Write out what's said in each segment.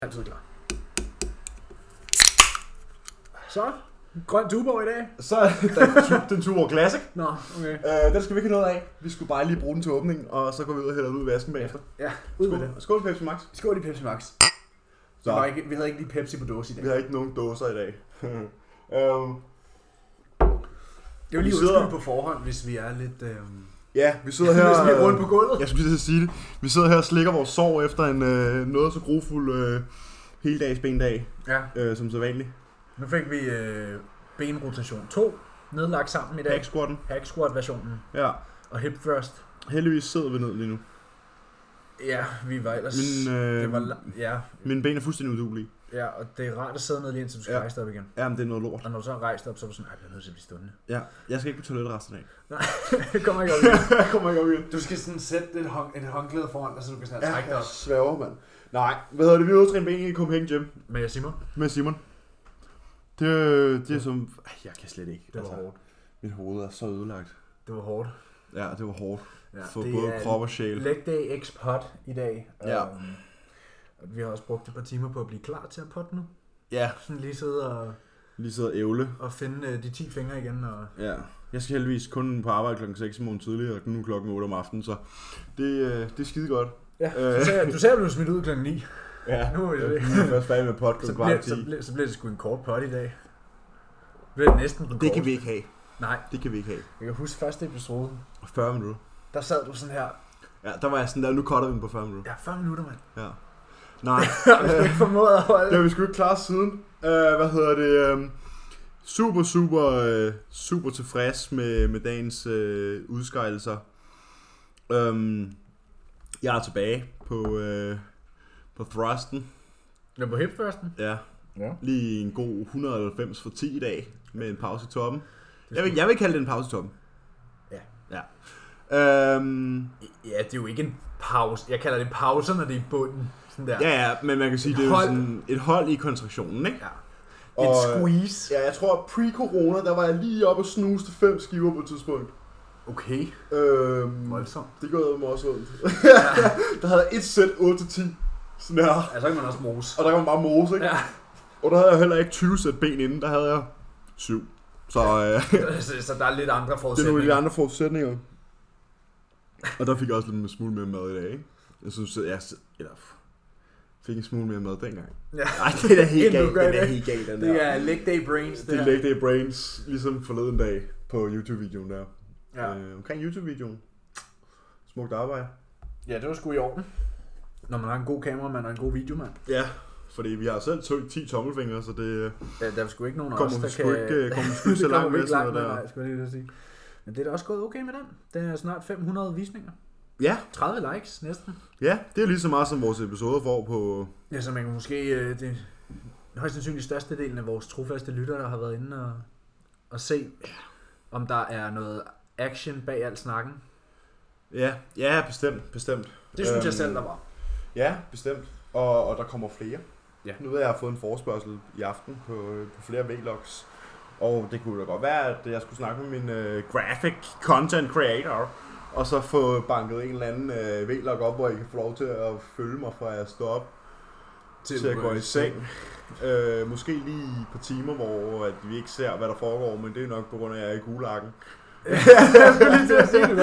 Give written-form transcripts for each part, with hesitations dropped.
Altid klar. Så, grøn Tuborg i dag. Så er den Tuborg Classic. Nå, okay. Den skal vi ikke have noget af. Vi skulle bare lige bruge den til åbningen, og så går vi ud og hælder ud i vasken bagefter. Ja, ud med det. Skål Pepsi Max. Skål i Pepsi Max. Vi havde ikke lige Pepsi på dåse i dag. Vi har ikke nogen dåser i dag. Det er jo lige udskyldt på forhånd, hvis vi er lidt... Ja, vi sidder her... hvis vi er rundt på gulvet. Jeg skulle lige sige det. Vi sidder her og slikker vores sår efter en noget så grofuld heldagsbendag, som så vanligt. Nu fik vi benrotation 2 nedlagt sammen i dag. Hack squat versionen. Ja. Og hip thrust. Heldigvis sidder vi ned lige nu. Ja, vi var ellers... Mine ben er fuldstændig uduelige. Ja, og det er rart at sidde ned lige indtil du skal rejse op igen. Ja, men det er noget lort. Og når du så er rejst op, så er du sådan, jeg bliver nødt til at blive stående. Ja, jeg skal ikke på toilettet resten af. Nej, det kommer ikke op igen. Du skal sådan sætte et håndklæde foran dig, så du kan sådan trække dig op. Ja, sværger, mand. Nej, hvad hedder det? Vi er ude at træne ben i Copenhagen Gym. Med Simon. Det er som... Jeg kan slet ikke. Det var hårdt. Mit hoved er så ødelagt. Det var hårdt. Ja, det var hårdt. Ja, for både krop og sjæl. Leg day x pot i dag. Ja. Vi har også brugt et par timer på at blive klar til at potte nu. Ja. Sådan lige sidde og ævle. Og finde de 10 fingre igen. Og... Ja. Jeg skal heldigvis kun på arbejde klokken 6 i morgen tidligere, og nu klokken 8 om aftenen, så det er skide godt. Ja, du ser, at du er smidt ud klokken 9. Ja, nu er det først færdig med pot klokken kvart 10. Så bliver det sgu en kort pot i dag. Det bliver næsten den Det kan vi ikke have. Nej. Det kan vi ikke have. Jeg kan huske første episode. 40 minutter. Der sad du sådan her. Ja, der var jeg sådan der, nu cutter vi den på 40 minutter. Ja, 40 minutter, mand. Ja. Nej. Det har vi ikke formået at holde. Det har vi sgu ikke klart siden. Super tilfreds med dagens udskejelser. Jeg er tilbage på thrusten. Ja, på hip thrusten? Ja. Lige en god 190 for 10 i dag med en pause i toppen. Jeg vil kalde det en pause i toppen. Ja. Ja, det er jo ikke en pause. Jeg kalder det pause, når det er i bunden. Sådan der. Ja, men man kan sige, det er jo sådan et hold i kontraktionen, ikke? Ja. Et squeeze. Ja, jeg tror, at pre-corona, der var jeg lige oppe og snuste 5 skiver på et tidspunkt. Okay. Voldsomt. Det går mig også ondt. Der havde jeg et sæt 8-10. Sådan her. Ja, så kan man også mose. Og der kan man bare mose, ikke? Ja. Og der havde jeg heller ikke 20 sæt ben inden, der havde jeg 7. Så der er lidt andre forudsætninger. Det er nogle lidt andre forudsætninger. Og der fik jeg også lidt en smule mere mad i dag, ikke? Jeg synes, fik en smule mere mad dengang. Ja. Ej, det er da helt galt. Den er helt galt, den der. Det er leg day brains. Det er leg day brains, ligesom forleden dag på YouTube-videoen der. Ja. Omkring YouTube-videoen. Smukt arbejde. Ja, det var sgu i orden. Når man har en god kameramand og en god videomand. Ja, fordi vi har selv 10 tommelfingre, så det... Ja, der er sgu ikke nogen af os, der kommer sgu ikke så langt med sådan noget der. Nej, skulle jeg lige sige. Men det er da også gået okay med den. Den er snart 500 visninger. Ja. 30 likes næsten. Ja, det er lige så meget som vores episoder får på... Ja, så man kan måske... Det højst sandsynligt største delen af vores trofaste lyttere, der har været inde og se, om der er noget action bag al snakken. Ja, bestemt. Det synes jeg selv, der var. Ja, bestemt. Og der kommer flere. Ja. Nu ved jeg, at jeg har fået en forespørgsel i aften på flere vlogs. Og det kunne da godt være, at jeg skulle snakke med min graphic content creator, og så få banket en eller anden vlog op, hvor I kan få lov til at følge mig, fra jeg står op til at gå i seng. Måske lige et par timer, hvor at vi ikke ser, hvad der foregår, men det er nok på grund af, at jeg er i gulagen. Jeg skulle lige til at sige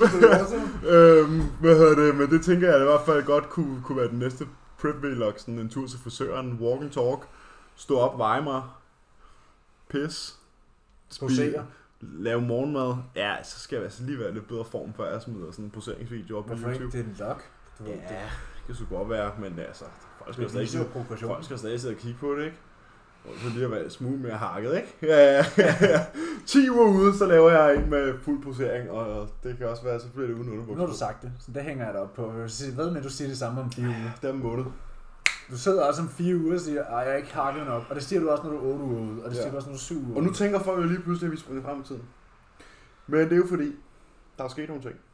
det, men det tænker jeg i hvert fald godt kunne være den næste prep-vlog, sådan en tur til frisøren, walk and talk, stå op, veje mig, pis, posere, lave morgenmad. Ja, så skal jeg altså lige være lidt bedre form, før jeg smider sådan en poseringsvideo op på YouTube. Hvorfor ikke? Det er en lok. Ja, det kan sgu godt være, men altså, folk skal stadig sidde og kigge på det, ikke? Og så lige at være smule mere hakket, ikke? Ja. 10 uger ude, så laver jeg en med fuld posering, og det kan også være, så bliver det uden underbukser. Nu har du sagt det, så det hænger jeg da op på. Hvad med, at du siger det samme om 4 uger? Det er en måned. Du sidder også om 4 uger og siger, at jeg er ikke hakket nok, og det siger du også, når du er 8 uger ude, og det siger du også, når du er 7 uger. Og nu tænker folk jo lige pludselig, at vi springer frem i tiden. Men det er jo fordi, der er sket nogle ting.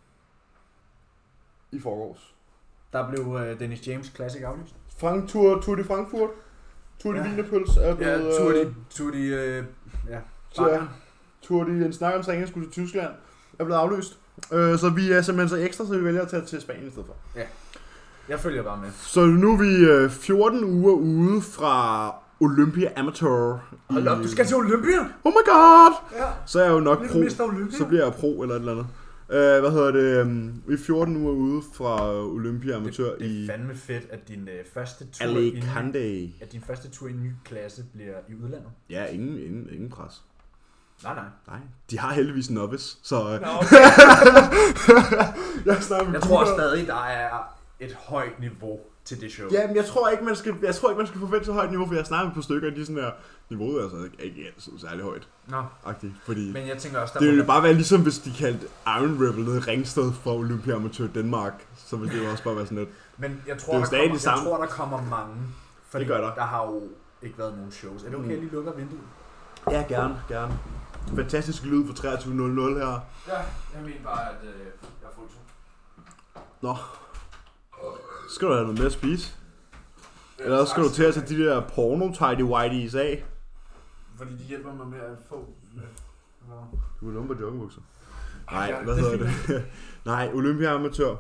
I forgårs. Der blev Dennis James Classic aflyst. Tour de Frankfurt. Tour de Wienerpøls er blevet... Tour de en snak om træning skulle til Tyskland er blevet aflyst. Så vi er simpelthen så ekstra, så vi vælger at tage til Spanien i stedet for. Ja. Jeg følger bare med. Så nu er vi 14 uger ude fra Olympia Amateur. Hold op, du skal til Olympia? Oh my god! Ja. Så er jeg jo nok pro. Så bliver jeg pro eller et eller andet. Vi er 14 uger ude fra Olympia Amatør i... Det er fandme fedt, at din første tur din første tur i en ny klasse bliver i udlandet. Ja, ingen pres. Nej. De har heldigvis novice, så... Nå, okay. jeg tror stadig, der er et højt niveau til det show. Ja, men jeg tror ikke, man skal forvente så højt niveau, for jeg snakker med på stykker, og de sådan her... Niveauet er altså ikke altid særlig højt. Agtigt, fordi men jeg tænker også, det ville bare være ligesom, hvis de kaldte Iron Rebel nede i Ringsted for Olympia Amatør Danmark. Så ville det jo også bare være sådan lidt... Men jeg tror, der kommer mange. Fordi det gør der. Der har jo ikke været nogen shows. Er det okay, at lige lukker vinduet? Ja, gerne. Fantastisk lyd for 23.00 her. Ja, jeg mener bare, at jeg får to. Nå. Skal du have noget mere at spise? Eller skal du til at tage de der porno-tidy-whities af? Fordi de hjælper mig med at få... Du er lumper joggingbukser. Nej, hvad hedder det? Nej, Olympia Amatør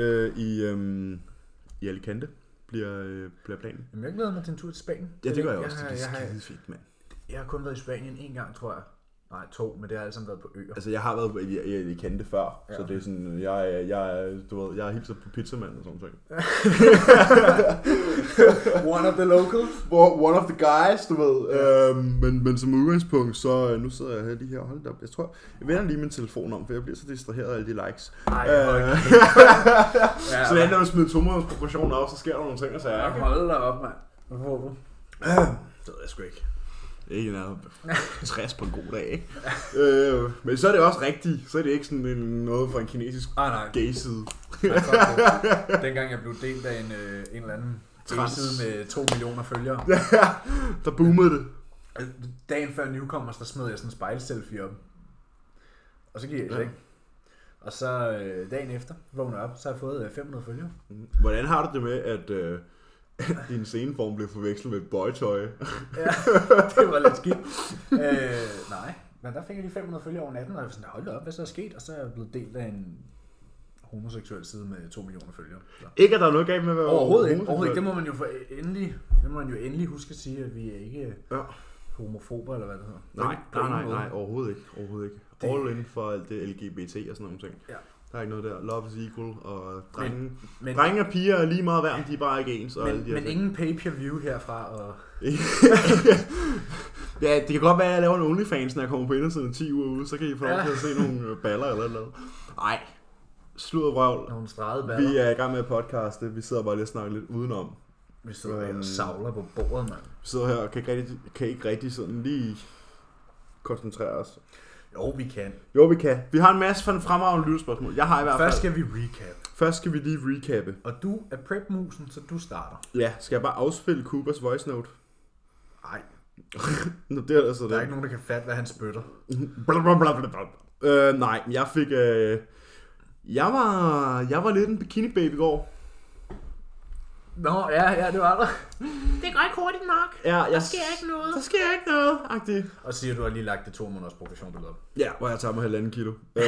i Alicante bliver planen. Jamen, jeg glæder mig til en tur til Spanien. Ja, det gør jeg også. Det er skide fedt, mand. Jeg har kun været i Spanien en gang, tror jeg. Nej, 2, men det har alle sammen været på øer. Altså, jeg har været i Alicante før, ja. Så det er sådan, jeg er hilset på pizzamanden og sådan noget. One of the locals. One of the guys, du ved. Ja. Men som udgangspunkt, så nu sidder jeg lige her og holder op. Jeg tror, jeg vender lige min telefon om, for jeg bliver så distraheret af alle de likes. Så når du smider tomåders proportioner op, så sker der nogle ting, og så jeg holder dig op, mand. Hvad får du? Det ved jeg sgu ikke. Ikke nærmere 60 på en god dag, ikke? Men så er det også rigtigt. Så er det ikke sådan noget fra en kinesisk gay-side. Dengang jeg blev delt af en eller anden gay-side med 2 millioner følgere. Der boomede det. Dagen før Newcomers, der smed jeg sådan en spejlselfie op. Og så gik jeg ikke. Og så dagen efter, vågner jeg op, så har jeg fået 500 følgere. Hvordan har du det med, at... din sceneform blev forvekslet med et boytøj. Ja, det var lidt skidt. Nej, men der fik jeg lige 500 følgere over natten, og jeg var sådan, hold da op, hvad så er sket? Og så er jeg blevet delt af en homoseksuel side med 2 millioner følgere. Så. Ikke at der er noget galt med at være overhovedet ikke. Det må man jo endelig huske at sige, at vi er ikke homofober, eller hvad det hedder. Nej, overhovedet ikke. All in for alt det LGBT og sådan nogle ting. Ja. Der er ikke noget der. Love is equal, og drenge og piger er lige meget værd, de er bare ikke ens. Og alle de men ingen pay-per-view herfra. Og... ja, det kan godt være, at jeg laver en OnlyFans, når jeg kommer på indersiden 10 uger ude, så kan I få lov til at se nogle baller eller noget. Nej, slud og vrøvl. Nogle stregede baller. Vi er i gang med at podcaste, vi sidder bare lige og snakker lidt udenom. Vi sidder og savler på bordet, mand. Vi sidder her og kan ikke rigtig sådan lige koncentrere os. Jo, vi kan. Vi har en masse fremragende lytterspørgsmål. Jeg har i hvert fald. Først skal vi lige recappe. Og du er prep-musen, så du starter. Ja, skal jeg bare afspille Coopers voice note? Nej. Nå, det er altså der er ikke nogen, der kan fatte, hvad han spytter. Nej, jeg fik... Jeg var lidt en bikini baby i går. Nå, ja, det var der. Det går ikke hurtigt nok. Ja, der sker ikke noget. Agtigt. Og siger, du har lige lagt det 2 måneders progressionbillede op. Ja, hvor jeg tager mig 1,5 kilo.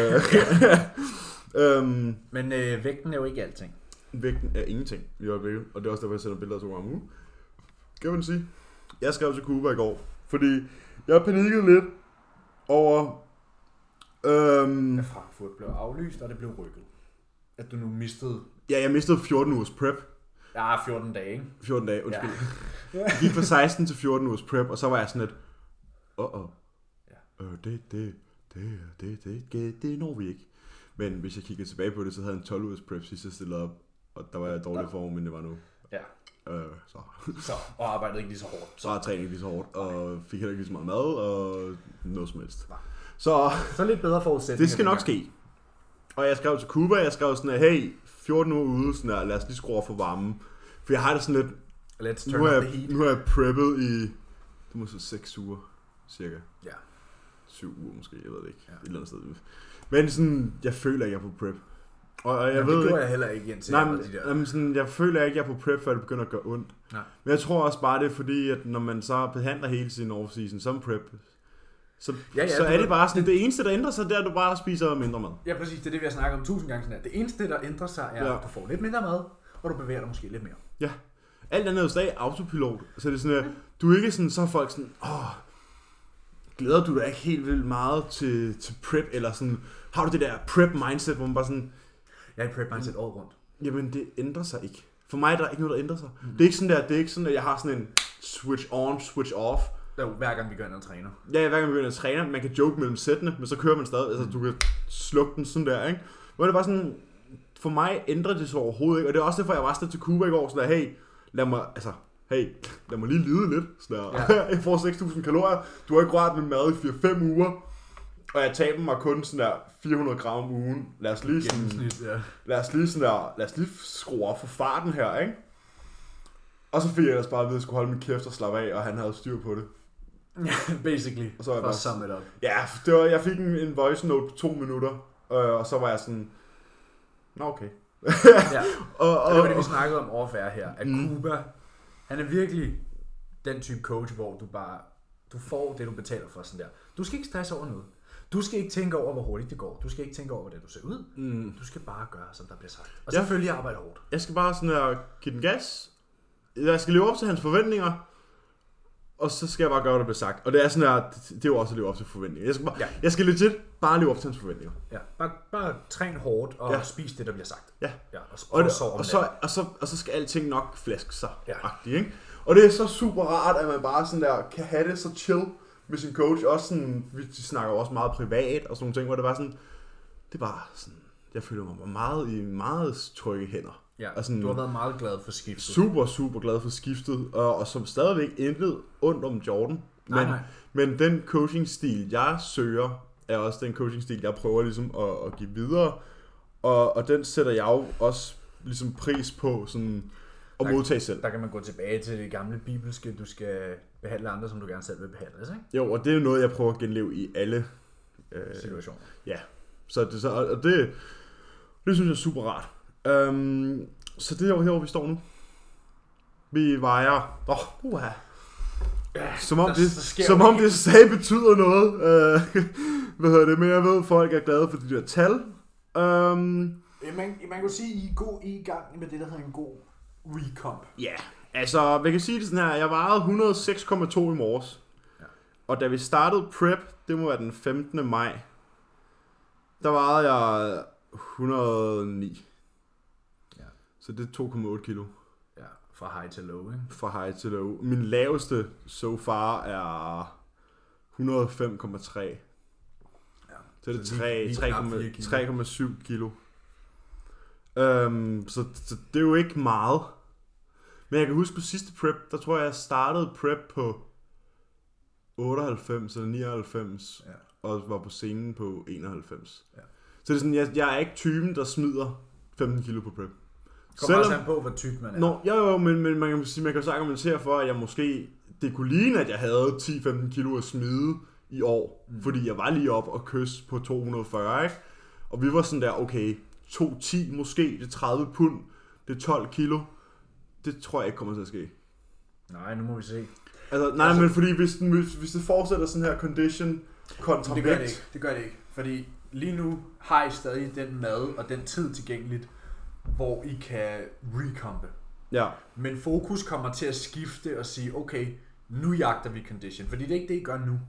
Men vægten er jo ikke alting. Vægten er ingenting i øjeblikket, og det er også derfor, jeg sender billeder 2 gange om ugen. Kan man sige. Jeg skrev til Cuba i går, fordi jeg panikkede lidt over... At Frankfurt blev aflyst, og det blev rykket. At du nu mistede... Ja, jeg mistede 14 ugers prep. Ja, 14 dage, ikke? 14 dage, undskyld. Ja. Jeg gik fra 16 til 14 ugers prep, og så var jeg sådan lidt... Det når vi ikke. Men hvis jeg kiggede tilbage på det, så havde jeg en 12 ugers prep sidst jeg stillede op. Og der var jeg dårlig form, men det var nu. Ja. Så, og arbejdede ikke lige så hårdt. Så trænede ikke lige så hårdt, og fik heller ikke lige så meget mad, og noget som helst. Så lidt bedre forudsætninger. Det skal nok ske. Og jeg skrev til Cuba, jeg skrev sådan, hey, 14 uger ude, sådan der, lad os lige skrue for varmen. For jeg har det sådan lidt, nu har jeg preppet i, det må så 6 uger, cirka. Ja. 7 uger måske, jeg ved det ikke, et eller andet sted. Men sådan, jeg føler ikke, jeg er på prep. Og jeg ved det gjorde jeg heller ikke indtil jeg føler ikke, jeg er på prep, før det begynder at gøre ondt. Nej. Men jeg tror også bare, det er fordi, at når man så behandler hele sin off-season som prep, så er det bare sådan, det eneste, der ændrer sig, det er, at du bare spiser mindre mad. Ja, præcis. Det er det, vi har snakket om 1000 gange. Det eneste, der ændrer sig, er, at du får lidt mindre mad, og du bevæger dig måske lidt mere. Ja. Alt andet er jo stadig autopilot. Så det er sådan, at du er ikke sådan, så er folk sådan, glæder du dig ikke helt vildt meget til prep, eller sådan, har du det der prep mindset, hvor man bare sådan... Jeg er i prep mindset året rundt. Jamen, det ændrer sig ikke. For mig er der ikke noget, der ændrer sig. Det er ikke sådan, at jeg har sådan en switch on, switch off. Det er jo hver gang vi går ind og træner. Ja, hver gang vi går ind og træner, man kan joke mellem sættene, men så kører man stadig, altså du kan slukke den sådan der, ikke? Hvor det bare sådan, for mig ændrer det sig overhovedet ikke, og det er også derfor, jeg var afsted til Cuba i går, sådan der, lad mig lige lide lidt, sådan der. Ja. Jeg får 6.000 kalorier, du har ikke rørt min mad i 4-5 uger, og jeg taber mig kun sådan der 400 gram om ugen. Lad os lige skrue op for farten her, ikke? Og så fik jeg ellers bare at vide, at jeg skulle holde min kæft og slappe af, og han havde styr på det. Ja, basically. Og så var jeg bare sum it up. Ja, jeg fik en voice note på 2 minutter, og så var jeg sådan, nå okay. Ja, og det var det, vi snakkede om overfærd her. At Cuba, han er virkelig den type coach, hvor du får det, du betaler for sådan der. Du skal ikke stresse over noget. Du skal ikke tænke over, hvor hurtigt det går. Du skal ikke tænke over, hvordan du ser ud. Du skal bare gøre, som der bliver sagt. Og selvfølgelig arbejde hårdt. Jeg skal bare sådan her give den gas. Jeg skal leve op til hans forventninger. Og så skal jeg bare gøre, hvad der bliver sagt. Og det er sådan her, det er jo også at leve op til forventninger. Jeg skal legit bare leve op til hans forventninger. Ja, bare træn hårdt og spis det, der bliver sagt. Ja. Og så skal alting nok flæske sig. Ja. Ikke? Og det er så super rart, at man bare sådan der kan have det så chill med sin coach. Også sådan, vi snakker jo også meget privat og sådan nogle ting, hvor det var sådan, det er bare sådan, jeg føler mig meget trygge hænder. Ja, og sådan, du har været meget glad for skiftet. Super glad for skiftet, og som stadigvæk intet ondt om Jordan. Men den coaching-stil, jeg søger, er også den coaching-stil, jeg prøver ligesom at give videre. Og den sætter jeg jo også ligesom pris på sådan at modtage selv. Der kan man gå tilbage til det gamle bibelske, du skal behandle andre, som du gerne selv vil behandles, ikke? Jo, og det er jo noget, jeg prøver at genleve i alle situationer. Ja, og det synes jeg er super rart. Så det er jo her, hvor vi står nu. Vi vejer... Som om det sag betyder noget. Hvad hedder det? Men jeg ved, folk er glade for de der tal. Man kan sige, I er i gang med det, der hedder en god recomp. Ja, altså, vi kan sige det sådan her. Jeg vejede 106,2 i morges. Ja. Og da vi startede prep, det må være den 15. maj, der vejede jeg 109. Så det er 2,8 kilo. Ja, fra high til low, ikke? Fra high til low. Min laveste so far er 105,3. Ja. Så det er 3,7 kilo. Så det er jo ikke meget. Men jeg kan huske på sidste prep, der tror jeg startede prep på 98 eller 99, og var på scenen på 91. Ja. Så det er sådan, jeg er ikke typen, der smider 15 kilo på prep. Kommer også an på, hvor tyk man er. Jo, men man kan så argumentere for, at jeg måske, det kunne ligne, at jeg havde 10-15 kilo at smide i år, fordi jeg var lige op og kysse på 240, ikke? Og vi var sådan der, okay, 210 måske, det er 30 pund, det er 12 kilo, det tror jeg ikke kommer til at ske. Nej, nu må vi se. Altså, men fordi hvis det fortsætter sådan her condition kontra vægt. Det gør det ikke, fordi lige nu har I stadig den mad og den tid tilgængeligt, hvor I kan recompe. Ja. Men fokus kommer til at skifte og sige, okay, nu jagter vi condition. Fordi det er ikke det, I gør nu.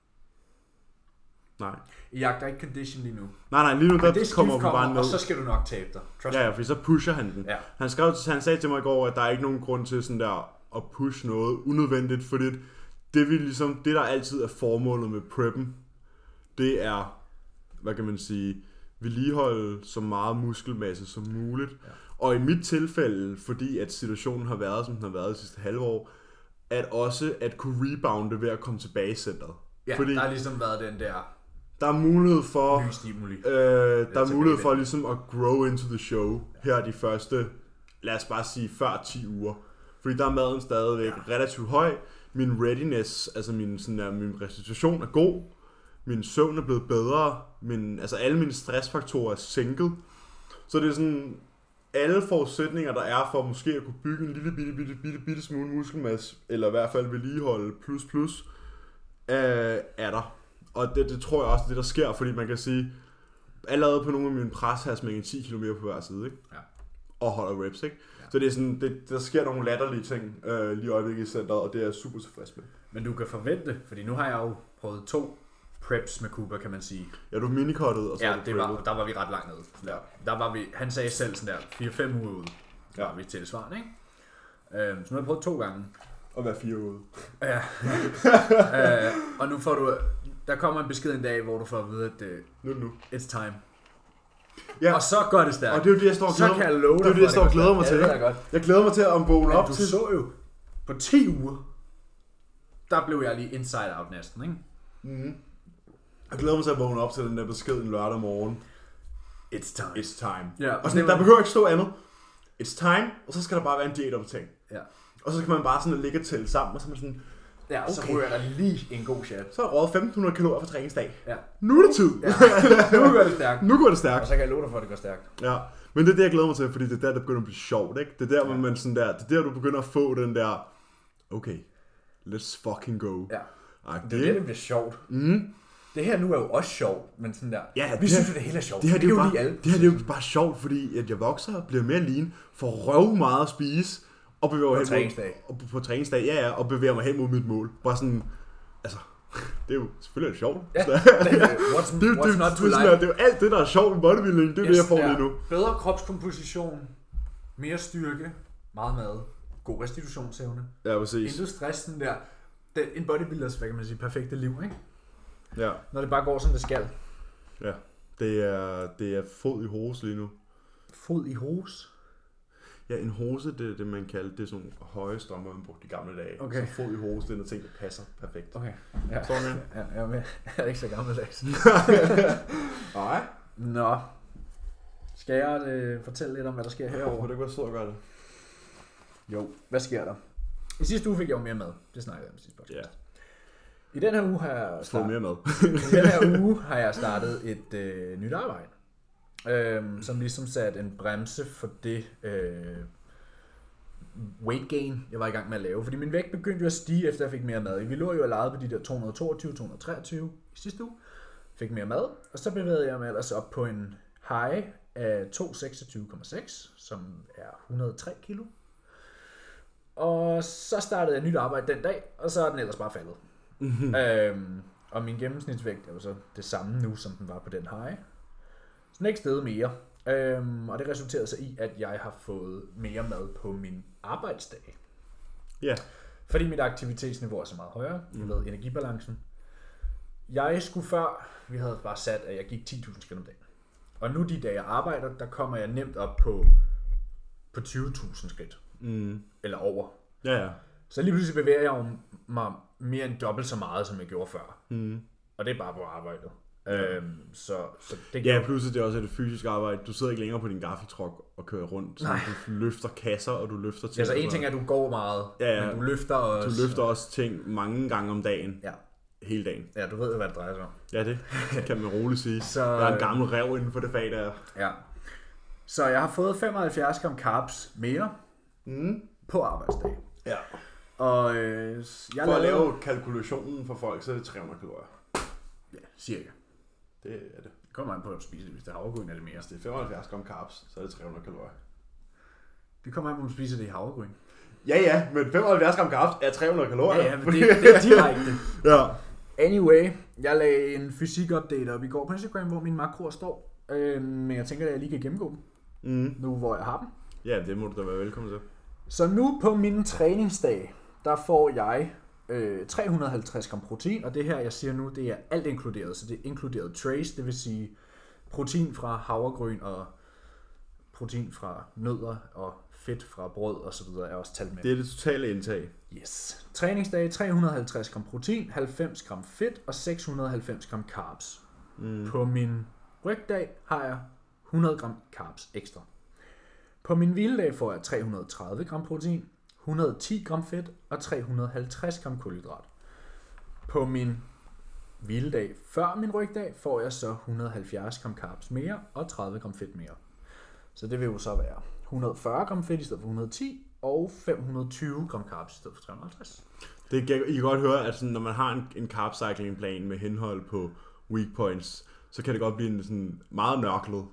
Nej. I jagter ikke condition lige nu. Nej, lige nu der kommer vi bare ned. Og så skal du nok tabe dig. Ja, fordi så pusher han den. Ja. Han sagde til mig i går, at der er ikke nogen grund til sådan der at pushe noget unødvendigt, fordi det der altid er formålet med preppen, det er, hvad kan man sige, vedligeholde så meget muskelmasse som muligt. Ja. Og i mit tilfælde, fordi at situationen har været, som den har været de sidste halve år, at også at kunne rebounde ved at komme tilbage i centret. Ja, fordi der har ligesom været den der er mulighed for stimuli. Der er mulighed for ligesom at grow into the show her de første, lad os bare sige, før 10 uger. Fordi der er maden stadigvæk relativt høj. Min readiness, altså min restitution er god. Min søvn er blevet bedre. Alle mine stressfaktorer er sænket. Så det er sådan, alle forudsætninger, der er for måske at kunne bygge en lille bitte smule muskelmasse, eller i hvert fald vedligeholde plus, er der. Og det tror jeg også, det der sker, fordi man kan sige, allerede på nogle af mine pres har jeg smækket 10 km på hver side, ikke? Ja. Og holder reps, ikke? Ja. Så det er sådan, der sker nogle latterlige ting lige i øjeblikket i centret, og det er jeg super tilfreds med. Men du kan forvente, fordi nu har jeg jo prøvet 2 preps med Cooper, kan man sige. Ja, du minikottet, og så ja, der var vi ret langt nede. Ja. Der var vi, han sagde selv sådan der, 4-5 uger ude, så var vi til det svarende, ikke? Så nu har jeg prøvet 2 gange. Og hver 4 ude. Ja. Og nu får du, der kommer en besked en dag, hvor du får at vide, at Nu. it's time. Ja. Og så går det stærkt. Og det er jo det, jeg står og glæder, så kan jeg love dig, det er det, jeg står og glæder mig til. Ja, det er godt. Jeg glæder mig til at vågne op du til. Du så jo, på 10 uger, der blev jeg lige inside out næsten, ikke? Mm. Jeg glæder mig til at vågne op til den der besked en lørdag morgen. It's time. It's time. Ja, og sådan, der behøver ikke stå andet. It's time, og så skal der bare være en diæt op ting. Ja. Og så kan man bare sådan ligge og tælle sammen, og så er man sådan, ja, og så ryger der lige en god chat. så er jeg røget 1500 kalorier for træningsdag. Ja. Nu er det tid. Ja. Nu går det stærkt. Nu går det stærkt. Og så kan jeg love dig for, at det går stærkt. Ja, men det er det, jeg glæder mig til, fordi det er der begynder at blive sjovt, ikke? Det er der, hvor man sådan der, det er der, du begynder at få den der, okay, let's fucking go. Ja. Okay. Det er det bliver sjovt. Mm. Det her nu er jo også sjovt, men sådan der, ja, vi synes jo, det hele er sjovt. Det her, det er jo bare, alle. det her det er jo bare sjovt, fordi at jeg vokser og bliver mere lean, får røv meget at spise, og bevæger mig på træningsdag, ja, og bevæger mig hen mod mit mål. Bare sådan, altså, det er jo selvfølgelig sjovt. Ja, what's not to like? Det er jo alt det, der er sjovt i bodybuilding, det er det, jeg får lige nu. Bedre kropskomposition, mere styrke, meget mad, god restitutionsevne. Ja, præcis. Intet stress, sådan der. En bodybuilders, hvad kan man sige, perfekte liv, ikke? Ja. Når det bare går, som det skal. Ja, det er fod i hose lige nu. Fod i hose? Ja, en hose, det er det, man kalder, det er sådan nogle høje strømper, man brugte i gamle dage. Okay. Så fod i hose, det er noget ting, der passer perfekt. Okay. Ja. Sådan, ja. Jeg er med. Jeg er ikke så gammeldags. Nej. Nå. Skal jeg fortælle lidt om, hvad der sker herovre? Må det ikke være så at gøre det? Jo. Hvad sker der? I sidste uge fik jeg jo mere mad. Det snakkede jeg om sidste podcast. Ja. I den her uge har jeg startet et nyt arbejde, som ligesom satte en bremse for det weight gain, jeg var i gang med at lave. Fordi min vægt begyndte jo at stige, efter jeg fik mere mad. Vi lå jo og legede på de der 222-223 i sidste uge. Fik mere mad, og så bevægede jeg mig ellers op på en high af 226,6, som er 103 kilo. Og så startede jeg et nyt arbejde den dag, og så er den ellers bare faldet. Og min gennemsnitsvægt er jo så det samme nu, som den var på den high. Så den er ikke steget mere. Og det resulterede så i, at jeg har fået mere mad på min arbejdsdag. Ja. Fordi mit aktivitetsniveau er så meget højere. Jeg ved, energibalancen. Jeg skulle før, vi havde bare sat, at jeg gik 10.000 skridt om dagen. Og nu de dage, jeg arbejder, der kommer jeg nemt op på 20.000 skridt. Eller over. Ja. Så lige pludselig bevæger jeg mig mere end dobbelt så meget, som jeg gjorde før. Og det er bare på arbejdet. Så det ja, pludselig det er også et fysisk arbejde. Du sidder ikke længere på din gaffeltruck og kører rundt. Så du løfter kasser, og du løfter ting. Ja, så en ting er, at du går meget, men du løfter også. Du løfter også ting mange gange om dagen. Ja. Hele dagen. Ja, du ved, hvad det drejer sig om. Ja, det kan man roligt sige. Så, jeg er en gammel ræv inden for det fag, der. Ja. Så jeg har fået 75 gram carbs mere på arbejdsdag. Ja. Og for at lave kalkulationen for folk, så er det 300 kalorier. Ja, cirka. Det er det. Det kommer an på at spise det. Hvis det er havregryn, er det mere. Hvis det er 75 gram carbs, så er det 300 kalorier. Det kommer an på at spise det i havregryn. Ja, men 75 gram carbs er 300 kalorier. Ja, men det er direkte. Ja. Anyway, jeg lagde en fysik-update op i går på Instagram, hvor mine makroer står. Men jeg tænker, at jeg lige kan gennemgå dem. Nu hvor jeg har dem. Ja, det må du da være velkommen til. Så nu på min træningsdag, der får jeg 350 gram protein, og det her, jeg siger nu, det er alt inkluderet. Så det er inkluderet trace, det vil sige protein fra havregryn og protein fra nødder og fedt fra brød og så videre er også talt med. Det er det totale indtag. Yes. Træningsdag 350 gram protein, 90 gram fedt og 690 gram carbs. På min rygdag har jeg 100 gram carbs ekstra. På min hviledag får jeg 330 gram protein, 110 gram fedt og 350 gram kulhydrat. På min hviledag før min rygdag får jeg så 170 gram carbs mere og 30 gram fedt mere. Så det vil jo så være 140 gram fedt i stedet for 110 og 520 gram carbs i stedet for 350. I kan godt høre, at sådan, når man har en carb cycling plan med henhold på weak points, så kan det godt blive en sådan meget nørklet.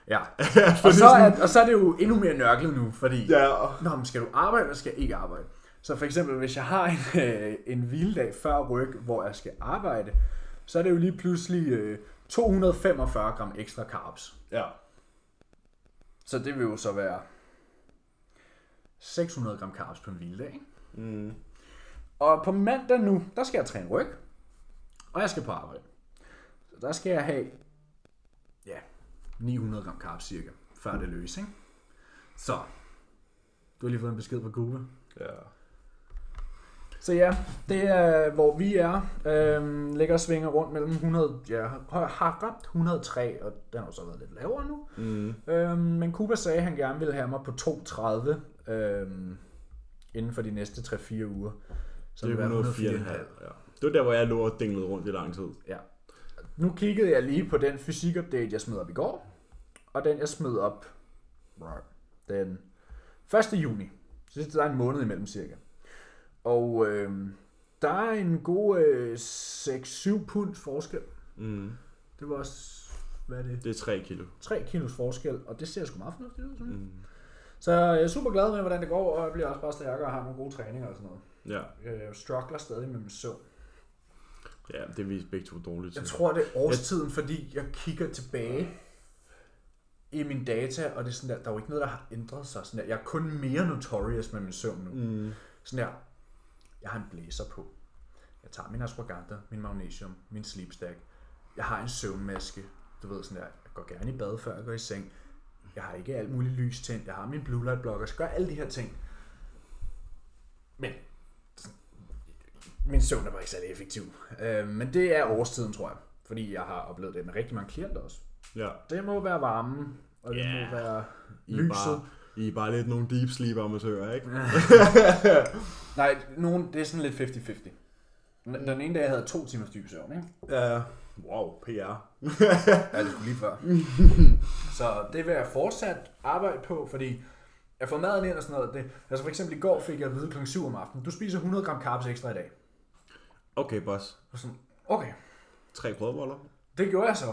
Ja. og så er det jo endnu mere nørklet nu, fordi men skal du arbejde, eller skal jeg ikke arbejde? Så for eksempel, hvis jeg har en hviledag før ryg, hvor jeg skal arbejde, så er det jo lige pludselig 245 gram ekstra carbs. Ja. Så det vil jo så være 600 gram carbs på en hviledag, ikke? Mm. Og på mandag nu, der skal jeg træne ryg, og jeg skal på arbejde. Så der skal jeg have 900 gram carbs cirka, før det løs, ikke? Så, du har lige fået en besked fra Google. Ja. Så ja, det er hvor vi er. Ligger og svinger rundt mellem 100, har ramt 103, og den har jo så været lidt lavere nu. Men Cuba sagde, at han gerne ville have mig på 230 inden for de næste 3-4 uger. Så det er 104,5. Ja. Det var der, hvor jeg lå og dinglede rundt i lang tid. Ja. Nu kiggede jeg lige på den fysik-update, jeg smed op i går, og den, jeg smed op den 1. juni. Så der er en måned imellem cirka. Og der er en god 6-7 punds forskel. Mm. Det var også, hvad er det? Det er 3 kilo. 3 kilos forskel, og det ser sgu meget fornuftigt ud. Så jeg er super glad med, hvordan det går, og jeg bliver også bare stærkere og har nogle gode træninger og sådan noget. Ja. Jeg struggler stadig med min søvn. Ja, det er vi begge to dårligt til. Jeg tror, det er årstiden, fordi jeg kigger tilbage i mine data, og det er sådan der er jo ikke noget, der har ændret sig. Sådan der. Jeg er kun mere notorious med min søvn nu. Sådan der, jeg har en blæser på. Jeg tager min ashwagandha, min magnesium, min sleep stack. Jeg har en søvnmaske. Du ved sådan der, jeg går gerne i bad, før jeg går i seng. Jeg har ikke alt muligt lys tændt. Jeg har min blue light blocker. Jeg gør alle de her ting. Men min søvn er bare ikke særlig effektiv. Men det er årstiden, tror jeg. Fordi jeg har oplevet det med rigtig mange klienter også. Ja. Det må være varmen, og det må være lyset. I er bare lidt nogle deep sleep amatører, ikke? Nej, det er sådan lidt 50-50. Den ene dag havde jeg 2 timers dyb søvn, ikke? Ja. Wow, PR. Ja, det skulle lige før. Så det vil jeg fortsat arbejde på, fordi jeg får maden ind og sådan noget. Altså for eksempel i går fik jeg at vide kl. 7 om aftenen, du spiser 100 gram carbs ekstra i dag. Okay, boss. Sådan, okay. 3 brødboller. Det gjorde jeg så.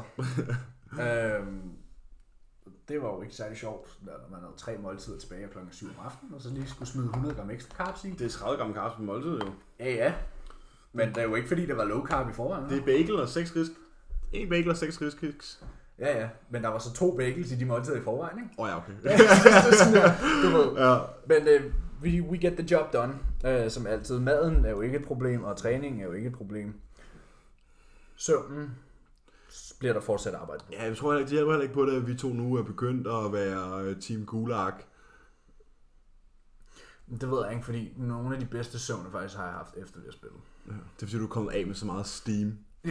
Det var jo ikke særlig sjovt, når man havde 3 måltider tilbage kl. 7 om aftenen, og så lige skulle smide 100 gram ekstra carbs i. Det er 30 gram carbs på måltid, jo. Ja. Men det er jo ikke fordi, det var low carb i forvejen. Det er bagel og 6 risk. 1 bagel og 6 risk. Ja. Men der var så 2 bagels i de måltider i forvejen, ikke? Ja, okay. Det er sådan, du ved. Ja. Men we get the job done, som altid. Maden er jo ikke et problem, og træningen er jo ikke et problem. Søvnen bliver der fortsat arbejde på. Ja, jeg tror det hjælper heller ikke på det, at vi to nu er begyndt at være Team Gulag. Det ved jeg ikke, fordi nogle af de bedste søvne faktisk har jeg haft efter vi har spillet. Ja, det er fordi, du er kommet af med så meget steam. Ja,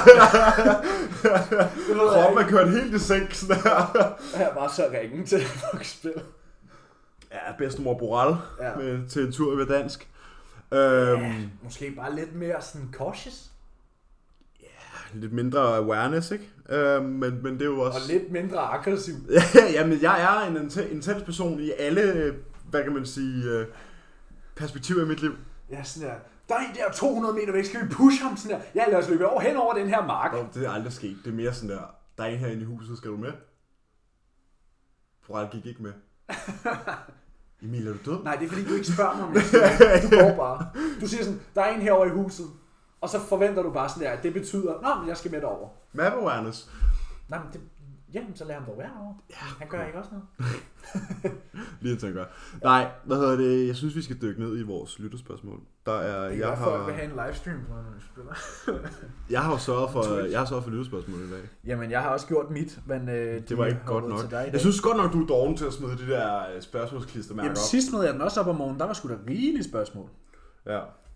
Kroppen er kørt helt i sænk. Jeg var så ringen til at spille. Ja, bedstemor Boral til en tur ved dansk. Måske bare lidt mere sådan cautious. Lidt mindre awareness, ikke? Men det er jo også... Og lidt mindre aggressiv. Jamen, jeg er en intens person i alle, hvad kan man sige, perspektiver i mit liv. Ja, sådan der. Der er en der 200 meter væk, skal vi pushe ham sådan der? Ja, lad os løbe hen over den her mark. Nå, det er aldrig sket. Det er mere sådan der er en herinde i huset, skal du med? Foral gik ikke med. Emil, er du død? Nej, det er fordi, du ikke spørger mig om det. Du går bare. Du siger sådan, der er en herovre i huset. Og så forventer du bare sådan der, at det betyder, men jeg skal med derover. Map awareness. Nej, men jamen, så lad ham dog være derovre. Ja, han gør ikke også noget. Lige indtil han gør. Nej, hvad hedder det? Jeg synes, vi skal dykke ned i vores lytterspørgsmål. Der er, det er jeg folk vil have en livestream, når vi spiller. Jeg har sørget for lytterspørgsmål i dag. Jamen, jeg har også gjort mit, men det var ikke godt nok. Jeg synes godt nok, du er doven til at smide de der spørgsmålsklistermærker op. Jamen, sidst smed jeg den også op om morgenen. Der var sgu da rigelige spørgsmål. Ja.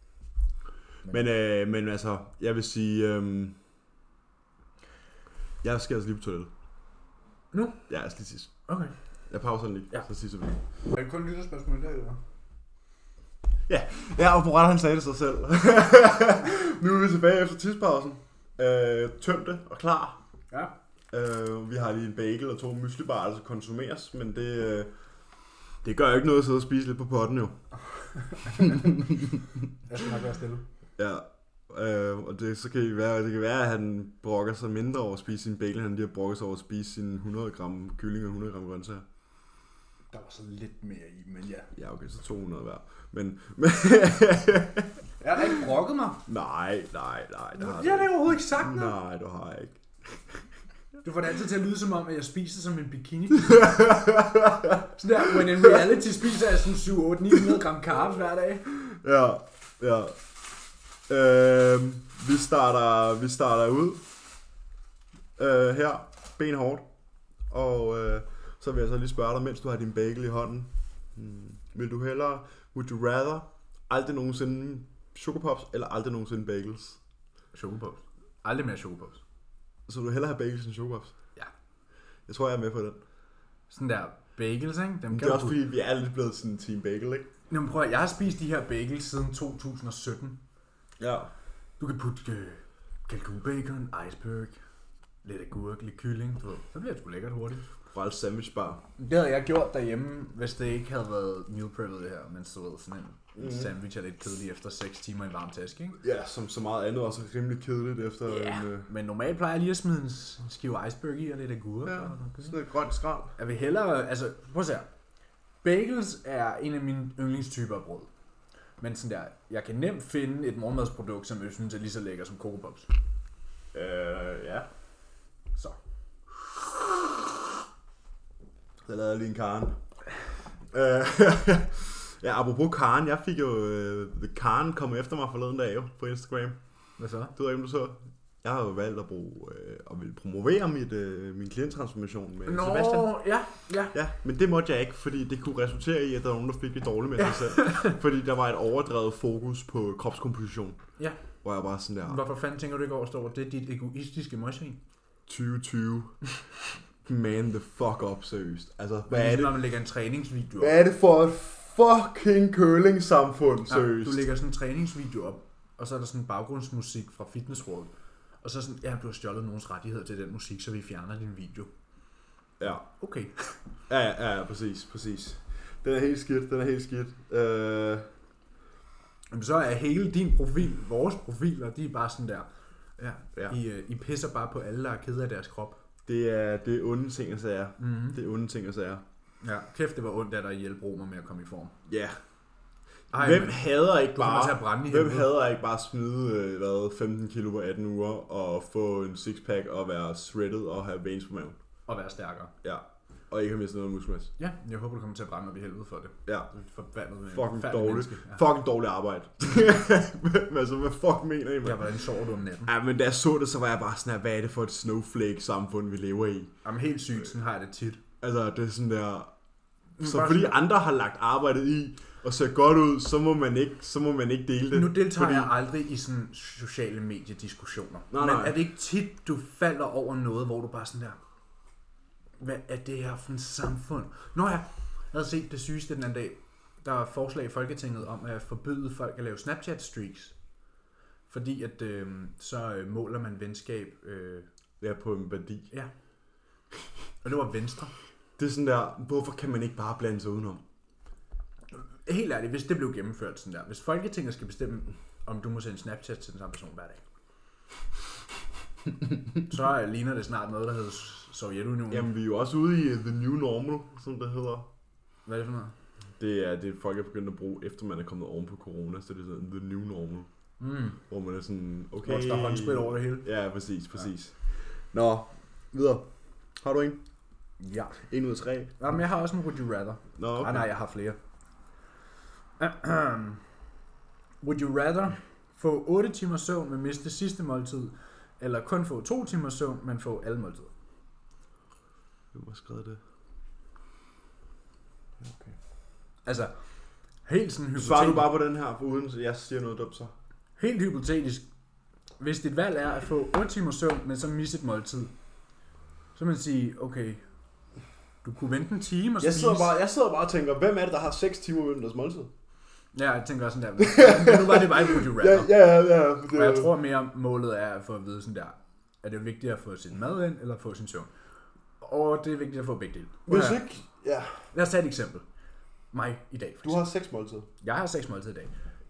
Men altså, jeg vil sige, jeg skal altså lige på toilettet. Nu? Ja, jeg skal lige tisse. Okay. Jeg pauser lige, så tisser vi. Er det kun lytterspørgsmål i dag, eller? Ja, og Borat han sagde det sig selv. Nu er vi tilbage efter tidspausen. Tømte og klar. Ja. Vi har lige en bagel og 2 myslibarer, der konsumeres, men det gør jo ikke noget at sidde og spise lidt på potten jo. Jeg skal nok være stille. Ja, Og så kan det være, at han brokker sig mindre over at spise sin bagel, han lige har brokket sig over at spise sine 100 gram kylling og 100 gram grøntsager. Der var så lidt mere i, men ja. Ja, okay, så 200 hver. Men Jeg har ikke brokket mig. Nej, det har Jeg har overhovedet ikke sagt noget. Nej, du har ikke. Du får det altid til at lyde som om, at jeg spiser som en bikini. Sådan der, when in reality spiser jeg sådan 7-8-900 gram carbs hver dag. Ja. Vi starter ud her, benhårdt. Og så vil jeg så lige spørge dig, mens du har din bagel i hånden. Vil du hellere, would you rather, aldrig nogensinde chokopops, eller aldrig nogensinde bagels? Chokopops. Aldrig mere chokopops. Så du hellere have bagels end chokopops? Ja. Jeg tror, jeg er med på den. Sådan der bagels, ikke? Dem det er også fordi, vi er lidt blevet sådan en team bagel, ikke? Nå, men prøv at, jeg har spist de her bagels siden 2017. Ja. Du kan putte kalkunbacon, iceberg, lidt agurk, lidt kylling, du ved. Så bliver det sgu lækkert hurtigt. Fra sandwich bar. Det havde jeg gjort derhjemme, hvis det ikke havde været meal preppet det her, men så ved sådan en sandwich er lidt kedelig efter 6 timer i en varm taske, ikke? Ja, som så meget andet også er rimelig kedeligt efter en... Men normalt plejer jeg lige at smide en skive iceberg i og lidt agurk. Ja, og sådan et grønt skrald. Jeg vil hellere, altså prøv at se her. Bagels er en af mine yndlingstyper af brød. Men sådan der, jeg kan nemt finde et morgenmadsprodukt, som jeg synes er lige så lækker som Coco Pops. Ja. Så. Så lavede jeg lige en Karen. Ja, apropos Karen, jeg fik jo... Karen kom efter mig forleden dag jo, på Instagram. Hvad så? Du ved ikke, om du så... Jeg har jo valgt at bruge og vil promovere min klienttransformation med Sebastian. Ja, men det måtte jeg ikke, fordi det kunne resultere i, at der var nogen, der fik det dårligt med sig selv. Fordi der var et overdrevet fokus på kropskomposition. Ja. Hvor jeg bare sådan der... Hvorfor fanden tænker du ikke over, står det er dit egoistiske møgsvin? 2020. Man the fuck up, seriøst. Altså, hvad er det? Når man lægger en træningsvideo op. Hvad er det for et fucking curling-samfund, seriøst? Ja, du lægger sådan en træningsvideo op, og så er der sådan en baggrundsmusik fra Fitnessrådet. Og så sådan, ja, du har stjålet nogens rettigheder til den musik, så vi fjerner din video. Ja. Okay. Ja, præcis. Den er helt skidt. Men så er hele din profil, vores profiler, de er bare sådan der. Ja. I pisser bare på alle, der er ked af deres krop. Det er onde ting at sige. Mm-hmm. Det er onde ting at sige. Ja, kæft, det var ondt, at der hjælpe Romer med at komme i form. Ja. Hvem hader ikke bare smide 15 kilo på 18 uger og få en sixpack og være shredded og have veins på maven? Og være stærkere. Ja. Og ikke have mistet noget muskelmasse. Ja, jeg håber, du kommer til at brænde op i helvede for det. Ja. Forbandet med fucking dårligt. Ja. Fucking dårligt arbejde. Men altså, hvad fuck mener I, man? Ja, hvordan sover du om natten? Ja, men da jeg så det, så var jeg bare sådan her, hvad er det for et snowflake-samfund, vi lever i? Jamen helt sygt, sådan har jeg det tit. Altså, det er sådan der... Så fordi andre har lagt arbejdet i, og ser godt ud, så må man ikke dele det. Nu deltager jeg aldrig i sådan sociale mediediskussioner. Men er det ikke tit, du falder over noget, hvor du bare sådan der... Hvad er det her for en samfund? Nå ja, jeg havde set det sygeste den anden dag. Der var forslag i Folketinget om at forbyde folk at lave Snapchat-streaks. Fordi at så måler man venskab... Ja, på en værdi. Ja. Og det var Venstre. Det er sådan der, hvorfor kan man ikke bare blande sig udenom? Helt ærligt, hvis det blev gennemført sådan der. Hvis Folketinget skal bestemme, om du må sende Snapchat til den samme person hver dag. Så ligner det snart noget, der hedder Sovjetunionen. Jamen, vi er jo også ude i the new normal, som det hedder. Hvad er det for noget? Det er det, folk er begyndt at bruge, efter man er kommet oven på corona, så det er sådan the new normal. Hvor man er sådan, okay... Hvor der er håndsprit over det hele. Ja, præcis. Ja. Nå, videre. Har du en? Ja. 1 ud af 3. Jamen, jeg har også en Would You Rather. Nå, okay. Nej, jeg har flere. Would you rather få 8 timer søvn, men miste sidste måltid, eller kun få 2 timer søvn, men få alle måltider? Hvem har skrevet det? Okay. Altså, helt sådan hypotetisk. Svarer du bare på den her, for uden så jeg siger noget dumt så? Helt hypotetisk. Hvis dit valg er at få 8 timer søvn, men så miste et måltid, så man sige, okay, du kunne vente en time og spise. Jeg sidder bare og tænker, hvem er det, der har 6 timer uden deres måltid? Ja, jeg tænker også sådan der. Nu var det bare et Would You Rather. Ja. Og jeg tror mere, målet er at få at vide sådan der, er det vigtigt at få sin mad ind, eller at få sin søvn? Og det er vigtigt at få begge dele. Hvis ikke, ja. Lad os tage et eksempel. Mig i dag. Du har 6 måltider. Jeg har 6 måltider i dag.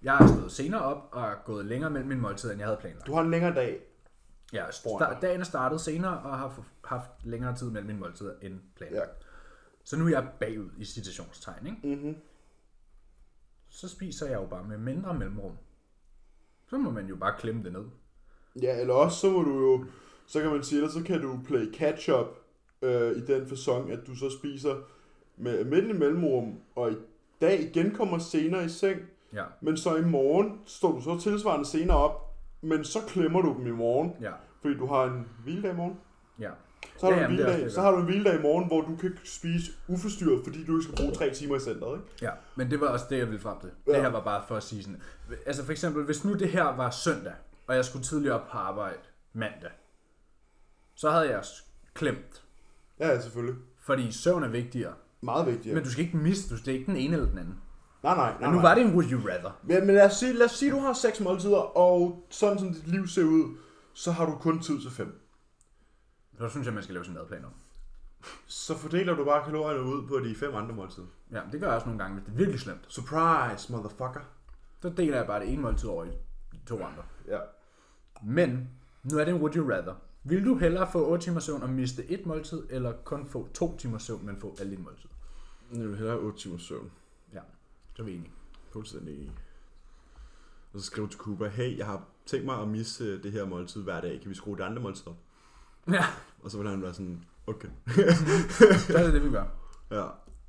Jeg har stået senere op og gået længere mellem mine måltider, end jeg havde planlagt. Du har en længere dag. Ja, dagen er startet senere og har haft længere tid mellem mine måltider end planlagt. Ja. Så nu er jeg bagud i citationstegn, ikke? Mm-hmm. Så spiser jeg jo bare med mindre mellemrum. Så må man jo bare klemme det ned. Ja, eller også så må du jo, så kan man sige, eller så kan du play catch-up i den facon, at du så spiser med almindelig mellemrum, og i dag igen kommer senere i seng, ja. Men så i morgen står du så tilsvarende senere op, men så klemmer du dem i morgen, ja. Fordi du har en hviledag i morgen. Ja. Så har du en hviledag i morgen, hvor du kan spise uforstyrret, fordi du skal bruge 3 timer i centret, ikke? Ja, men det var også det, jeg ville frem til. Ja. Det her var bare for at sige sådan, altså for eksempel, hvis nu det her var søndag, og jeg skulle tidligere op på arbejde mandag, så havde jeg klemt. Ja, selvfølgelig. Fordi søvn er vigtigere. Meget vigtigere. Men du skal ikke miste, du skal ikke den ene eller den anden. Nej. Men nu var det en would you rather. Ja, men lad os sige, du har 6 måltider, og sådan som dit liv ser ud, så har du kun tid til 5. Så synes jeg, man skal lave sin madplan om. Så fordeler du bare kalorierne ud på de 5 andre måltider. Ja, det gør jeg også nogle gange, hvis det er virkelig slemt. Surprise, motherfucker. Så deler jeg bare det ene måltid over i 2 andre. Ja. Men, nu er det en would you rather. Vil du hellere få 8 timer søvn og miste 1 måltid, eller kun få 2 timer søvn, men få alle dine måltid? Jeg vil hellere 8 timer søvn. Ja, så er vi enige. Fuldstændig enige. Og så skriver til Cuba, hey, jeg har tænkt mig at misse det her måltid hver dag. Kan vi skrue de andre måltider? Ja. Og så vil han være sådan, okay. Så er det, vi gør. Ja.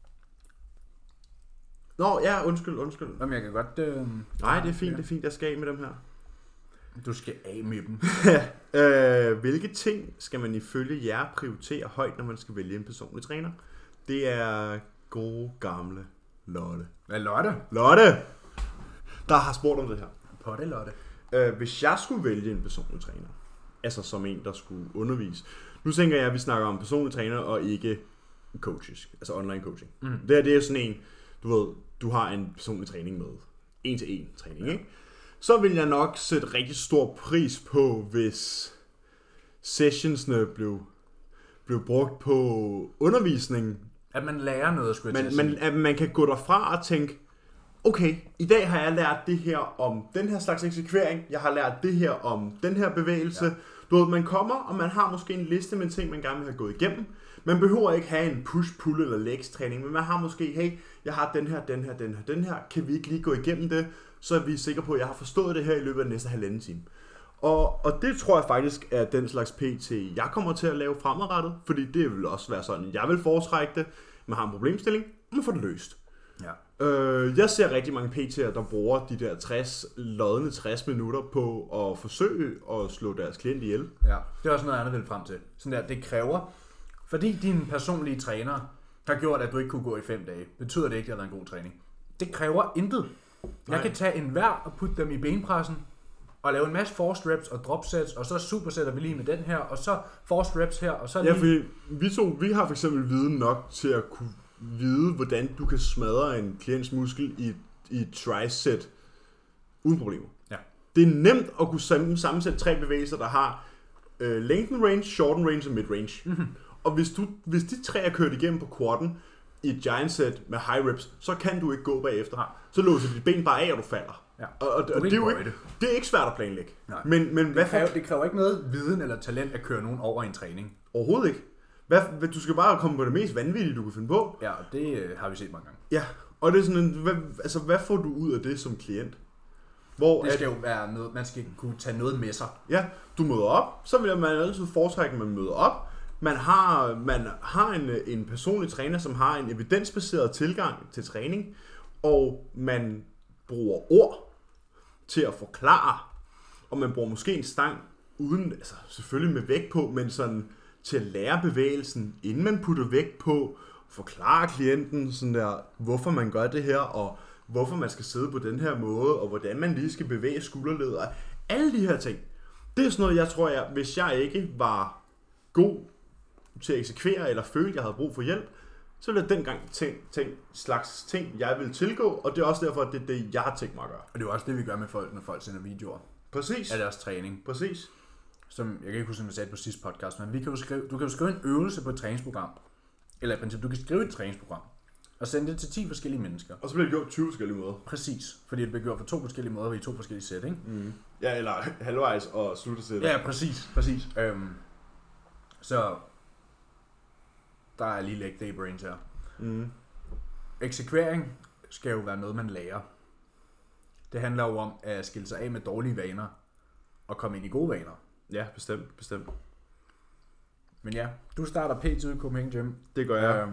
Nå, ja, undskyld. Jamen, jeg kan godt... Nej, det er fint, jeg skal af med dem her. Du skal af med dem. Hvilke ting skal man ifølge jer prioritere højt, når man skal vælge en personlig træner? Det er gode, gamle Lotte. Hvad Lotte? Lotte! Der har spurgt om det her. På det, Lotte. Hvis jeg skulle vælge en personlig træner, altså som en, der skulle undervise. Nu tænker jeg, at vi snakker om personlig træner og ikke coaches, altså online coaching. Mm. Det er sådan en, du ved, du har en personlig træning med 1-til-1 træning, ikke? Så vil jeg nok sætte rigtig stor pris på, hvis sessionsne blev brugt på undervisning. At man lærer noget, skulle jeg sige. At man kan gå derfra og tænke, okay, i dag har jeg lært det her om den her slags eksekvering, jeg har lært det her om den her bevægelse. Ja. Du ved, man kommer, og man har måske en liste med ting, man gerne vil have gået igennem. Man behøver ikke have en push, pull eller legs træning, men man har måske, hey, jeg har den her, kan vi ikke lige gå igennem det, så er vi sikre på, at jeg har forstået det her i løbet af den næste halvanden time. Og det tror jeg faktisk er den slags PT, jeg kommer til at lave fremadrettet, fordi det vil også være sådan, jeg vil foretrække det. Man har en problemstilling, man får det løst. Ja. Jeg ser rigtig mange PT'er, der bruger de der 60 minutter på at forsøge at slå deres klient ihjel. Ja, det er også noget andet, jeg vil frem til. Sådan der, det kræver, fordi din personlige træner har gjort, at du ikke kunne gå i 5 dage, betyder det ikke, at det har været en god træning. Det kræver intet. Jeg kan tage enhver og putte dem i benpressen, og lave en masse forced reps og drop sets, og så supersætter vi lige med den her, og så forced reps her, og så lige... Ja, fordi vi har for eksempel viden nok til at kunne vide, hvordan du kan smadre en klients muskel i et tricep uden problemer. Ja. Det er nemt at kunne sammensætte 3 bevægelser, der har lengthen range, shorten range og mid range. Mm-hmm. Og hvis de 3 er kørt igennem på quaden i et giant set med high reps, så kan du ikke gå bagefter. Ja. Så låser dit ben bare af, og du falder. Ja. Og det er jo ikke, det er ikke svært at planlægge. Men det kræver ikke noget viden eller talent at køre nogen over i en træning. Overhovedet ikke. Du skal bare komme på det mest vanvittige, du kan finde på. Ja, og det har vi set mange gange. Ja, og det er sådan hvad får du ud af det som klient? Det skal jo være noget, man skal kunne tage noget med sig. Ja, du møder op, så vil man altid foretrække, at man møder op. Man har en personlig træner, som har en evidensbaseret tilgang til træning, og man bruger ord til at forklare, og man bruger måske en stang uden, altså selvfølgelig med vægt på, men sådan til at lære bevægelsen, inden man putter vægt på, forklare klienten sådan der, hvorfor man gør det her, og hvorfor man skal sidde på den her måde, og hvordan man lige skal bevæge skulderled, og alle de her ting. Det er sådan noget, jeg tror, hvis jeg ikke var god til at eksekvere, eller følte, jeg havde brug for hjælp, så ville jeg dengang slags ting, jeg vil tilgå, og det er også derfor, at det er det, jeg har tænkt mig at gøre. Og det er også det, vi gør med folk, når folk sender videoer. Præcis. Af deres træning. Præcis. Som, jeg kan ikke huske, som jeg sagde på sidste podcast, men du kan jo skrive en øvelse på et træningsprogram. Eller i princippet, du kan skrive et træningsprogram. Og sende det til 10 forskellige mennesker. Og så bliver det gjort 20 forskellige måder. Præcis, fordi det bliver gjort på 2 forskellige måder i 2 forskellige sæt, ikke? Mm. Ja, eller halvvejs og sluttesæt. Ja, præcis. Så der er lige leg day brains her. Mm. Eksekvering skal jo være noget, man lærer. Det handler jo om at skille sig af med dårlige vaner og komme ind i gode vaner. Ja, bestemt. Men ja, du starter PT ude i Copenhagen Gym. Det gør jeg.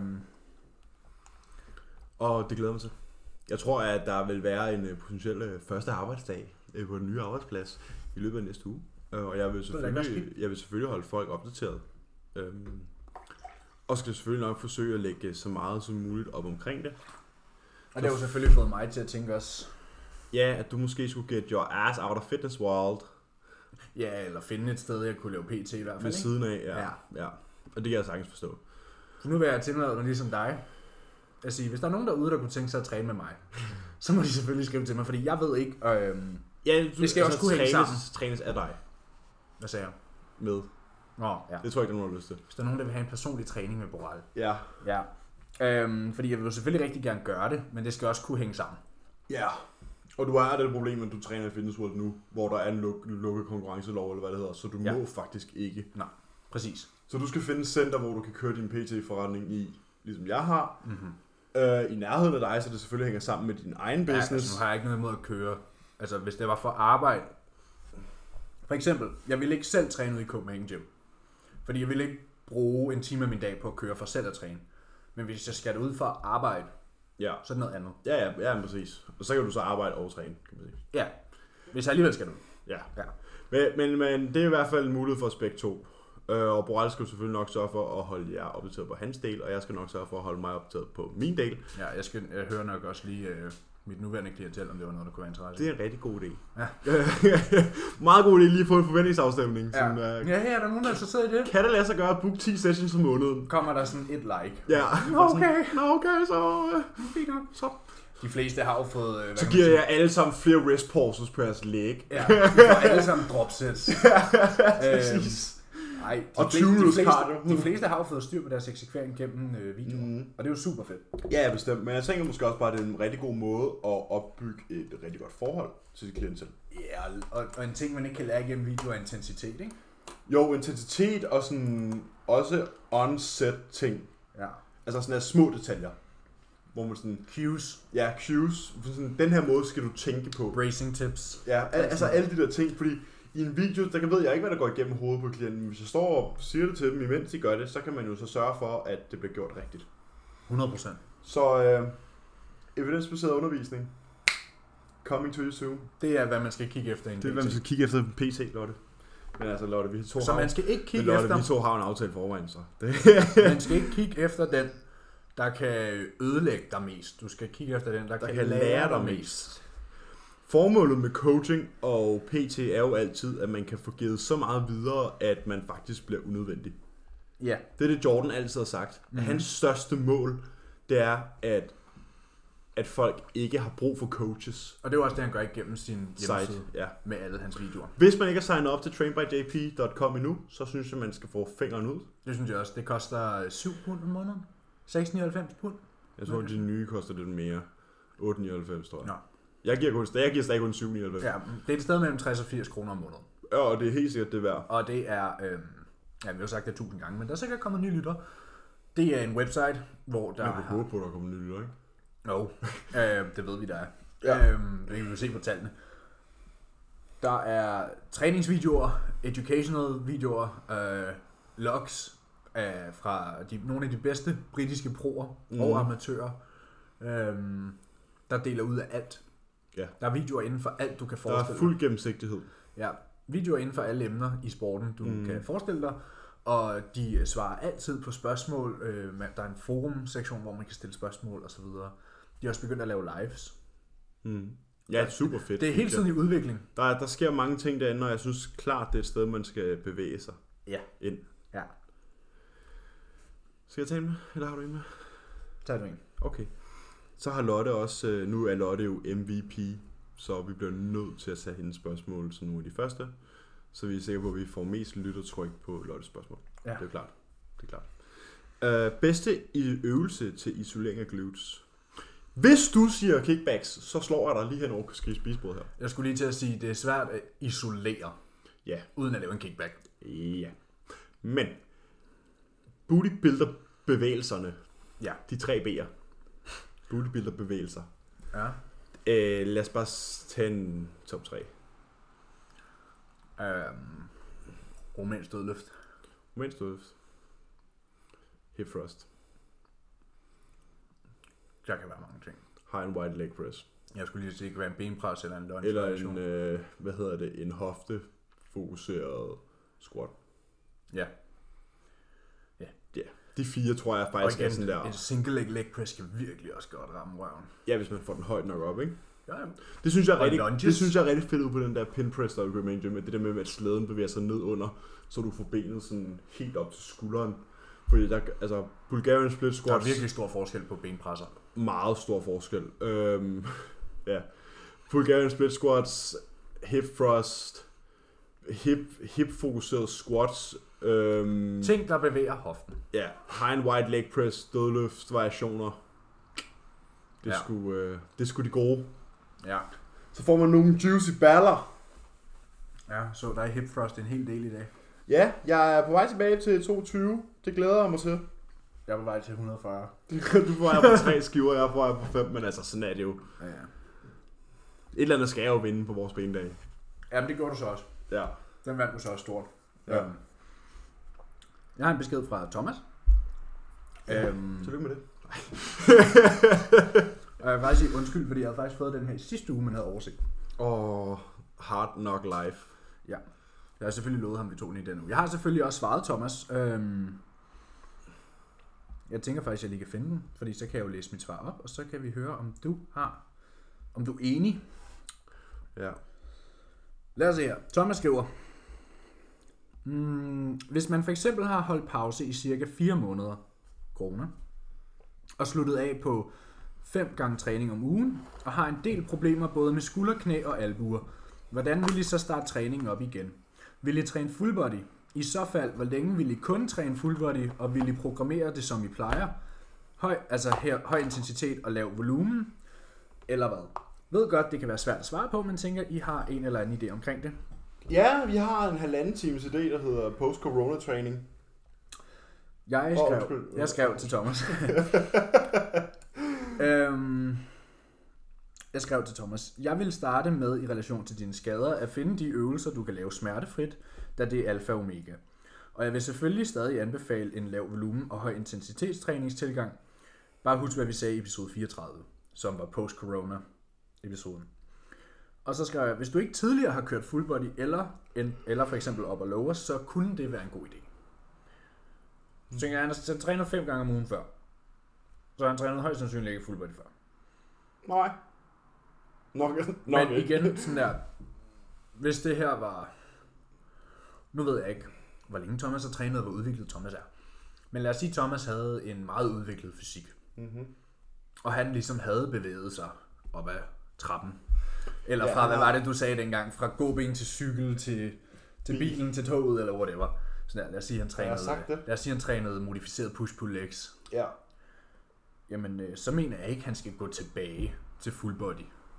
Og det glæder mig til. Jeg tror, at der vil være en potentiel første arbejdsdag på den nye arbejdsplads i løbet af næste uge. Og jeg vil selvfølgelig holde folk opdateret. Og skal selvfølgelig nok forsøge at lægge så meget som muligt op omkring det. Og det har jo selvfølgelig fået mig til at tænke også. Ja, at du måske skulle get your ass out of fitness world. Ja, eller finde et sted, jeg kunne lave PT i hvert fald. Ved siden af, ja. Og det kan jeg sagtens forstå. Så nu vil jeg tilmelde mig ligesom dig. At sige, hvis der er nogen derude, der kunne tænke sig at træne med mig, så må de selvfølgelig skrive til mig, fordi jeg ved ikke, det skal også kunne hænge sammen. Trænes af dig. Hvad sagde jeg? Med. Nå, ja. Det tror jeg ikke, der er nogen lyst til. Hvis der er nogen, der vil have en personlig træning med Boral. Ja. Fordi jeg vil jo selvfølgelig rigtig gerne gøre det, men det skal også kunne hænge sammen. Ja. Og du har det problem, at du træner i Fitness World nu, hvor der er en lukket konkurrencelov, eller hvad det hedder, så du må faktisk ikke. Nej, præcis. Så du skal finde et center, hvor du kan køre din PT-forretning i, ligesom jeg har. Mm-hmm. I nærheden af dig, så det selvfølgelig hænger sammen med din egen business. Ja, altså, nu har jeg ikke noget imod at køre. Altså, hvis det var for arbejde. For eksempel, jeg ville ikke selv træne ud i Copenhagen Gym. Fordi jeg ville ikke bruge en time af min dag på at køre for selv at træne. Men hvis jeg skal ud for at arbejde, så er det noget andet. Ja, præcis. Og så kan du så arbejde og træne, kan man sige. Ja, hvis jeg alligevel skal ud. Ja. Men det er i hvert fald en mulighed for begge to. Og Boral skal selvfølgelig nok sørge for at holde jer opdateret på hans del, og jeg skal nok sørge for at holde mig opdateret på min del. Ja, jeg hører nok også lige mit nuværende klientel, om det var noget, der kunne være interesse. Det er en rigtig god idé. Ja. Meget god idé lige at få en forventningsafstemning. Ja, ja, er der nogen, der er interesseret i det? Kan det lade sig gøre at booke 10 sessions om måneden? Kommer der sådan et like? Ja. Okay, så... De fleste har jo fået... så giver jeg alle sammen flere wrist pulses på jeres leg. Ja, de får alle sammen dropsets. Præcis. Nej, de fleste har jo fået styr på deres eksekvering gennem videoer, og det er jo super fedt. Ja, bestemt, men jeg tænker måske også bare, at det er en rigtig god måde at opbygge et rigtig godt forhold til sit klientel. Ja, og en ting, man ikke kan lære gennem videoer er intensitet, ikke? Jo, intensitet og sådan også on-set ting. Ja. Altså sådan små detaljer. Hvor man sådan... Cues. Ja, cues. Sådan, den her måde skal du tænke på. Bracing tips. Ja, altså alle de der ting, fordi... I en video, der ved jeg ikke, hvad der går igennem hovedet på klienten, men hvis jeg står og siger det til dem, imens de gør det, så kan man jo så sørge for, at det bliver gjort rigtigt. 100%. Så evidensbaseret undervisning. Coming to you soon. Det er, hvad man skal kigge efter i en Det er, hvad man skal kigge efter på PC, Lotte. Men altså, Lotte, vi to så har... man skal ikke kigge Lotte, efter... vi to har en aftale forvejen, så... Man skal ikke kigge efter den, der kan ødelægge dig mest. Du skal kigge efter den, der kan lære dig mest. Formålet med coaching og PT er jo altid, at man kan få givet så meget videre, at man faktisk bliver unødvendig. Ja. Det er det, Jordan altid har sagt. Mm-hmm. Hans største mål, det er, at folk ikke har brug for coaches. Og det er også det, han gør igennem sin hjemmeside med alle hans videoer. Hvis man ikke har signet op til trainbyjp.com endnu, så synes jeg, man skal få fingeren ud. Det synes jeg også. Det koster 7 pund om måneden. 6,99 pund. Jeg tror, at de nye koster lidt mere. 8,99 tror jeg. Nå. Jeg giver stadig kun 7,99. Ja, det er et sted mellem 60 og 80 kroner om måneden. Ja, og det er helt sikkert det værd. Og det er, vi har jo sagt det 1000 gange, men der er sikkert kommet nye lytter. Det er en website, hvor der man kan håbe på, at der kommer nye lytter, ikke? Jo, det ved vi, der er. Ja. Det kan vi se på tallene. Der er træningsvideoer, educational videoer, logs fra nogle af de bedste britiske proer og amatører, der deler ud af alt. Ja. Der er videoer inden for alt, du kan forestille dig. Der er fuld gennemsigtighed. Ja, videoer inden for alle emner i sporten, du kan forestille dig. Og de svarer altid på spørgsmål. Der er en forum-sektion, hvor man kan stille spørgsmål og så videre. De er også begyndt at lave lives. Ja, super fedt. Det er hele tiden i udvikling. Der sker mange ting derinde, og jeg synes klart, det er et sted, man skal bevæge sig ind. Ja. Skal jeg tage en med, eller har du en med? Tag du en. Okay. Så har Lotte også, nu er Lotte jo MVP, så vi bliver nødt til at tage hendes spørgsmål som nogle af de første, så vi er sikre på, at vi får mest lyttertryk på Lottes spørgsmål. Ja. Det er klart. Bedste øvelse til isolering af glutes. Hvis du siger kickbacks, så slår jeg dig lige hen over spisebordet her. Jeg skulle lige til at sige, at det er svært at isolere, Ja. uden at lave en kickback. Ja. Men bodybuilder-bevægelserne, Ja. de 3 B'er, bodybuilder-bevægelser. Ja. Lad os bare tage en top 3. Romansk dødløft. Romansk dødløft. Hip thrust. Der kan være mange ting. High and wide leg press. Jeg skulle lige sige, det kan være en benpres eller en lunge. Eller en hoftefokuseret squat. Ja. Ja, de 4 tror jeg faktisk er sådan der. En single leg press kan virkelig også godt ramme røven. Ja, hvis man får den højt nok op, ikke? Ja. Det synes jeg er Og rigtig fedt ud på den der pin press, der er Remain Gym. Det der med, at slæden bevæger sig ned under, så du får benet sådan helt op til skulderen. Fordi der, altså, Bulgarian split squats... Der er virkelig stor forskel på benpresser. Meget stor forskel. Ja. Bulgarian split squats, hip thrust, hip-fokuseret squats. Ting, der bevæger hoften. Ja, high and wide leg press, dødløft, variationer. Det er sgu de gode. Ja. Så får man nogle juicy baller. Ja, så der er hip thrust en hel del i dag. Ja, jeg er på vej tilbage til 22. Det glæder jeg mig til. Jeg er på vej til 140. Du får jeg på 3 skiver, jeg får jeg på 5, men altså sådan er det jo. Ja. Et eller andet skal jeg jo vinde på vores benedag. Jamen det gjorde du så også. Ja. Den vandt du så også stort. Ja. Jeg har en besked fra Thomas. Tillykke med det. Og jeg vil faktisk sige undskyld, fordi jeg havde faktisk fået den her sidste uge, man havde overset. Hard Knock Life. Ja. Jeg har selvfølgelig lovet ham, vi tog den i den uge. Jeg har selvfølgelig også svaret Thomas. Jeg tænker faktisk, at jeg lige kan finde den, fordi så kan jeg jo læse mit svar op, og så kan vi høre, om du er enig. Ja. Lad os se her. Thomas skriver, hvis man for eksempel har holdt pause i cirka 4 måneder, corona, og sluttet af på 5 gange træning om ugen, og har en del problemer både med skulder, knæ og albuer, hvordan vil I så starte træningen op igen? Vil I træne full body? I så fald, hvor længe vil I kun træne full body, og vil I programmere det, som I plejer? Høj intensitet og lav volumen, eller hvad? Ved godt, det kan være svært at svare på, men tænker, I har en eller anden idé omkring det? Ja, vi har en 1,5 times idé, der hedder post-corona training. Jeg skrev til Thomas. Jeg skrev til Thomas, jeg vil starte med i relation til dine skader at finde de øvelser, du kan lave smertefrit, da det er alfa og omega. Og jeg vil selvfølgelig stadig anbefale en lav volumen og høj intensitetstræningstilgang. Bare husk, hvad vi sagde i episode 34, som var post-corona episoden. Og så skrev jeg, hvis du ikke tidligere har kørt full body eller for eksempel upper lower, så kunne det være en god idé. Så tænker jeg, han træner 5 gange om ugen før. Så han trænet højst sandsynligt ikke full body før. Nej. Men igen, sådan der, hvis det her var, nu ved jeg ikke, hvor længe Thomas har trænet og hvor udviklet Thomas er. Men lad os sige, at Thomas havde en meget udviklet fysik. Mm-hmm. Og han ligesom havde bevæget sig op ad trappen. Eller fra, hvad var det, du sagde dengang? Fra gåben til cykel til bilen til toget, eller whatever. Sådan der, lad os sige, han trænede modificeret push-pull legs. Ja. Jamen, så mener jeg ikke, at han skal gå tilbage til full body.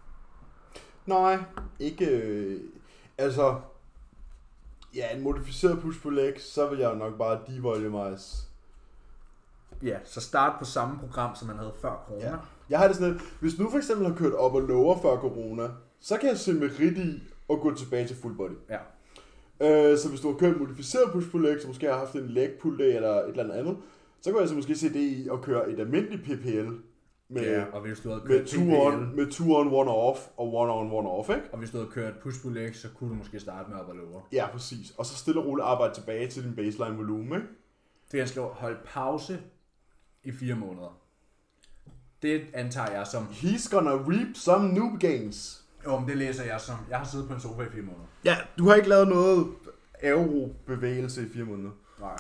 Nej, ikke... altså... Ja, en modificeret push-pull legs, så vil jeg nok bare devolumize. Ja, så start på samme program, som man havde før corona. Ja. Jeg har det sådan lidt, hvis du for eksempel har kørt op og lower før corona, så kan jeg se merit i at gå tilbage til full body. Ja. Så hvis du har kørt modificeret push-pull legs, så måske har haft en leg pull day eller et eller andet, så kan jeg så måske se det i at køre et almindeligt PPL. Og hvis du havde kørt med 2 on, 1 off og 1 on, 1 off, ikke? Og hvis du havde kørt push-pull legs, så kunne du måske starte med op og lower. Ja, præcis. Og så stille og roligt arbejde tilbage til din baseline volumen, ikke? Det jeg skriver, hold pause i 4 måneder. Det antager jeg som... He's gonna reap some noob gains. Jo, men det læser jeg som... Jeg har siddet på en sofa i 4 måneder. Ja, du har ikke lavet noget aero-bevægelse i 4 måneder. Nej.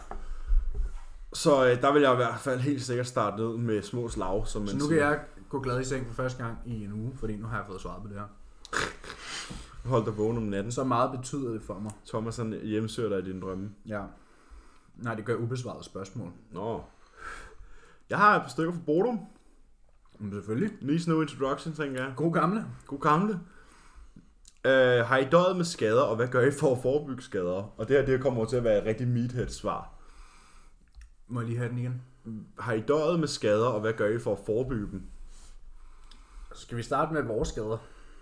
Så der vil jeg i hvert fald helt sikkert starte ned med små slag. Som så nu kan jeg gå glad i seng for første gang i en uge, fordi nu har jeg fået svaret på det her. Hold dig vågen om natten. Så meget betyder det for mig. Thomas han hjemsøger dig i dine drømme. Ja. Nej, det gør ubesvarede spørgsmål. Nå. Jeg har et par stykker fra Bodum. Men selvfølgelig. Needs no introduction, tænker jeg. God gamle. God gamle. Har I døjet med skader, og hvad gør I for at forebygge skader? Og det kommer til at være et rigtig meathead-svar. Må jeg lige have den igen? Har I døjet med skader, og hvad gør I for at forebygge dem? Skal vi starte med vores skader?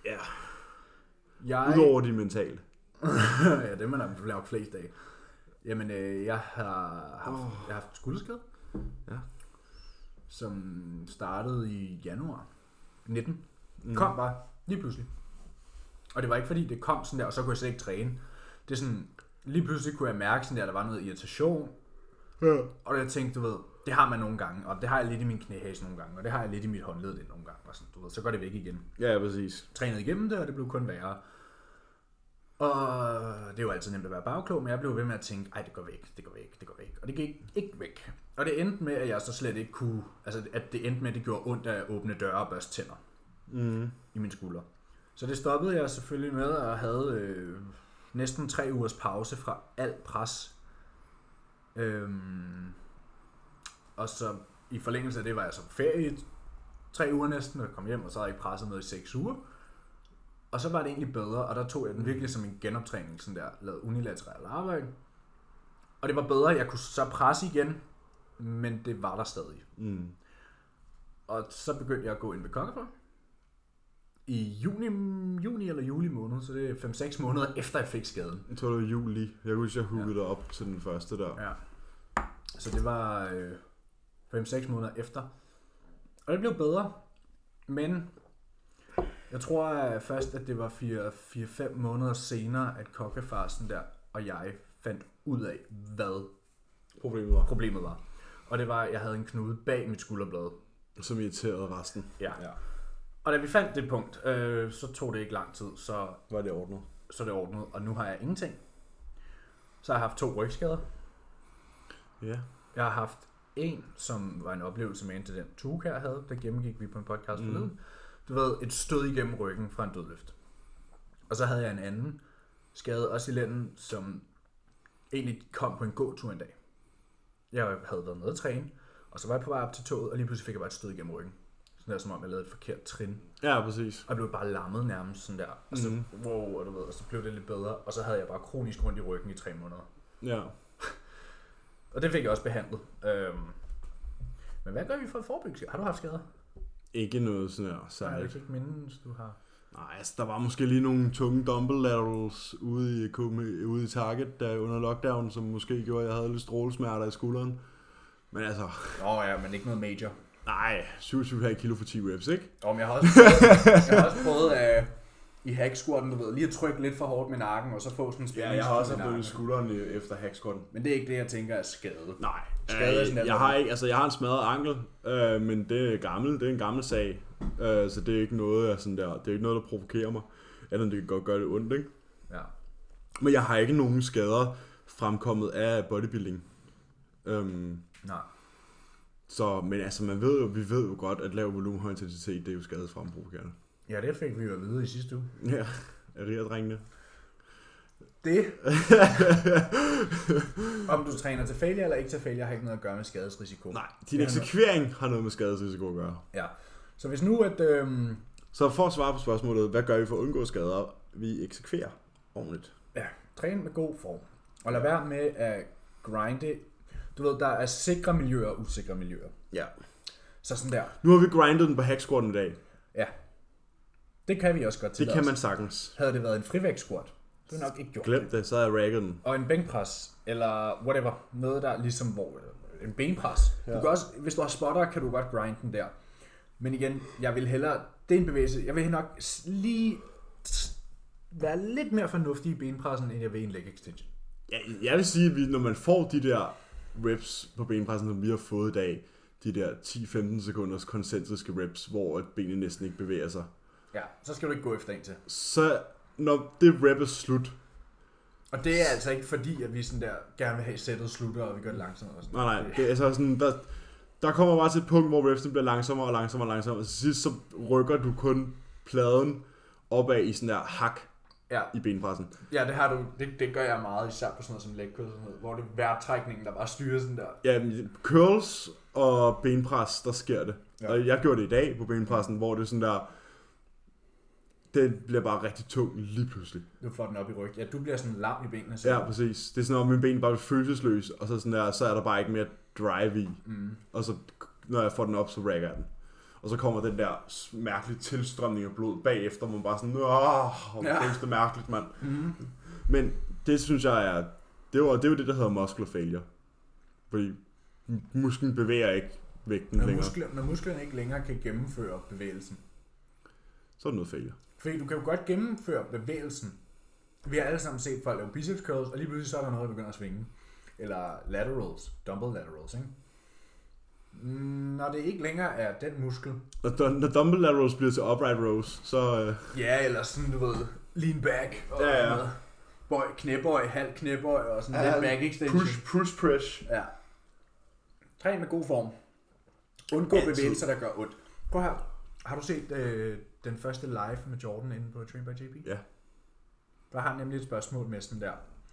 Ja. Udover de mentale. Ja, det man har lavet flest af. Jamen, jeg har haft skulderskade. Ja. Som startede i januar 19. Kom bare lige pludselig. Og det var ikke fordi det kom sådan der, og så kunne jeg slet ikke træne. Det er sådan, lige pludselig kunne jeg mærke sådan der var noget irritation. Ja. Og jeg tænkte, du ved, det har man nogle gange, og det har jeg lidt i min knæhase nogle gange, og det har jeg lidt i mit håndled nogle gange, og sådan, du ved, så går det væk igen. Ja, præcis. Trænede igennem det, og det blev kun værre. Og det er jo altid nemt at være bagklog, men jeg blev ved med at tænke, ej, det går væk. Og det gik ikke væk. Og det endte med, at jeg så slet ikke kunne, altså at det endte med, at det gjorde ondt at åbne døre og børste tænder i mine skuldre. Så det stoppede jeg selvfølgelig med, og havde næsten 3 ugers pause fra alt pres. Og så i forlængelse af det var jeg så på ferie i 3 uger næsten, og kom hjem, og så havde jeg ikke presset noget i 6 uger. Og så var det egentlig bedre, og der tog jeg den virkelig som en genoptræning, sådan der, lavede unilateral arbejde. Og det var bedre, jeg kunne så presse igen, men det var der stadig. Og så begyndte jeg at gå ind ved Kokkeborg i juni eller juli måned, så det er 5-6 måneder efter jeg fik skaden. Jeg tror det var juli. Jeg husker, jeg huggede dig op til den første der. Ja. Så det var 5-6 måneder efter. Og det blev bedre, men jeg tror først, at det var 4-5 måneder senere, at kokkefarsen der og jeg fandt ud af, hvad problemet var. Og det var, at jeg havde en knude bag mit skulderblad. Som irriterede resten. Ja. Og da vi fandt det punkt, så tog det ikke lang tid, så var det ordnet. Så det ordnet, og nu har jeg ingenting. Så har jeg haft 2 rygskader. Ja. Jeg har haft en, som var en oplevelse med en til den tuge, jeg havde. Der gennemgik vi på en podcast forleden. Du ved, et stød igennem ryggen fra en dødløft. Og så havde jeg en anden skade, også i lænden, som egentlig kom på en gåtur en dag. Jeg havde været nede at træne, og så var jeg på vej op til toget, og lige pludselig fik jeg bare et stød igennem ryggen. Sådan der, som om jeg lavede et forkert trin. Ja, præcis. Og jeg blev bare lammet nærmest sådan der. Og så, og du ved, og så blev det lidt bedre. Og så havde jeg bare kronisk rundt i ryggen i 3 måneder. Ja. Og det fik jeg også behandlet. Men hvad gør vi for at forebygge? Har du haft skader? Ikke noget sådan her særligt. Jeg kan ikke mindes, du har. Nej, altså der var måske lige nogle tunge dumbbell laterals ude i Target der under lockdown, som måske gjorde, at jeg havde lidt strålesmerter i skulderen. Men altså... ja, men ikke noget major. Nej, 27,5 kilo for 10 reps, ikke? Men jeg har også prøvet i hack squatten, du ved, lige at trykke lidt for hårdt med nakken, og så få sådan en spænding. Ja, jeg har også haft skulderen efter hack squatten. Men det er ikke det, jeg tænker er skade. Nej, jeg har ikke, altså jeg har en smadret ankel, men det er gammel, det er en gammel sag, så det er ikke noget sådan der, det er ikke noget der provokerer mig, eller det kan godt gøre det ondt, ikke? Ja. Men jeg har ikke nogen skader fremkommet af bodybuilding. Nej. Så, men altså vi ved jo godt, at lav volumen, høj intensitet, det er jo skadesfremprovokerende. Ja, det fik vi jo at vide i sidste uge. Ja, af riger-drengene. Det. Om du træner til failure eller ikke til failure, har ikke noget at gøre med skadesrisiko. Nej, din eksekvering har noget med skadesrisiko at gøre. Ja, så hvis nu at... Så for at svare på spørgsmålet, hvad gør vi for at undgå skader? Vi eksekverer ordentligt. Ja, træn med god form. Og lad være med at grinde. Du ved, der er sikre miljøer og usikre miljøer. Ja. Så sådan der. Nu har vi grindet den på hack squatten i dag. Ja. Det kan vi også godt til. Det kan man sagtens. Havde det været en frivægt squat, du nok ikke gjort Glem det, så havde jeg ragget den. Og en bænkpres, eller whatever. Noget der ligesom, hvor en benpres. Ja. Du kan også, hvis du har spotter, kan du godt grinde den der. Men igen, jeg vil hellere, det er en bevægelse, jeg vil nok lige være lidt mere fornuftig i benpressen, end jeg vil i en leg extension. Ja, jeg vil sige, at når man får de der reps på benpressen, som vi har fået i dag, de der 10-15 sekunders koncentriske reps, hvor benene næsten ikke bevæger sig. Ja, så skal du ikke gå efter en til. Så når det rep er slut. Og det er altså ikke fordi, at vi sådan der gerne vil have sættet slutter, og vi gør det langsomt. Og sådan. Nej, det er altså sådan, der kommer bare til et punkt, hvor repsen bliver langsommere og til sidst så rykker du kun pladen opad i sådan der hak. i benpressen. Ja, det har du. Det gør jeg meget, især på sådan noget som lægkød, hvor det er vejrtrækningen, der bare styrer sådan der. Ja, curls og benpres, der sker det. Ja. Og jeg gjorde det i dag på benpressen, hvor det er sådan der, det bliver bare rigtig tung lige pludselig. Du får den op i ryggen. Ja, du bliver sådan lam i benene. Så. Ja, præcis. Det er sådan, at min ben bare bliver følelsesløs, og så, sådan der, så er der bare ikke mere drive i. Og så, når jeg får den op, så rækker jeg den. Og så kommer den der mærkelige tilstrømning af blod bagefter, hvor man bare sådan, det er mærkeligt, mand. Men det synes jeg er, det er jo det, der hedder muscular failure. Fordi musklen bevæger ikke vægten længere. Når musklerne ikke længere kan gennemføre bevægelsen, så er det noget failure. Fordi du kan jo godt gennemføre bevægelsen. Vi har alle sammen set folk lave biceps curls, og lige pludselig så er der noget, der begynder at svinge. Eller laterals, dumbbell laterals, ikke? Når det ikke længere er den muskel. Når dumbbell laterals bliver til upright rows, så... Ja, eller sådan, du ved, lean back og noget. Bøj, knæbøj, halv knæbøj og sådan lidt back extension. Push press. Ja. Træn med god form. Undgå bevægelser, der gør ondt. Prøv her. Har du set den første live med Jordan inde på Train by JP? Ja. Der har han nemlig et spørgsmål med sådan der.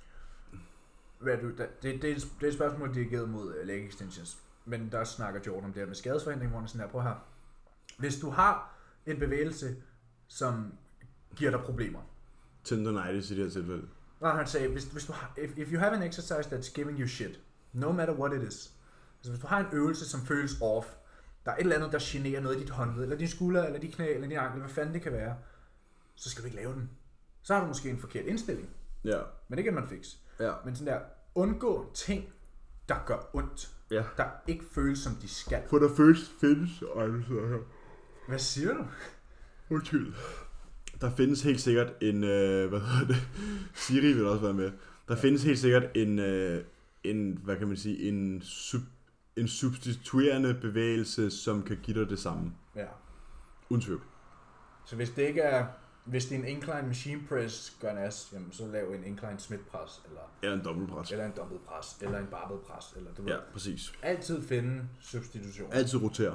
Det er et spørgsmål, dirigeret mod leg extensions. Men der snakker Jordan om det her med skadesforhindring, hvor han sådan her, prøv her. Hvis du har en bevægelse, som giver dig problemer. Tendonitis i det her tilfælde. Nej, han sagde, hvis du har, if you have an exercise that's giving you shit, no matter what it is. Altså hvis du har en øvelse, som føles off, der er et eller andet, der generer noget i dit håndled, eller din skulder, eller dit knæ, eller din ankel, hvad fanden det kan være, så skal du ikke lave den. Så har du måske en forkert indstilling. Ja. Men det kan man fikse. Ja. Men sådan der, undgå ting, der gør ondt. Ja. Der ikke føles, som de skal. For der findes... her. Hvad siger du? Undskyld. Der findes helt sikkert en... Siri vil også være med. Der findes helt sikkert en hvad kan man sige, en substituerende bevægelse, som kan give dig det samme. Ja. Uden tvivl. Så hvis det ikke er... Hvis det er en incline machine press, gør nas, jamen så lav en incline Smith press, eller en dobbelt pres. Eller en dobbelt pres, eller en barbell pres, eller du ved. Ja, præcis. Altid finde substitution. Altid rotere.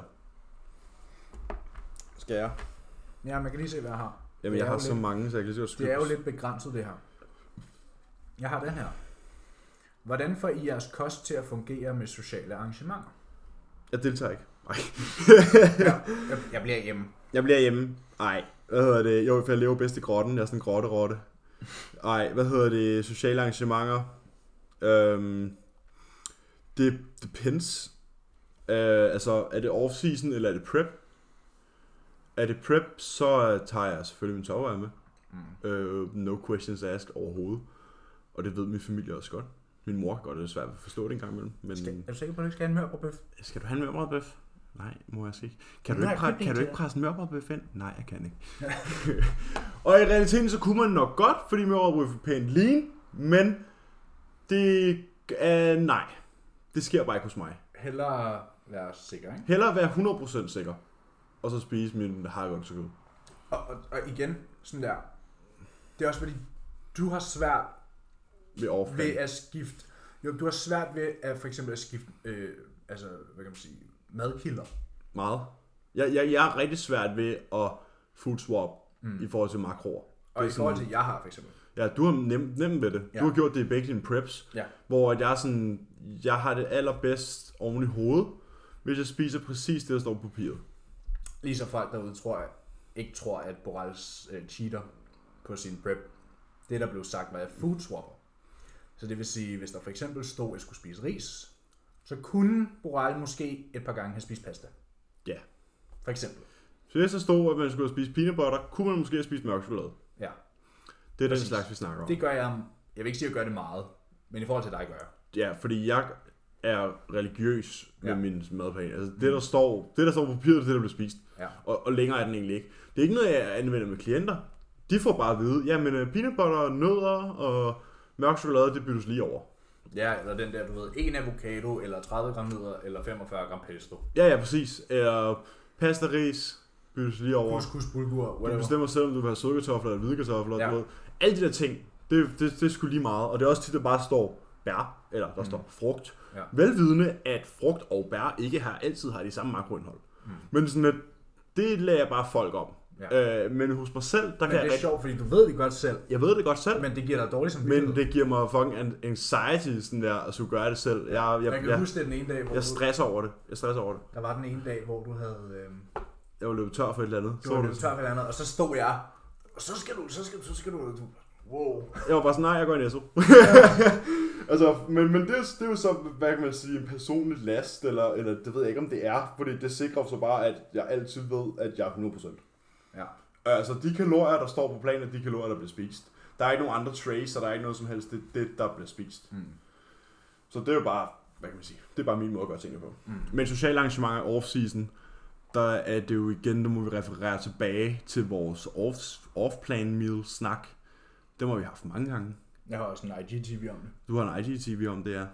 Skal jeg? Ja, man kan lige se, hvad jeg har. Jamen, jeg har så mange, så jeg kan lige se, det er jo lidt begrænset, det her. Jeg har den her. Hvordan får I jeres kost til at fungere med sociale arrangementer? Jeg deltager ikke. Nej. Jeg bliver hjemme. Jeg bliver hjemme. Nej. Hvad hedder det? Jo, for jeg lever bedst i grotten. Jeg er sådan en grotte-rotte. Ej, hvad hedder det? Sociale arrangementer. Det depends. Altså, er det off-season, eller er det prep? Er det prep, så tager jeg selvfølgelig min topvejr med. No questions asked overhovedet. Og det ved min familie også godt. Min mor kan godt, det er svært at forstå det en gang imellem. Men... Er du sikker på, at du ikke skal have en mørbrødbøf? Skal du have en mørbrødbøf? Nej, må jeg sige. Kan du ikke presse en mørbrødbøf ind? Nej, jeg kan ikke. Og i realiteten, så kunne man nok godt, fordi mørbrødbøf er pænt lean, men det er nej. Det sker bare ikke hos mig. Hellere være sikker, ikke? Hellere være 100% sikker, og så spise min hargård så god. Og igen, sådan der. Det er også fordi, du har svært ved at skifte. Jo, du har svært ved at for eksempel at skifte, altså, hvad kan man sige, madkilder. Meget. Jeg er rigtig svært ved at food swap i forhold til makroer. Og i forhold til, jeg har for eksempel. Ja, du har nemt ved det. Ja. Du har gjort det i begge dine preps, hvor jeg har det allerbedst oven i hovedet, hvis jeg spiser præcis det, der står på papiret. Lige så folk derude ikke tror, at Borrells cheater på sin prep. Det, der blev sagt, var, at food swapper. Så det vil sige, hvis der for eksempel stod, at jeg skulle spise ris, så kunne Borrell måske et par gange have spist pasta. Ja. For eksempel. Så hvis der stod, at man skulle spise peanut butter, kunne man måske have spist mørk chokolade. Ja. Det er den slags, vi snakker om. Det gør jeg vil ikke sige, at jeg gør det meget, men i forhold til dig gør jeg. Ja, fordi jeg er religiøs med min madplan. Altså det, der står på papiret, det der bliver spist. Ja. Og længere er den egentlig ikke. Det er ikke noget, jeg anvender med klienter. De får bare at vide, jamen peanut butter, nødder og mørk chokolade, det byttes lige over. Ja, eller den der, du ved, en avocado, eller 30 gram nødder, eller 45 gram pesto. Ja, præcis. Eller pasta, ris, byttes lige over. Couscous, bulgur, whatever. Du bestemmer selv, om du vil have sødkartofler eller hvide kartofler. Ja. Alle de der ting, det er sgu lige meget. Og det er også tit, der bare står bær, eller der står frugt. Ja. Velvidende, at frugt og bær ikke altid har de samme makroindhold. Men sådan at, det lader jeg bare folk om. Ja. Men hos mig selv, der men kan det er sjovt, fordi du ved det godt selv. Jeg ved det godt selv. Men det giver dig dårligt samvittighed. Men det giver mig fucking anxiety sådan der, at skulle gøre det selv. Jeg kan huske det den ene dag, hvor jeg stresser over det. Der var den ene dag, hvor du havde... Jeg var løbet tør for et eller andet. Du var løbet tør for et eller andet, og så stod jeg... Og så skal du... Wow. Jeg var bare sådan, nej, jeg går i Netto. Altså, men det er jo så, hvad kan man sige, en personlig last, eller det ved jeg ikke, om det er, fordi det sikrer så bare, at jeg altid ved, at jeg er 100%. Ja. Altså, de kalorier, der står på planen, er de kalorier, der bliver spist. Der er ikke nogen andre trays, og der er ikke noget som helst, det der bliver spist. Så det er jo bare, hvad kan man sige, det er bare min måde at gøre tingene på. Men sociale arrangementer off-season, der er det jo igen, der må vi referere tilbage til vores off-plan meal snak. Det må vi have haft mange gange. Jeg har også en IGTV om det. Du har en IGTV om det, ja.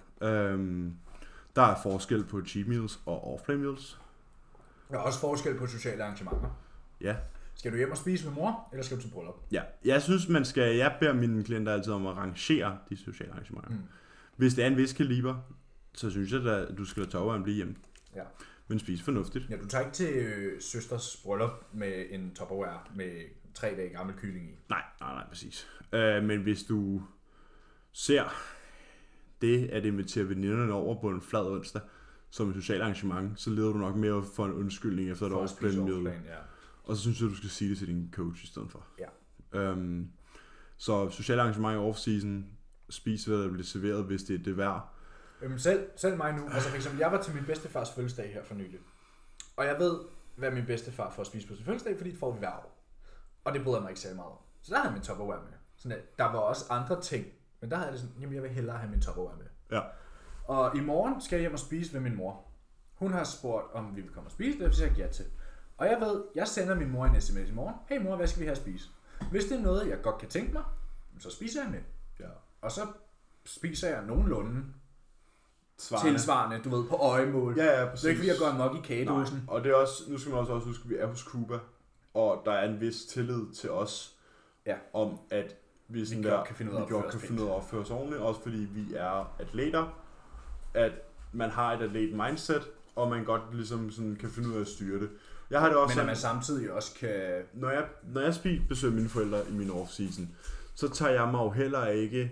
Der er forskel på cheat meals og off-plan meals. Der er også forskel på sociale arrangementer. Ja. Skal du hjem og spise med mor, eller skal du til bryllup? Ja, jeg synes, jeg beder mine klienter altid om at rangere de sociale arrangementer. Hvis det er en vis kaliber, så synes jeg, at du skal lade Tupperware blive hjemme. Ja. Men spise fornuftigt. Ja, du tager ikke til søsters bryllup med en Tupperware med 3 dage gammel kylling i. Nej, præcis. Men hvis du ser det, at invitere veninderne over på en flad onsdag, som et socialt arrangement, så leder du nok mere for en undskyldning efter et off-plan meal. Ja. Og så synes jeg, du skal sige det til din coach i stedet for. Ja. Så sociale arrangementer i off-season, spis hvad der bliver serveret, hvis det er det værd. Selv mig nu. Altså for eksempel, jeg var til min bedstefars fødselsdag her for nylig. Og jeg ved, hvad min bedstefar får at spise på sin fødselsdag, fordi det får vi hver år. Og det bryder mig ikke særlig meget om. Så der havde jeg min Tupperware med. Sådan at der var også andre ting, men der havde jeg det sådan, jamen jeg vil hellere have min Tupperware med. Ja. Og i morgen skal jeg hjem og spise ved min mor. Hun har spurgt, om vi vil komme og spise, det vil jeg ja til. Og jeg ved, jeg sender min mor en sms i morgen. Hey mor, hvad skal vi have at spise? Hvis det er noget, jeg godt kan tænke mig, så spiser jeg med. Ja. Og så spiser jeg nogenlunde tilsvarende, du ved, på øjemål. Ja, præcis. Det er ikke fordi, jeg går amok i kagedåsen. Og det er også, nu skal man også huske, at vi er hos Cuba, og der er en vis tillid til os, om at vi godt kan finde ud af at opføre os ordentligt, også fordi vi er atleter, at man har et atlet-mindset, og man godt ligesom sådan kan finde ud af at styre det. Jeg har det også men at man samtidig også kan... Når jeg besøger mine forældre i min off-season, så tager jeg mig jo heller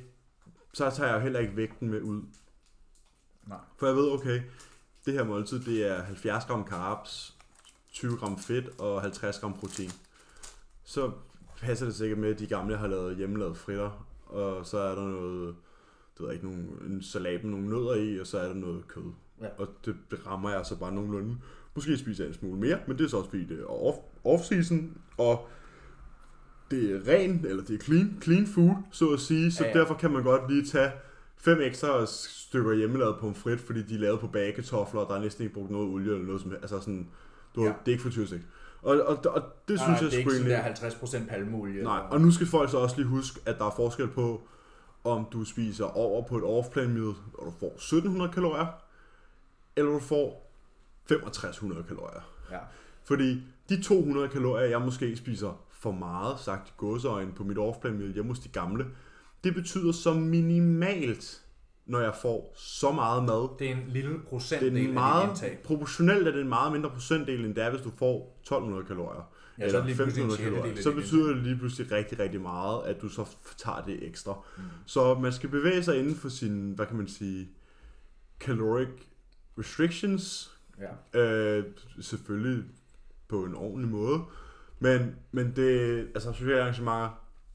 ikke vægten med ud. Nej. For jeg ved, okay, det her måltid, det er 70 gram carbs, 20 gram fedt og 50 gram protein. Så passer det sikkert med, at de gamle har lavet hjemmelavet fritter, og så er der noget, det ved jeg ikke, en salat med nogle nødder i, og så er der noget kød. Ja. Og det rammer jeg så bare nogenlunde. Måske spiser jeg en smule mere, men det er så også fordi det er off-season, og det er ren, eller det er clean food, så at sige, så derfor kan man godt lige tage 5 ekstra stykker hjemmelavet pomfrit, fordi de er lavet på bagekartofler, og der er næsten ikke brugt noget olie eller noget som helst. Altså sådan, det er ikke frityrstigt. Og det synes jeg sgu egentlig... Det er ikke sådan der 50% palmeolie. Nej, og nu skal folk så også lige huske, at der er forskel på, om du spiser over på et off-plan meal, og du får 1700 kalorier, eller du får 6500 kalorier. Ja. Fordi de 200 kalorier, jeg måske spiser for meget, sagt i gåseøjne, på mit off-plan meal hjemme hos de gamle, det betyder så minimalt, når jeg får så meget mad. Det er en lille procentdel af dit indtag. Proportionelt er det en meget mindre procentdel, end det er, hvis du får 1200 kalorier. Ja, eller 1500 kalorier. Så betyder det lige pludselig rigtig, rigtig meget, at du så tager det ekstra. Så man skal bevæge sig inden for sin, hvad kan man sige, caloric restrictions. Ja. Selvfølgelig på en ordentlig måde. Men det, altså sociale arrangementer,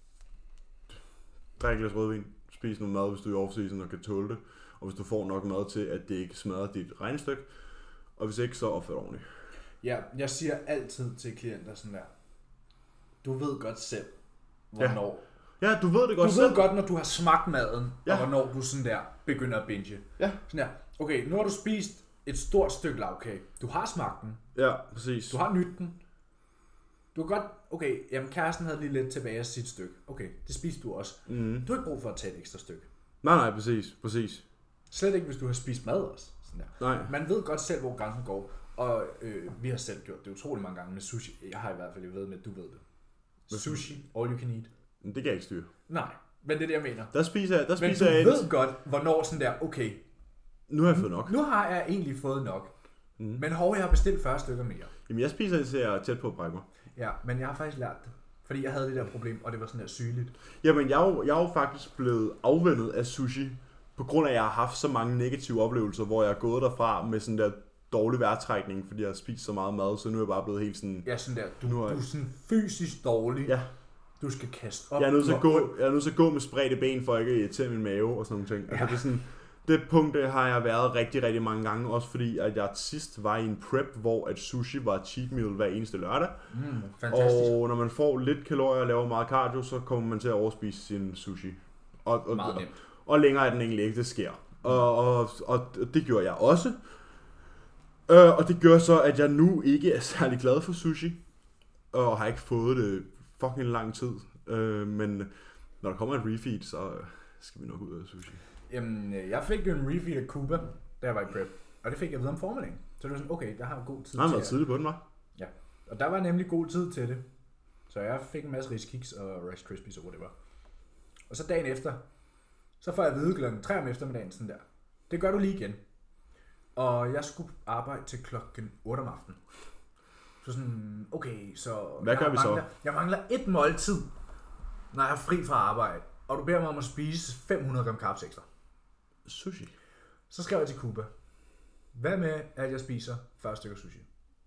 drik glas rødvin, spis noget mad, hvis du er i off-season og kan tåle det, og hvis du får nok mad til, at det ikke smadrer dit regnestykke, og hvis ikke, så opfør ordentligt. Ja, jeg siger altid til klienter sådan der, du ved godt selv, hvornår. Ja, du ved det godt selv. Du ved godt, når du har smagt maden, og hvornår du sådan der begynder at binge. Ja. Sådan der, okay, nu har du spist et stort stykke lavkage. Du har smagt den. Ja, præcis. Du har nydt den. Du har godt, okay, jamen kæresten havde lige lidt tilbage af sit stykke. Okay, det spiste du også. Du har ikke brug for at tage et ekstra stykke. Nej, præcis. Slet ikke, hvis du har spist mad også. Sådan der. Nej. Man ved godt selv, hvor grænsen går. Og vi har selv gjort det utrolig mange gange med sushi. Jeg har i hvert fald ved med, at du ved det. Sushi, all you can eat. Det kan jeg ikke styre. Nej, men det er det, jeg mener. Der spiser jeg men du ved godt, hvornår sådan der, okay. Nu har jeg fået nok. Nu har jeg egentlig fået nok. Men jeg har bestilt 40 stykker mere. Jamen, jeg spiser indtil jeg er tæt på at brække mig. Ja, men jeg har faktisk lært det. Fordi jeg havde det der problem, og det var sådan der sygeligt. Jamen, jeg er jo faktisk blevet afvendet af sushi, på grund af, at jeg har haft så mange negative oplevelser, hvor jeg er gået derfra med sådan der dårlig vejrtrækning, fordi jeg har spist så meget mad, så nu er jeg bare blevet helt sådan... Ja, sådan der. Du er sådan fysisk dårlig. Ja. Du skal kaste op. Jeg er nødt til at gå med spredte ben, for ikke at irritere min mave og sådan nogle ting. Ja. Altså, det er sådan... Det punkt har jeg været rigtig, rigtig mange gange, også fordi at jeg sidst var i en prep, hvor at sushi var cheat meal hver eneste lørdag. Fantastisk. Og når man får lidt kalorier og laver meget cardio, så kommer man til at overspise sin sushi. Og længere er den egentlig ikke, det sker. Og det gjorde jeg også. Og det gør så, at jeg nu ikke er særlig glad for sushi. Og har ikke fået det fucking lang tid. Men når der kommer et refeed, så skal vi nok ud af sushi. Jamen, jeg fik jo en refeed af Cuba, da jeg var i prep. Og det fik jeg videre om formiddagen. Så det var sådan, okay, jeg har god tid til det. Han var tidligt på den, var? Ja, og der var nemlig god tid til det. Så jeg fik en masse riskiks og Rice Krispies og whatever. Og så dagen efter, så får jeg at vide klokken 3 om eftermiddagen sådan der. Det gør du lige igen. Og jeg skulle arbejde til klokken 8 om aftenen. Så sådan, okay, så... Hvad gør vi så? Jeg mangler et måltid, når jeg er fri fra arbejde. Og du beder mig om at spise 500 gram carbs ekstra. Sushi. Så skrev jeg til Cuba. Hvad med, at jeg spiser 40 stykker sushi?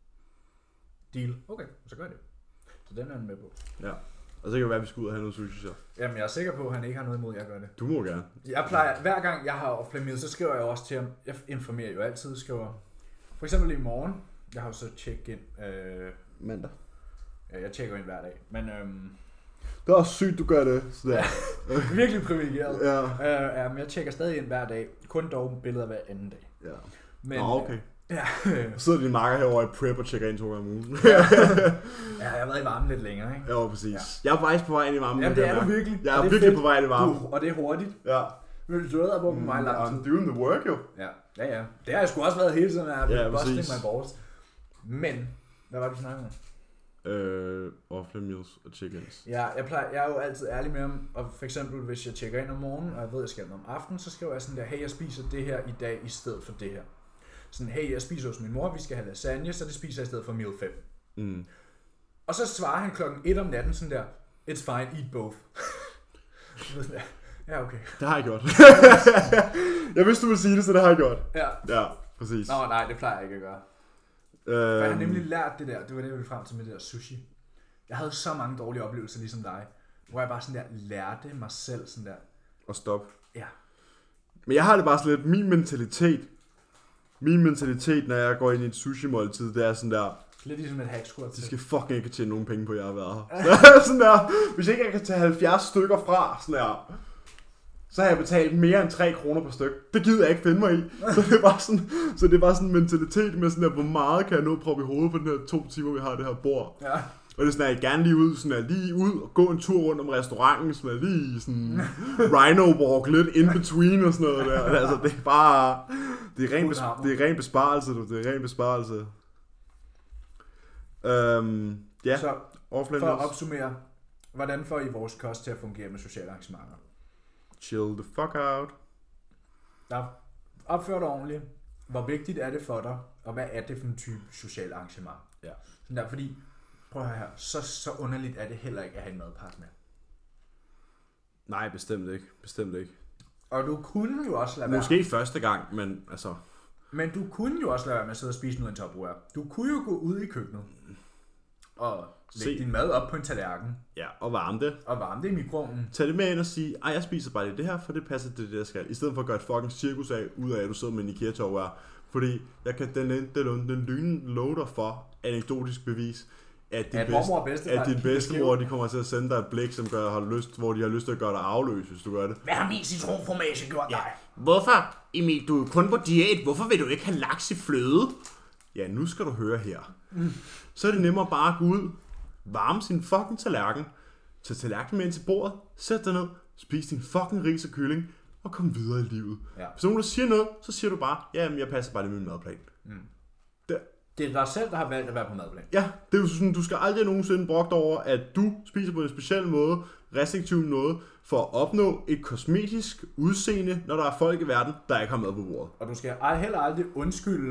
Deal. Okay, så gør jeg det. Så den er han med på. Ja. Og så kan det være, at vi skal ud og have noget sushi så. Jamen, jeg er sikker på, at han ikke har noget imod, at jeg gør det. Du må gerne. Jeg plejer, hver gang jeg har off-meal, så skriver jeg også til ham. Jeg informerer jo altid, skriver. For eksempel i morgen. Jeg har jo så check-in. Mandag. Ja, jeg tjekker ind hver dag. Men det er også sygt, du gør det. Så der. Virkelig privilegeret. Ja. Men jeg tjekker stadig ind hver dag. Kun dog billeder hver anden dag. Ja. Men, okay. Ja. Så sidder din marker herovre i prep og tjekker ind 2 gange om ugen. Ja, jeg har været i varmen lidt længere, ikke? Ja, præcis. Ja. Jeg er faktisk på vej ind i varmen. Jamen, det er du virkelig. Jeg er virkelig fedt. På vej ind i varmen. Og det er hurtigt. Ja. Men du har brugt mig lang tid. I'm doing the work, jo. Ja. Det har jeg sgu også været hele tiden, at jeg har busting my balls. Men, hvad var det, du snakkede om? Offline meals og chickens. Ja, jeg er jo altid ærlig med ham, og for eksempel hvis jeg tjekker ind om morgenen, og jeg ved, at jeg skal om aftenen, så skriver jeg sådan der, hey, jeg spiser det her i dag i stedet for det her. Sådan, hey, jeg spiser hos min mor, vi skal have lasagne, så det spiser jeg i stedet for meal 5. Mm. Og så svarer han klokken 1 om natten sådan der, it's fine, eat both. Ja, okay. Det har jeg gjort. Jeg vidste, du ville sige det, så det har jeg gjort. Ja, præcis. Nå, nej, det plejer jeg ikke at gøre. For jeg har nemlig lært det der, det var det, jeg ville frem til med det der sushi. Jeg havde så mange dårlige oplevelser ligesom dig, hvor jeg bare sådan der lærte mig selv sådan der. Og stop. Ja. Men jeg har det bare sådan lidt, min mentalitet, når jeg går ind i et sushi-måltid, det er sådan der... Lidt ligesom et hacksquat. De skal fucking ikke tjene nogen penge på, at jeg har været her. Sådan der, hvis ikke jeg kan tage 70 stykker fra, sådan der, så har jeg betalt mere end 3 kroner per styk. Det gider jeg ikke finde mig i. Så det er bare sådan en mentalitet med sådan der, hvor meget kan jeg nå proppe i hovedet på den her 2 timer, vi har det her bord. Ja. Og det er sådan, at jeg gerne lige ud og gå en tur rundt om restauranten, sådan der, lige sådan rhino walk lidt in between og sådan noget der. Altså, det er bare, det er ren besparelse, det er ren besparelse. Ja, så for at opsummere, hvordan får I vores kost til at fungere med sociale arrangementer? Chill the fuck out. Der opfør dig ordentligt. Hvor vigtigt er det for dig, og hvad er det for en type social arrangement? Ja. Sådan der, fordi, prøv at høre her, så underligt er det heller ikke at have en madpakke med. Nej, bestemt ikke. Og du kunne jo også lade være. Måske første gang, men altså... Men du kunne jo også lade være med at sidde og spise noget i en Tupperware. Du kunne jo gå ud i køkkenet og lægge din mad op på en tallerken. Ja, og varme det. Og varme det i mikroovnen. Tag det med ind og sige, jeg spiser bare det her, for det passer til det, jeg skal. I stedet for at gøre et fucking cirkus ud af, at du sidder med en IKEA-tupperware. Fordi jeg kan den lyne love dig for, anekdotisk bevis, at din bedstemor, de kommer til at sende dig et blik, som hvor de har lyst til at gøre dig afløs, hvis du gør det. Hvad har min citronformage gjort dig? Hvorfor, Emil, du er kun på diæt. Hvorfor vil du ikke have laks i fløde? Ja, nu skal du høre her. Så er det nemmere bare at gå ud, varme sin fucking tallerken, tage tallerkenen med ind til bordet, sæt dig ned, spis din fucking ris og kylling, og kom videre i livet. Ja. Hvis nogen der siger noget, så siger du bare, jamen jeg passer bare lige med min madplan. Det er dig selv, der har valgt at være på madplan. Ja, det er jo sådan, du skal aldrig nogensinde brokke over, at du spiser på en speciel måde, restriktiv måde, for at opnå et kosmetisk udseende, når der er folk i verden, der ikke har mad på bordet. Og du skal heller aldrig undskylde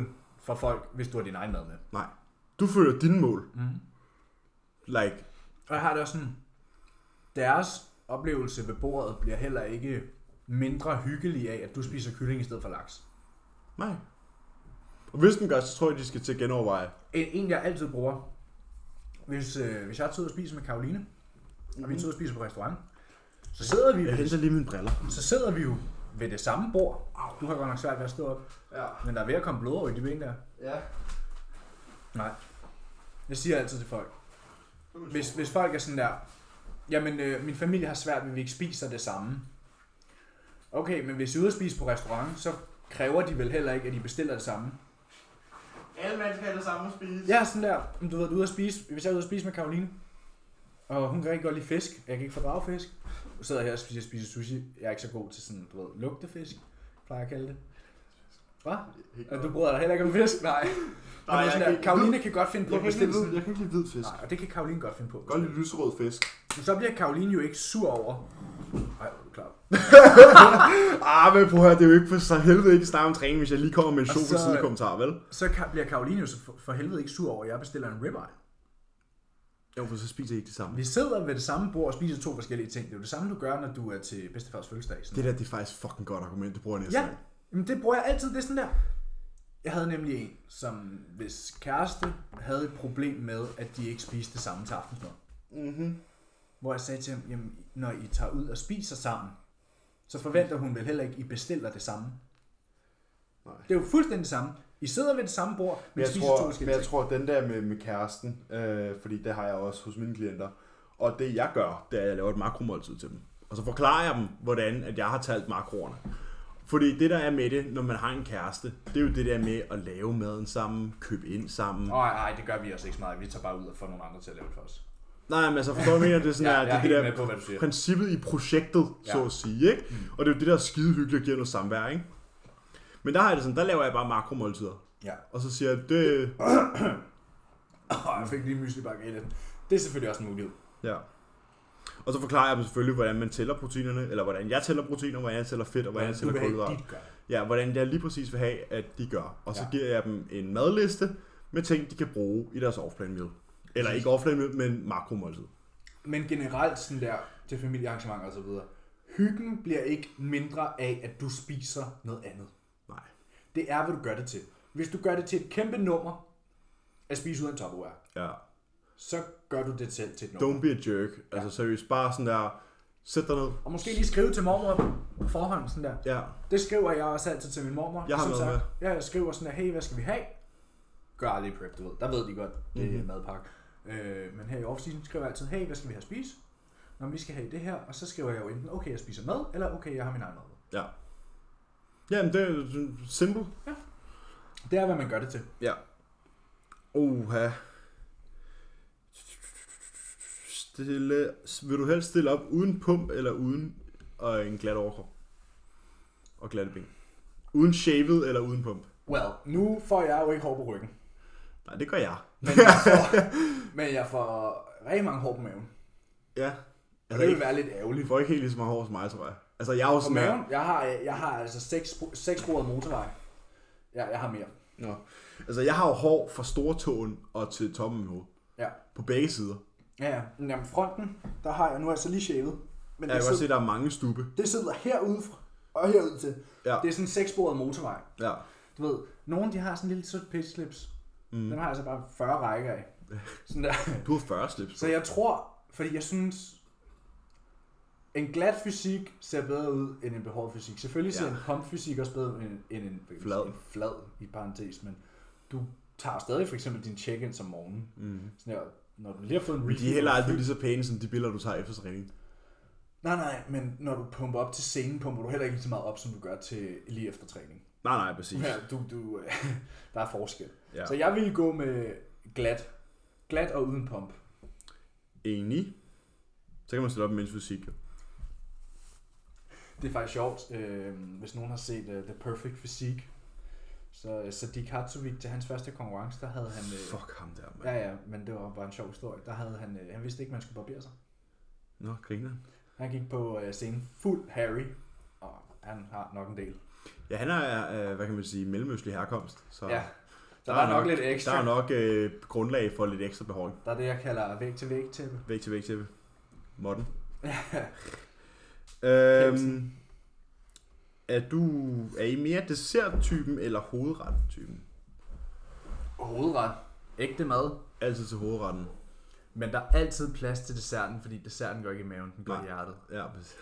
for folk, hvis du har din egen mad med. Nej. Du følger dine mål. Mm. Like. Og jeg har det også sådan, deres oplevelse ved bordet bliver heller ikke mindre hyggelig af, at du spiser kylling i stedet for laks. Nej. Og hvis den gør, så tror jeg, de skal til at genoverveje. En jeg altid bruger, hvis jeg tager ud og spiser med Karoline, og vi tager ud og spiser på restaurant, så sidder vi, Jeg henter lige mine briller. så sidder vi jo ved det samme bord. Du har godt nok svært ved at stå op, men der er ved at komme blod over i de ben der. Ja. Nej. Jeg siger altid til folk, hvis folk er sådan der, jamen min familie har svært ved, at vi ikke spiser det samme. Okay, men hvis I er ude at spise på restaurant, så kræver de vel heller ikke, at I bestiller det samme. Alle mennesker har det samme at spise. Ja, sådan der. Du ved, du er ude at spise, hvis jeg er ude at spise med Karoline, og hun kan rigtig godt lide fisk, jeg kan ikke fordrage fisk. Så sidder jeg her og spiser sushi. Jeg er ikke så god til sådan, du ved, lugtefisk, plejer jeg at kalde det. Hvad? Du bryder dig heller ikke om fisk? Nej. Karoline kan godt finde på at bestille sådan. Jeg kan ikke lide hvid fisk. Nej, og det kan Karoline godt finde på. Godt lide lyserød fisk. Men så bliver Karoline jo ikke sur over. Nej, du klar. Men prøv at høre, det er jo ikke for helvede ikke snart om træning, hvis jeg lige kommer med en sjov sidekommentar, vel? Så bliver Karoline jo for helvede ikke sur over, at jeg bestiller en ribeye. Jo, for så spiser I ikke det samme. Vi sidder ved det samme bord og spiser 2 forskellige ting. Det er jo det samme, du gør, når du er til bedstefars fødselsdag. Det der, det er faktisk fucking godt argument, det bruger jeg næste gang. Jamen det bruger jeg altid, det er sådan der. Jeg havde nemlig en, som hvis kæreste havde et problem med, at de ikke spiste det samme til aftensmad. Mhm. Hvor jeg sagde til ham, jamen når I tager ud og spiser sammen, så forventer hun vel heller ikke, at I bestiller det samme. Nej. Det er jo fuldstændig det samme. I sidder ved det samme bord, men jeg spiser 2 forskellige ting. Jeg tror, den der med kæresten, fordi det har jeg også hos mine klienter, og det jeg gør, det er, at jeg laver et makromåltid til dem. Og så forklarer jeg dem, hvordan at jeg har talt makroerne. Fordi det der er med det, når man har en kæreste, det er jo det der med at lave maden sammen, købe ind sammen. Nej, det gør vi også ikke så meget. Vi tager bare ud og får nogle andre til at lave det for os. Nej, men altså forstår du, mener, det er sådan jeg er det der med på, hvad du siger. Princippet i projektet, så at sige, ikke? Og det er jo det der skide hyggeligt at give noget samvær, ikke? Men der har jeg det sådan, der laver jeg bare makromåltider. Ja. Og så siger jeg, det... Jeg fik lige myslibakke i det. Det er selvfølgelig også en mulighed. Ja. Og så forklarer jeg dem selvfølgelig, hvordan man tæller proteinerne, eller hvordan jeg tæller proteiner, hvordan jeg tæller fedt, og hvordan jeg tæller kulhydrater. Ja, hvordan jeg lige præcis vil have, at de gør. Og så giver jeg dem en madliste med ting, de kan bruge i deres off-plan meal. Eller ikke off-plan meal, men makromåltid. Men generelt sådan der, til familiearrangementer og så videre, hyggen bliver ikke mindre af, at du spiser noget andet. Nej. Det er, hvad du gør det til. Hvis du gør det til et kæmpe nummer, at spise ud af en Tupperware, Ja. så gør du det selv til et nummer. Don't be a jerk. Altså seriøst, bare sådan der, sæt dig ned. Og måske lige skrive til mormor på forhånd sådan der. Ja. Det skriver jeg også altid til min mormor. Jeg har noget med. Jeg skriver sådan der, hey, hvad skal vi have? Gør aldrig prep, du ved. Der ved de godt, det er madpakke. Men her i off-season skriver jeg altid, hey, hvad skal vi have at spise? Når vi skal have det her, og så skriver jeg jo enten, okay, jeg spiser mad, eller okay, jeg har min egen mad. Ja. Jamen, det er simpelt. Ja. Det er, hvad man gør det til. Ja. Vil du helst stille op uden pump, eller uden en glat overkrop? Og glatte ben? Uden shavet, eller uden pump? Well, nu får jeg jo ikke hår på ryggen. Nej, det gør jeg. Men jeg får rigtig mange hår på maven. Ja. Og det vil være lidt ærgerligt. Du får ikke helt lige så meget hår som mig, tror jeg. Altså, jeg er jo på maven? Jeg har altså 6 sporet motorvej. Jeg har mere. Nå. Altså, jeg har jo hår fra stortåen og til toppen af hovedet. Ja. På begge sider. Ja. Jamen, fronten, der har jeg nu altså lige shavet. Men jeg kan godt se, at der er mange stubbe. Det sidder herude og herud til. Ja. Det er sådan en 6-sporet motorvej. Ja. Du ved, nogen de har sådan en lille sødt pitch slips. Dem har jeg altså bare 40 rækker af. Sådan der. Du har 40 slips. Så jeg tror, fordi jeg synes, en glat fysik ser bedre ud end en behåret fysik. Selvfølgelig ser en pump fysik også bedre end en flad i parentes, men du tager stadig for eksempel din check-in som morgen. Sådan her, når du lige har fået en refill. De er heller aldrig lige så pæne som de billeder, du tager efter træning. Nej, men når du pumper op til scenen, pumper du heller ikke så meget op, som du gør til lige efter træning. Nej, præcis. Ja, der er forskel. Ja. Så jeg vil gå med glat og uden pump. Enig. Så kan man stille op med fysik. Det er faktisk sjovt, hvis nogen har set The Perfect Physique. Så Sadiq Hatzovic til hans første konkurrence, der havde han... Fuck ham der, mand. Ja, men det var bare en sjov historie. Der havde han vidste ikke, man skulle barbere sig. Nå, griner. Han gik på scenen fuld Harry, og han har nok en del. Ja, han er, hvad kan man sige, mellemøstlig herkomst. Så. Ja, der er nok lidt ekstra. Der er nok grundlag for lidt ekstra behåring. Der er det, jeg kalder væg-til-væg-tæppe. Væg-til-væg-tæppe. Modden. Er I mere dessert-typen eller hovedret-typen? Hovedret. Ægte mad. Altid til hovedretten. Men der er altid plads til desserten, fordi desserten går ikke i maven, den går i hjertet. Ja, præcis.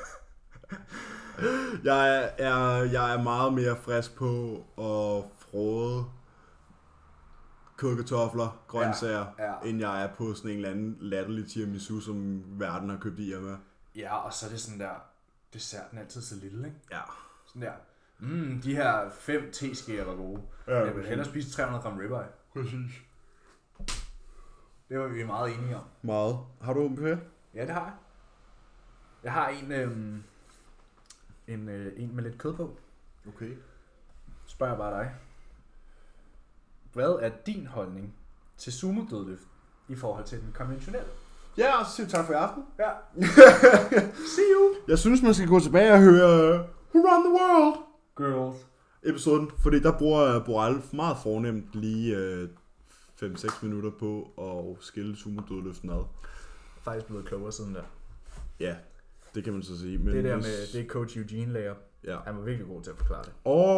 jeg er meget mere frisk på at frode kødkartofler, grøntsager, end jeg er på sådan en eller anden latterlig tiramisu, som verden har købt i med. Ja, og så er det sådan der, desserten er altid så lille, ikke? Ja. Sådan der, de her 5 teskeer var gode. Ja, jeg vil hellere spise 300 gram ribeye. Præcis. Det var vi meget enige om. Meget. Har du en på? Ja, det har jeg. Jeg har en med lidt kød på. Okay. Spørger jeg bare dig. Hvad er din holdning til sumo-dødløft i forhold til den konventionelle? Ja, og så siger vi tak for i aften. Ja. See you. Jeg synes, man skal gå tilbage og høre Who Run the World? Girls. Episoden, fordi der bruger Boral meget fornemt lige 5-6 minutter på at skille sumo-dødløften ad. Faktisk blevet klogere siden der. Ja, det kan man så sige. Men det der med, det er coach Eugene lærer. Ja. Han var virkelig god til at forklare det.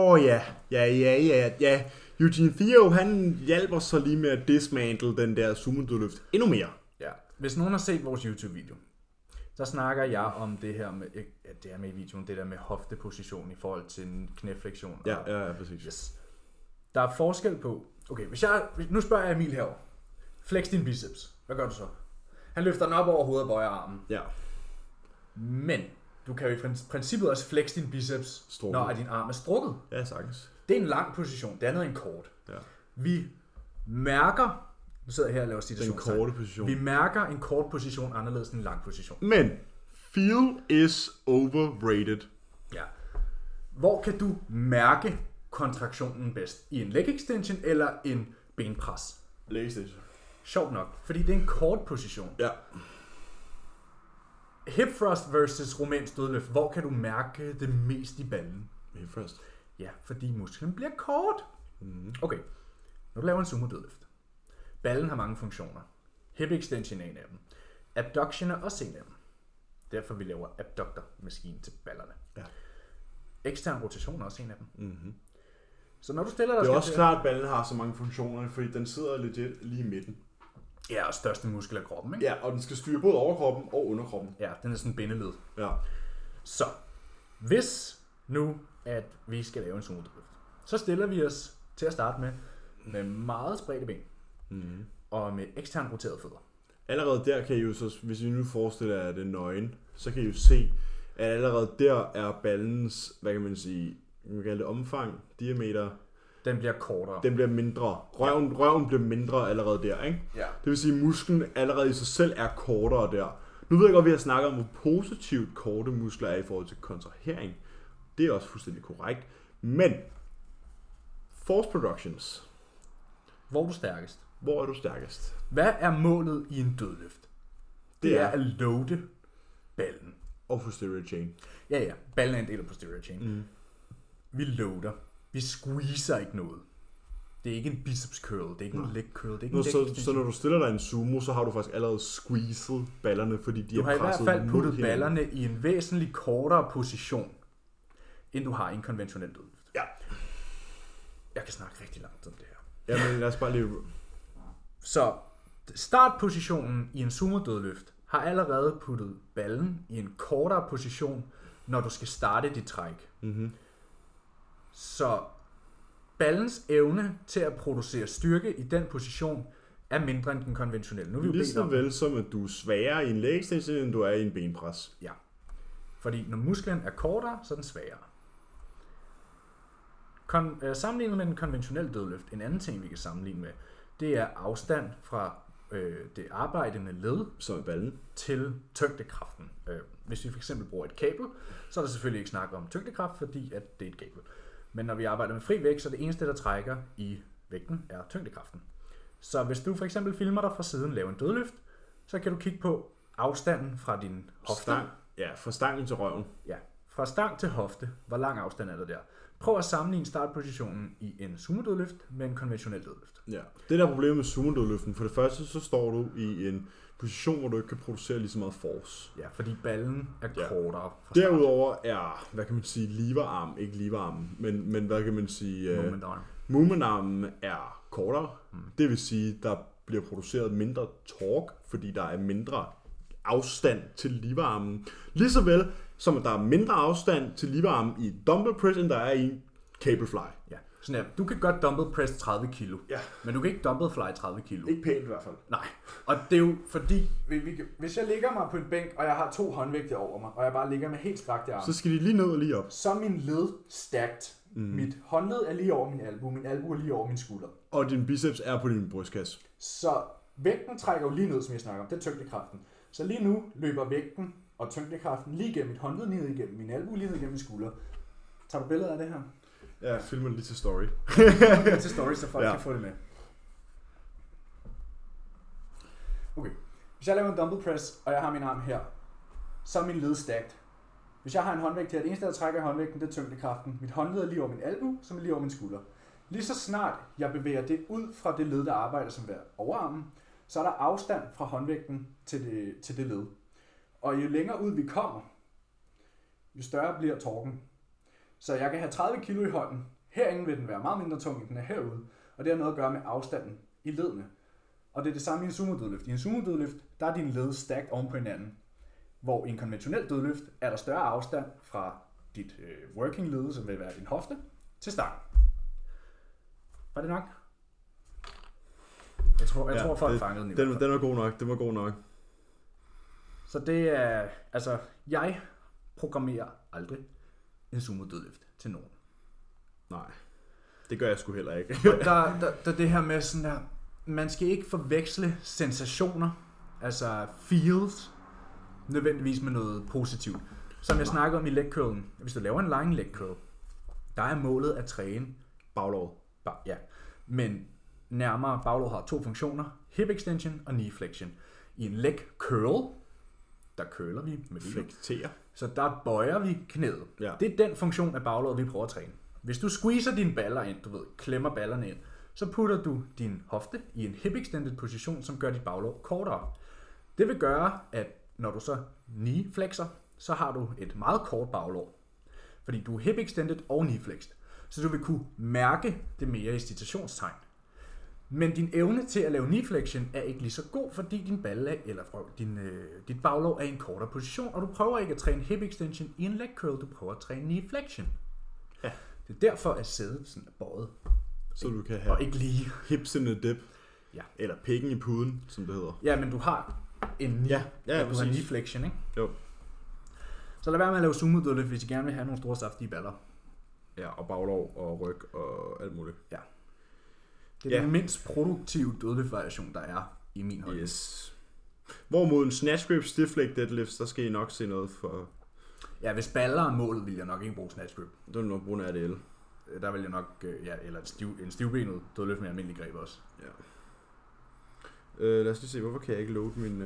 Ja. Eugene Theo, han hjælper så lige med at dismantle den der sumo-dødløft endnu mere. Ja. Hvis nogen har set vores YouTube-video, så snakker jeg om det her med, det er med i videoen, det der med hofteposition i forhold til en knæflektion. Ja, præcis. Yes. Der er forskel på, okay, nu spørger jeg Emil herovre. Flex din biceps. Hvad gør du så? Han løfter den op over hovedet og bøjer armen. Ja. Men du kan jo i princippet også flex din biceps, strukket, når din arm er strukket. Ja, sagtens. Det er en lang position, det andet er en kort. Ja. Vi mærker, nu sidder jeg her og laver citationstegn. Den korte position. Vi mærker en kort position anderledes end en lang position. Men feel is overrated. Ja. Hvor kan du mærke kontraktionen bedst? I en leg extension eller en benpres? Leg extension. Sjovt nok, fordi det er en kort position. Ja. Hip thrust versus romansk dødløft. Hvor kan du mærke det mest i ballen? Hip thrust. Ja, fordi musklen bliver kort. Okay, nu laver en sumo dødløft. Ballen har mange funktioner. Hip extension er en af dem. Abduction er også en af dem. Derfor vi laver abductor-maskinen til ballerne. Ja. Ekstern rotation er også en af dem. Mm-hmm. Så når du stiller dig... Det er også klart, at ballen har så mange funktioner, fordi den sidder legit lige i midten. Ja, og største muskel af kroppen, ikke? Ja, og den skal styre både overkroppen og underkroppen. Ja, den er sådan bindeled. Ja. Så, hvis nu, at vi skal lave en sumo dødløft, så stiller vi os til at starte med meget spredte ben. Mm-hmm. Og med ekstern roterede fødder. Allerede der kan I jo så, hvis I nu forestiller jer det nøgen, så kan I jo se, at allerede der er ballens, hvad kan man sige, man kan kalde det omfang, diameter. Den bliver kortere. Den bliver mindre. Røven bliver mindre allerede der, ikke? Ja. Det vil sige, at musklen allerede i sig selv er kortere der. Nu ved jeg godt, at vi har snakket om, hvor positivt korte muskler er i forhold til kontrahering. Det er også fuldstændig korrekt. Men, force productions. Hvor er du stærkest? Hvor er du stærkest? Hvad er målet i en dødløft? Det er at loade ballen. Og posterior chain. Ja. Ballen er en del af posterior chain. Mm. Vi loader. Vi squeezer ikke noget. Det er ikke en biceps curl, det er ikke en leg curl, det er ikke en leg så når du stiller dig en sumo, så har du faktisk allerede squeezed ballerne, fordi de er presset. Du har i hvert fald puttet ballerne i en væsentlig kortere position, end du har i en konventionel dødløft. Ja. Jeg kan snakke rigtig langt om det her. Jamen lad os bare lige... Så startpositionen i en sumo-dødløft har allerede puttet ballen i en kortere position, når du skal starte dit træk. Mm-hmm. Så ballens evne til at producere styrke i den position er mindre end den konventionelle. Nu er vi jo lige så vel som at du er sværere i en leg extension, end du er i en benpres. Ja. Fordi når musklen er kortere, så er den sværere. Sammenlignet med den konventionelle dødløft, en anden ting vi kan sammenligne med, det er afstand fra det arbejdende led som ballen til tyngdekraften. Hvis vi for eksempel bruger et kabel, så er der selvfølgelig ikke snak om tyngdekraft, fordi at det er et kabel. Men når vi arbejder med fri vægt, så er det eneste, der trækker i vægten, er tyngdekraften. Så hvis du for eksempel filmer dig fra siden, laver en dødløft, så kan du kigge på afstanden fra din hofte. Ja, fra stangen til røven. Ja, Fra stang til hofte, hvor lang afstand er der der? Prøv at sammenligne startpositionen i en sumo-dødløft med en konventionel dødløft. Ja, det der problem med sumo-dødløften, for det første så står du i en position, hvor du ikke kan producere lige så meget force. Ja, fordi ballen er kortere. Derudover er, hvad kan man sige, ikke leverarmen, men hvad kan man sige, movementarmen er kortere. Det vil sige, der bliver produceret mindre torque, fordi der er mindre afstand til leverarmen. Lige så vel som der er mindre afstand til leverarmen i dumbbell press, end der er i cable fly. Ja, sådan her. Du kan godt dumbbell press 30 kilo, men du kan ikke dumbbell fly 30 kilo. Ikke pænt i hvert fald. Nej, og det er jo fordi, hvis jeg ligger mig på en bænk, og jeg har 2 håndvægte over mig, og jeg bare ligger med helt strakte arme, så skal de lige ned og lige op. Så er min led stacked. Mit håndled er lige over min albu er lige over min skulder. Og din biceps er på din brystkasse. Så vægten trækker jo lige ned, som jeg snakker om. Det er tyngdekraften. Så lige nu løber vægten og tyngdekraften lige gennem mit håndled, ned igennem min albu, lige ned igennem min skulder. Tager du billeder af det her? Ja, jeg filmer det lige til story. Til story, så folk kan få det med. Okay. Hvis jeg laver en dumbbell press, og jeg har min arm her, så er min led stacked. Hvis jeg har en håndvægt her, det eneste, der trækker i håndvægten, det er tyngdekraften. Mit håndled er lige over min albu, som er lige over min skulder. Lige så snart jeg bevæger det ud fra det led, der arbejder som hver overarmen, så er der afstand fra håndvægten til det led. Og jo længere ud vi kommer, jo større bliver torken. Så jeg kan have 30 kilo i hånden. Herinde vil den være meget mindre tung, end den er herude. Og det har noget at gøre med afstanden i ledene. Og det er det samme i en sumo-dødløft. I en sumo-dødløft, der er dine led stacked oven på hinanden. Hvor i en konventionel dødløft er der større afstand fra dit working led, som vil være din hofte, til stang. Var det nok? Jeg tror folk fangede den. Den var god nok. Den var god nok. Så det er, altså, jeg programmerer aldrig en sumo-dødløft til nogen. Nej, det gør jeg sgu heller ikke. der det her med sådan der, man skal ikke forveksle sensationer, altså feels, nødvendigvis med noget positivt. Som jeg snakkede om i leg curlen. Hvis du laver en lang leg curl, der er målet at træne baglov. Ja, men nærmere baglov har 2 funktioner, hip extension og knee flexion. I en leg curl, der curler vi med flekterer. Så der bøjer vi knæet. Ja. Det er den funktion af baglåret, vi prøver at træne. Hvis du squeezer dine baller ind, klemmer ballerne ind, så putter du din hofte i en hip extended position, som gør dit baglår kortere. Det vil gøre, at når du så knee flexer, så har du et meget kort baglår. Fordi du er hip extended og knee flexed. Så du vil kunne mærke det mere i citationstegn. Men din evne til at lave knee flexion er ikke lige så god, fordi din balle dit baglår er i en kortere position, og du prøver ikke at træne hip extension i en leg curl, du prøver at træne knee flexion. Ja. Det er derfor, at sædet sådan er bøjet. Så du kan have og ikke lige hips in a dip. Ja. Eller pikken i puden, som det hedder. Ja, men du har en knee, du har knee flexion, ikke? Jo. Så lad være med at lave sumo-dødløft, hvis I gerne vil have nogle store saftige baller. Ja, og baglov og ryg og alt muligt. Ja. Det er den mindst produktive dødløft-variation, der er i min hånd. Yes. Hvorimod en snatch grip, stiff leg deadlifts, der skal I nok se noget for... Ja, hvis baller er målet, vil jeg nok ikke bruge snatch grip. Der vil nok bruge en RDL. Der vil jeg nok, eller en stivbenet dødløft med almindelig greb også. Ja. Lad os lige se, hvorfor kan jeg ikke load min...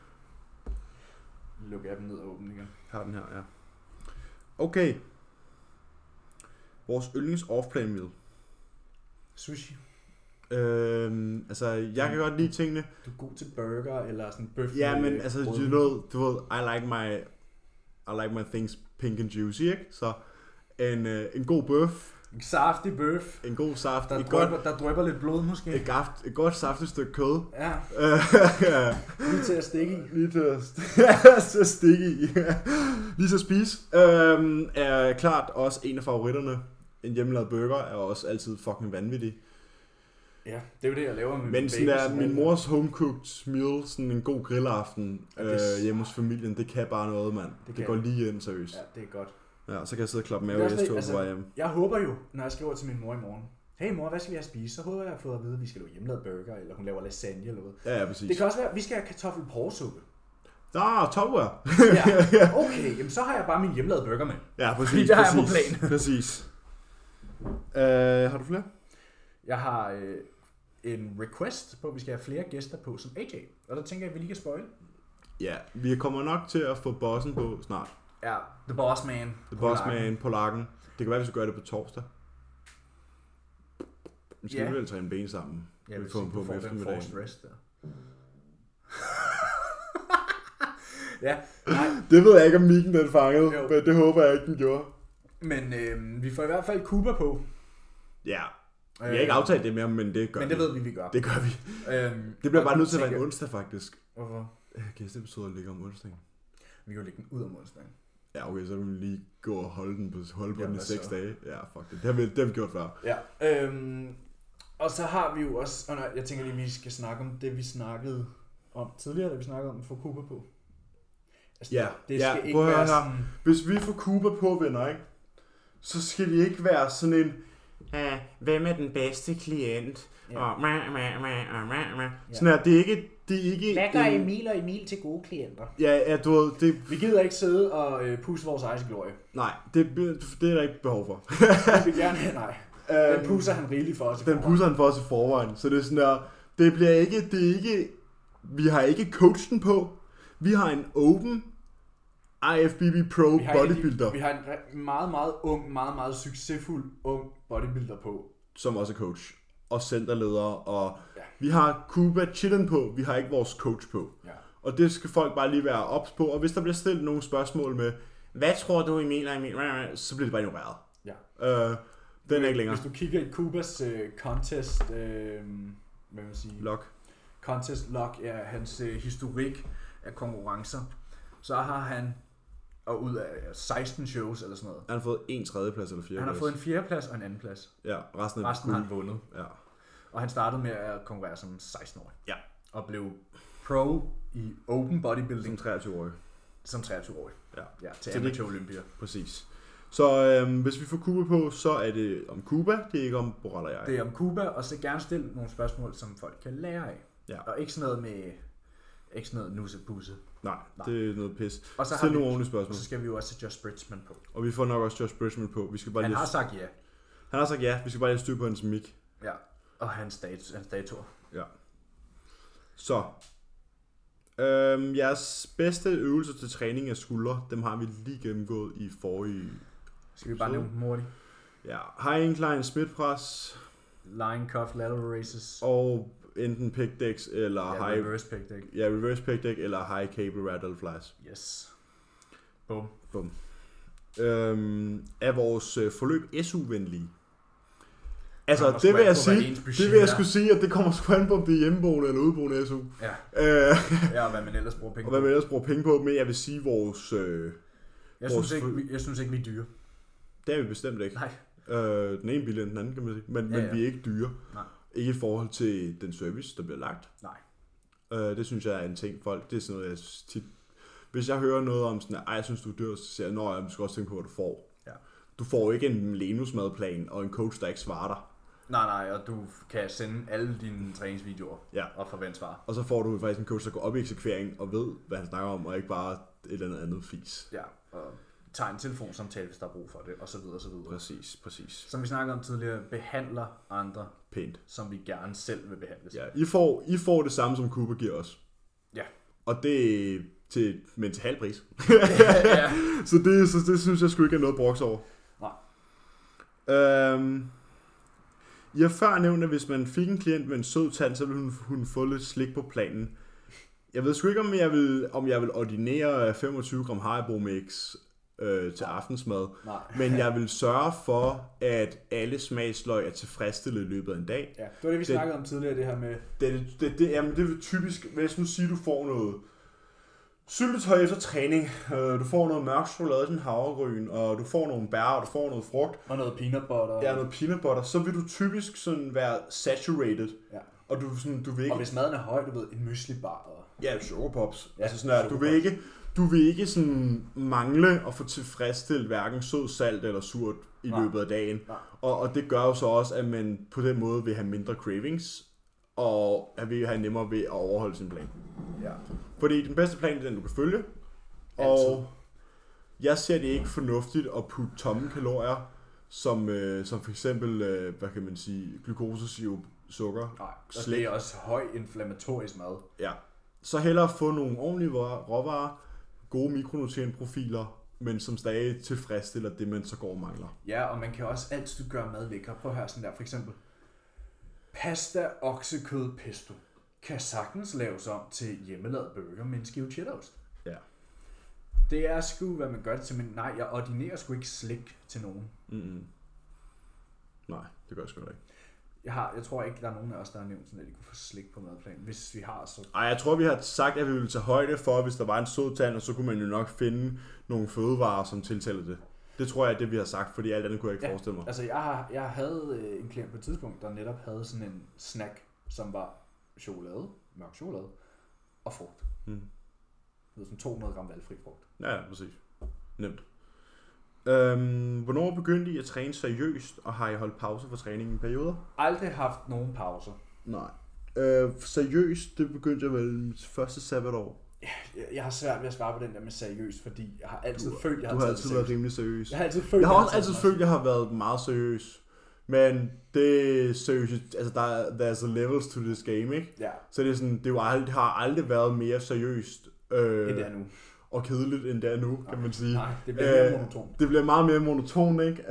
Luk appen ned og åbne igen. Har den her, ja. Okay. Vores yndlings off-plan meal. Sushi. Altså, jeg kan godt lide tingene. Du er god til burger eller sådan bøf. Ja, men altså, du ved, I like my things pink and juicy, ikke? Så en god bøf. En saftig bøf. En god saft. Der drypper lidt blod måske. Et godt saftigt stykke kød. Ja. Lige til at stikke i. Lige til at stikke i. Lige til at spise. Er klart også en af favoritterne. En hjemmelavet burger er også altid fucking vanvittig. Ja, det er jo det, jeg laver med men sådan der, min mors homecooked meal, sådan en god grillaften hjemme hos familien, det kan bare noget, mand. Det går lige ind, seriøst. Ja, det er godt. Ja, så kan jeg sidde og klappe mave i S-toget på vej hjem. Jeg håber jo, når jeg skriver til min mor i morgen, hey mor, hvad skal vi have spise? Så håber jeg, at få at vide, at vi skal lave hjemmelavet burger, eller hun laver lasagne eller noget. Ja, præcis. Det kan også være, at vi skal have kartoffelporsuppe. Topware. Ja, okay, jamen så har jeg bare min hjemmelavede burger med. Ja, præcis. Fordi det har jeg på planen. Præcis. Har du flere? Jeg har en request på, at vi skal have flere gæster på som AJ. Og der tænker jeg, at vi lige kan spoil. Ja, vi kommer nok til at få bossen på snart. Ja, The Boss Man. The Boss Man på lakken. Det kan være, hvis vi gør det på torsdag. Vi skal vel træne ben sammen. Ja, vi får dem på eftermiddagen. Rest der. Ja, nej. Det ved jeg ikke, om Mikken den fangede, men det håber jeg ikke, den gjorde. Men vi får i hvert fald Cooper på. Ja, vi har ikke aftalt det med ham, men det gør vi. Men det ved vi gør. Det gør vi. Det bliver bare nødt til at være en onsdag, faktisk. Hvorfor? Gæsteepisoder ligger om onsdagen. Vi kan jo lægge den ud om onsdagen. Ja, okay, så vil vi lige gå og holde på den i 6 dage. Ja, fuck det. Det har vi gjort før. Ja, og så har vi jo også... jeg tænker lige, vi skal snakke om det, vi snakkede om tidligere, da vi snakkede om at få Cooper på. Altså, ja, det skal ikke være være sådan... Hvis vi får Cooper på, venner, ikke? Så skal det ikke være sådan en... hvem er den bedste klient? Ja. Og sådan her, det er ikke... Hvad gør Emil og Emil til gode klienter? Ja, du ved, det... Vi gider ikke sidde og pusse vores egen glorie. Nej, det er der ikke behov for. Det vil gerne have, nej. Den pusser han rigeligt for os i forvejen. Den pusser han for os i forvejen. Så det er sådan der... Det er ikke... Vi har ikke coachen på. Vi har en open IFBB Pro bodybuilder. Vi har en meget, meget ung, meget, meget succesfuld ung bodybuilder på. Som også er coach. Og centerleder. Og vi har Kuba chillen på. Vi har ikke vores coach på. Ja. Og det skal folk bare lige være ops på. Og hvis der bliver stillet nogle spørgsmål med, hvad tror du Emil, så bliver det bare ignoreret. Ja. Den er ikke længere. Hvis du kigger i Kubas contest, hvad vil man sige? Contest log, hans historik af konkurrencer, så har han, og ud af 16 shows eller sådan noget. Han har fået en tredjeplads eller fjerdeplads. Han har fået en fjerdeplads og en andenplads. Ja, resten har han vundet. Ja. Og han startede med at konkurrere som 16-årig. Ja. Og blev pro i open bodybuilding. Som 23-årig. Som 23-årig. Ja. Til Amateur Olympia. Præcis. Så hvis vi får Kuba på, så er det om Kuba, det er ikke om Boral og jeg. Det er om Kuba, og så gerne stille nogle spørgsmål, som folk kan lære af. Ja. Og ikke sådan noget nusse-pusse. Nej, det er noget pis. Og så nogle ordentlige spørgsmål. Så skal vi jo også have Josh Bridgman på. Og vi får nok også Josh Bridgman på. Vi skal bare han har sagt ja. Han har sagt ja, vi skal bare lige styre på hans mic. Ja, og hans dator. Ja. Så. Jeres bedste øvelser til træning af skuldre, dem har vi lige gennemgået i forrige... Skal vi bare nævne dem hurtigt? Ja, high incline split press. Line cuff lateral raises. Og enten pec decks eller high... reverse pec deck. Ja, reverse pec deck eller high cable lateral flies. Yes. Boom. Er vores forløb SU-venlige? Altså, det vil jeg skulle sige, at det kommer sgu an på, om det er hjemmeboende eller udeboende SU. Ja. Ja, og hvad man ellers bruger penge på. Og hvad man ellers bruger penge på, men jeg vil sige, vores... Jeg synes ikke, vi er dyre. Det er vi bestemt ikke. Nej. Den ene billigere end den anden, kan man sige. Men vi er ikke dyre. Nej. Ikke i forhold til den service, der bliver lagt. Nej. Det synes jeg er en ting, folk... Det er sådan noget, jeg tit... Hvis jeg hører noget om sådan, jeg synes, du er dyr, så siger jeg, jeg skal også tænke på, hvad du får. Ja. Du får ikke en Lenus-madplan og en coach, der ikke svarer dig. Nej, og du kan sende alle dine træningsvideoer og forvente svar. Og så får du faktisk en coach, der går op i eksekvering og ved, hvad han snakker om, og ikke bare et eller andet fis. Ja, og tager en telefonsamtale, hvis der er brug for det, og så videre, og så videre. Præcis. Som vi snakkede om tidligere, behandler andre pænt, som vi gerne selv vil behandles. Ja, I får det samme, som Cooper giver os. Ja. Og det til halv pris. Ja. Så det synes jeg sgu ikke er noget broks over. Nej. Jeg har før nævnt, at hvis man fik en klient med en sød tand, så ville hun få lidt slik på planen. Jeg ved sgu ikke, om jeg vil ordinere 25 gram Haribo Mix til aftensmad. Nej. Men jeg vil sørge for, at alle smagsløg er tilfredsstillet i løbet af en dag. Ja, det var det, vi snakkede om tidligere, det her med... Jamen, det er typisk, hvis nu siger, du får noget syltetøj efter træning, du får noget mørk chokolade, sådan havregryn, og du får nogle bær, og du får noget frugt. Og noget peanut butter. Ja, noget peanut butter. Så vil du typisk sådan være saturated. Ja. Og du vil ikke... Og hvis maden er høj, du ved, en muesli bar. Og... Ja, sugar pops. Ja, altså sådan der, du vil ikke sådan mangle at få tilfredsstillet hverken sød, salt eller surt i løbet af dagen. Og det gør jo så også, at man på den måde vil have mindre cravings, og at vil have nemmere ved at overholde sin plan. Ja. Fordi den bedste plan er den, du kan følge. Og jeg ser det ikke fornuftigt at putte tomme kalorier, som for eksempel, hvad kan man sige, glukosesirup, sukker. Nej, og det er også høj inflammatorisk mad. Ja. Så hellere få nogle ordentlige råvarer, gode mikronutrientprofiler, men som stadig tilfredsstiller det, man så går og mangler. Ja, og man kan også altid gøre mad lækker. Prøv at høre sådan der, for eksempel. Pasta, oksekød, pesto kan sagtens laves om til hjemmelavet burger med en skive cheddarost. Ja. Det er sgu, hvad man gør det til, men nej, jeg ordinerer sgu ikke slik til nogen. Mm-hmm. Nej, det gør jeg sgu ikke. Jeg tror ikke, der er nogen af os, der har nævnt sådan, at de kunne få slik på madplan. Hvis vi har, så... Ej, jeg tror, vi har sagt, at vi ville tage højde for, hvis der var en sød tand, og så kunne man jo nok finde nogle fødevarer, som tiltaler det. Det tror jeg er det, vi har sagt, fordi alt andet kunne jeg ikke forestille mig. Altså, jeg havde en klient på et tidspunkt, der netop havde sådan en snack, som var chokolade, mørk chokolade, og frugt. Det var sådan 200 gram valgfri frugt. Ja, præcis. Nemt. Hvornår begyndte I at træne seriøst, og har I holdt pause for træningen i perioder? Aldrig haft nogen pauser. Nej. Seriøst, det begyndte jeg vel mit første sabbatår. Jeg har svært ved at svare på den der med seriøst, fordi jeg har altid følt, jeg har Du har altid været rimelig seriøs. Jeg har altid følt, jeg har også altid følt, jeg har været meget seriøs. Men det er seriøst, altså there's a levels to this game, ikke? Ja. Så det er sådan, det har aldrig været mere seriøst. End det er nu. Og kedeligt end det er nu, kan man sige. Nej, det bliver mere monotont. Det bliver meget mere monotont, ikke?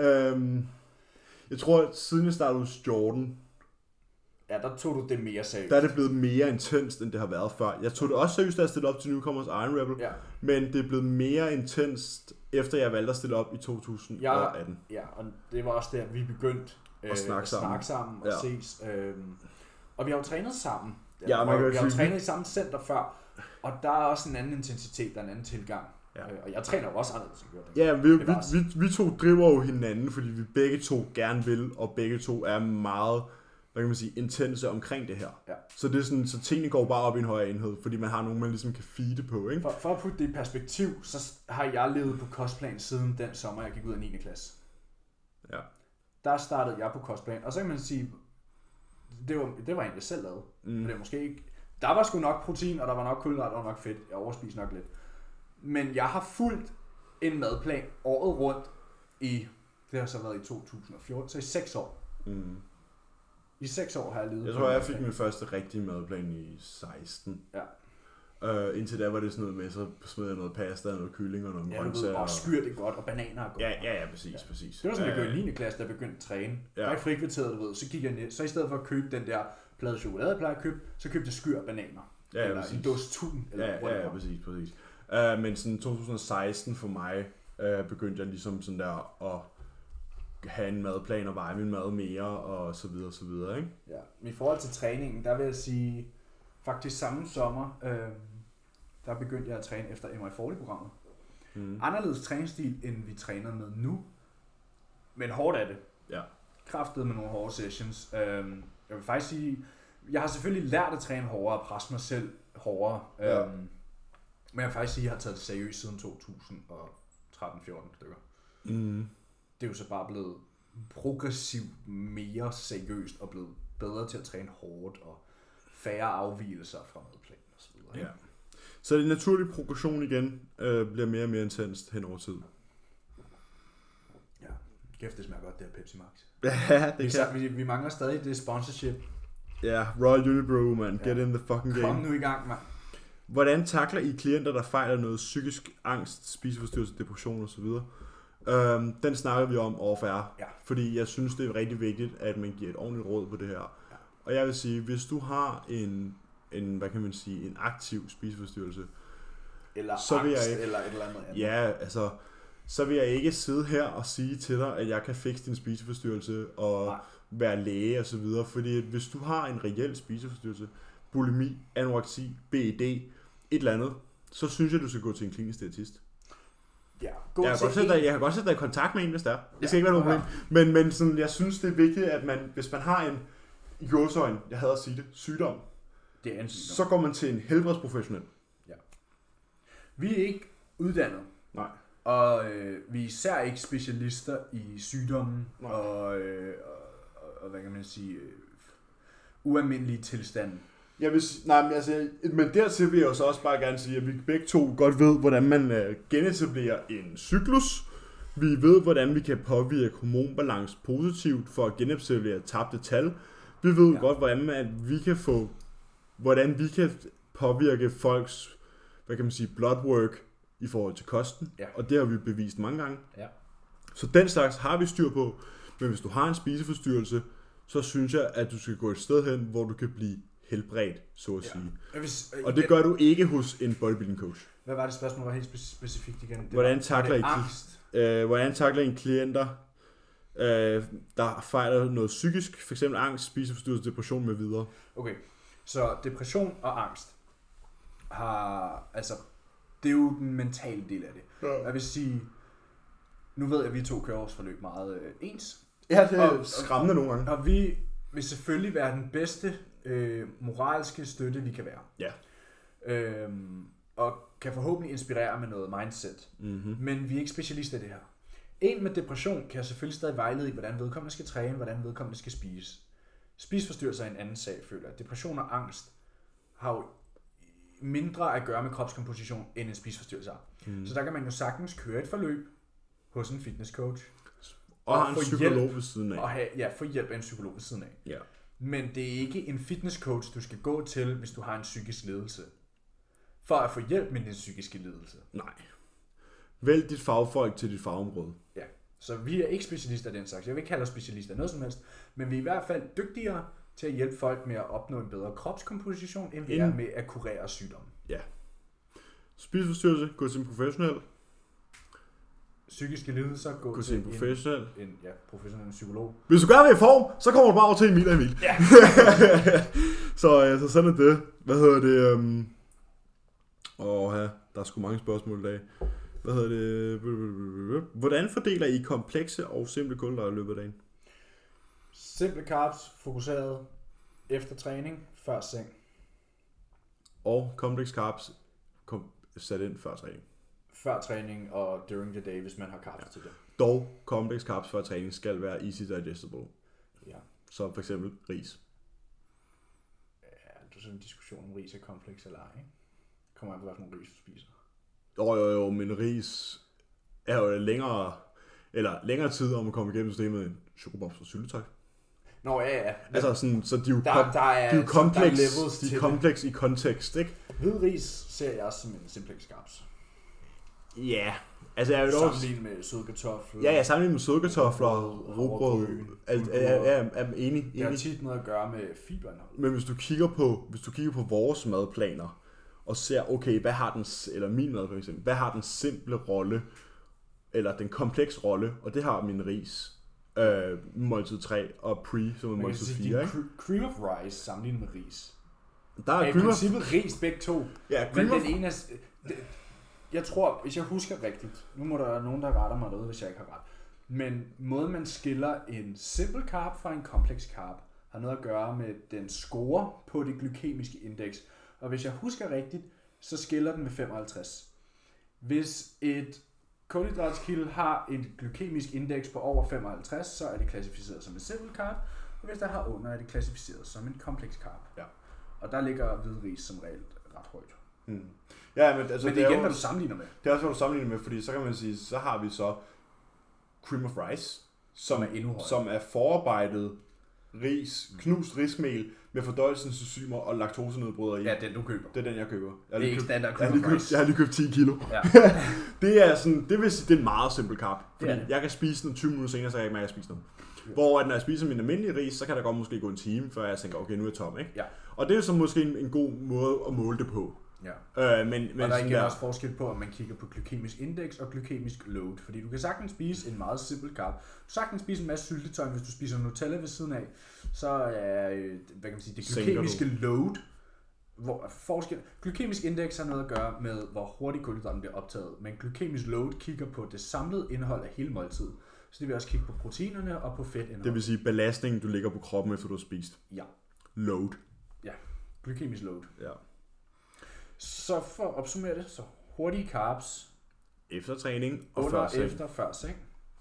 Jeg tror, at siden jeg startede hos Jordan, ja, der tog du det mere seriøst. der er det blevet mere intenst, end det har været før. Jeg tog det også seriøst, da jeg stillede op til Newcomers Iron Rebel, ja. Men det er blevet mere intenst, efter jeg valgte at stille op i 2018. Ja, og det var også der, vi begyndte at snakke sammen og ses. Og vi har jo trænet sammen. Ja, vi har jo trænet i samme center før, og der er også en anden intensitet, der er en anden tilgang. Ja. Og jeg træner jo også anderledes. Ja, vi to driver jo hinanden, fordi vi begge to gerne vil, og begge to er meget, hvad kan man sige, intense omkring det her. Ja. Så det er sådan, så tingene går bare op i en højere enhed, fordi man har nogen, man ligesom kan feede på, ikke? For at putte det i perspektiv, så har jeg levet på kostplan siden den sommer, jeg gik ud af 9. klasse. Ja. Der startede jeg på kostplan, og så kan man sige, det var egentlig selv lavet. Det er måske ikke. Der var sgu nok protein, og der var nok kulhydrat, og nok fedt. Jeg overspiser nok lidt. Men jeg har fulgt en madplan året rundt det har så været i 2014, så i 6 år. I 6 år har jeg levet. Jeg tror, jeg fik min første rigtige madplan i 16. Ja. Indtil da var det sådan noget med, så smed jeg noget pasta, noget kylling og noget grøntsager. Og skyr det godt, og bananer er godt. Ja, præcis. Det var sådan, jeg gjorde i 9. klasse, da jeg begyndte at træne. Ja. Jeg frikvarteret, du ved, så gik jeg ned. Så i stedet for at købe den der plade chokolade, jeg plejer at købe, så købte jeg skyr og bananer. Ja, eller en dåse tun. Ja, præcis. Men sådan 2016 for mig, begyndte jeg ligesom sådan der at have en madplan og veje min mad mere, og så videre, ikke? Ja, i forhold til træningen, der vil jeg sige, faktisk samme sommer, der begyndte jeg at træne efter MI40-programmet. Anderledes træningsstil, end vi træner med nu, men hårdt er det. Ja. Kraftet med nogle hårde sessions. Jeg vil faktisk sige, jeg har selvfølgelig lært at træne hårdere og presse mig selv hårdere. Ja. Men jeg vil faktisk sige, at jeg har taget det seriøst siden 2013-14 stykker. Det er jo så bare blevet progressivt mere seriøst og blevet bedre til at træne hårdt og færre afvigelser fra madplan og så videre. Ja. Så det naturlige progression igen bliver mere og mere intenst hen over tid. Ja, kæft det smager godt, det her Pepsi Max. Ja, det kan. Vi mangler stadig det sponsorship. Ja, Royal Unibrew, man. Get in the fucking game. Kom nu i gang, mand. Hvordan takler I klienter, der fejler noget psykisk angst, spiseforstyrrelse, depression osv.? Den snakker vi om off-air, fordi jeg synes, det er rigtig vigtigt, at man giver et ordentligt råd på det her. Ja. Og jeg vil sige, hvis du har en hvad kan man sige, en aktiv spiseforstyrrelse, eller så vil angst, jeg ikke, eller et eller andet. Ja, altså, så vil jeg ikke sidde her og sige til dig, at jeg kan fikse din spiseforstyrrelse og være læge og så videre, fordi hvis du har en reel spiseforstyrrelse, bulimi, anoreksi, BED, et eller andet, så synes jeg, du skal gå til en klinisk diætist. Ja, jeg kan godt sætte dig i kontakt med en, hvis der. Det skal ikke være noget problem. Men sådan, jeg synes, det er vigtigt, at man, hvis man har en, i gåseøjne, jeg hader at sige det, sygdom, det er en sygdom, så går man til en helbredsprofessionel. Ja. Vi er ikke uddannet. Nej. Og vi er især ikke specialister i sygdommen og hvad kan man sige, ualmindelige tilstande. Men dertil vil jeg jo så også bare gerne sige, at vi begge to godt ved, hvordan man genetablerer en cyklus. Vi ved, hvordan vi kan påvirke hormonbalance positivt for at genetablere tabte tal. Vi ved godt, hvordan vi kan påvirke folks, hvad kan man sige, bloodwork i forhold til kosten, Ja. og det har vi bevist mange gange. Ja. Så den slags har vi styr på, men hvis du har en spiseforstyrrelse, så synes jeg, at du skal gå et sted hen, hvor du kan blive helbredt, så at sige. Og det gør du ikke hos en bodybuilding coach. Hvad var det spørgsmål, var helt specifikt igen? Hvordan takler en klienter, der fejler noget psykisk, f.eks. angst, spiseforstyrrelse, depression med videre? Okay, så depression og angst det er jo den mentale del af det. Ja. Jeg vil sige, nu ved jeg, at vi to kører vores forløb meget ens. Ja, det er skræmmende nogle gange. Og vi vil selvfølgelig være den bedste moralske støtte, vi kan være. Ja. Og kan forhåbentlig inspirere med noget mindset. Mm-hmm. Men vi er ikke specialister i det her. En med depression kan selvfølgelig stadig vejlede i, hvordan vedkommende skal træne, hvordan vedkommende skal spise. Spiseforstyrrelser er en anden sag, føler jeg. Depression og angst har jo mindre at gøre med kropskomposition, end en spiseforstyrrelse har. Mm. Så der kan man jo sagtens køre et forløb hos en fitnesscoach. Og have en psykolog ved siden af. Få hjælp af en psykolog ved siden af. Ja. Men det er ikke en fitnesscoach, du skal gå til, hvis du har en psykisk lidelse. For at få hjælp med din psykiske lidelse. Nej. Vælg dit fagfolk til dit fagområde. Ja, så vi er ikke specialister af den slags. Jeg vil ikke kalde os specialister af noget som helst. Men vi er i hvert fald dygtigere til at hjælpe folk med at opnå en bedre kropskomposition, end vi er med at kurere sygdomme. Ja. Spiseforstyrrelse, gå til en professionel. Psykiske lidelser, gå til en professionel. Professionel psykolog. Hvis du gør det i form, så kommer du bare over til Emil og Emil. Ja. så sådan er det. Hvad hedder det? Der er sgu mange spørgsmål i dag. Hvad hedder det? Hvordan fordeler I komplekse og simple kulhydrater i løbet af dagen? Simple carbs, fokuseret efter træning, før seng. Og complex carbs sat ind før træning. Før træning og during the day, hvis man har carbs til det. Dog complex carbs før træning skal være easy digestible. Ja. Så for eksempel ris. Ja, det er sådan en diskussion om ris er kompleks eller ej, ikke? Kommer an på, hvad for nogle ris du spiser. Jo, men ris er jo længere tid om at komme igennem systemet end chokobobs og syltetøj. Nå, ja. Altså sådan, så de er jo kompleks i kontekst, ikke? Hvid ris ser jeg også som en simplex carbs. Ja, altså jeg vil også sammenlignet med søde kartofler. Ja, sammenlignet med søde kartofler, rugbrød. Jeg er enig. Det har tit noget at gøre med fiberindhold. Men hvis du kigger på vores madplaner og ser, okay, hvad har den, eller min mad for eksempel, hvad har den simple rolle, eller den komplekse rolle, og det har min ris, måltid 3 og pre, som er måltid 4, ikke? Cream of rice sammenlignet med ris. Der er i princippet ris begge to. Ja, men den ene er... Jeg tror, hvis jeg husker rigtigt, nu må der være nogen, der retter mig derude, hvis jeg ikke har ret, men måden man skiller en simple carb fra en kompleks carb, har noget at gøre med den score på det glykemiske indeks. Og hvis jeg husker rigtigt, så skiller den med 55. Hvis et kulhydratskilde har et glykemisk indeks på over 55, så er det klassificeret som en simple carb, og hvis der har under, er det klassificeret som en kompleks carb. Ja. Og der ligger hvid ris som regel ret højt. Mm. Ja, men, altså, men det er igen, hvad du sammenligner med. Det er også, hvad du sammenligner med, fordi så kan man sige, så har vi så cream of rice, som er forarbejdet ris, knust rismel med fordøjelsesenzymer og laktosenedbrydere i. Ja, den du køber. Det er den, jeg køber. Det er ikke standard cream of rice. Jeg har lige købt 10 kilo. Ja. Det er sådan, det vil sige, det er en meget simpel carb. Fordi det. jeg kan spise den 20 minutter senere, så jeg ikke mærker, at jeg spiser den. Hvor når jeg spiser min almindelige ris, så kan der godt måske gå en time, før jeg tænker, okay, nu er jeg tom, ikke? Ja. Og det er så måske en god måde at måle det på. Ja. Men og der er igen også forskel på, om man kigger på glykemisk indeks og glykemisk load. Fordi du kan sagtens spise en meget simpel carb. Du kan sagtens spise en masse syltetøj, hvis du spiser Nutella ved siden af. Så er hvad kan man sige, det glykemiske load. Glykemisk indeks har noget at gøre med, hvor hurtigt kulhydraten bliver optaget. Men glykemisk load kigger på det samlede indhold af hele måltidet. Så det vil også kigge på proteinerne og på fedtindholdet. Det vil sige belastningen, du lægger på kroppen, efter du har spist. Ja. Load. Ja, glykemisk load. Ja. Så for at opsummere det, så hurtige carbs. Efter træning og under, før seng. Efter, før seng.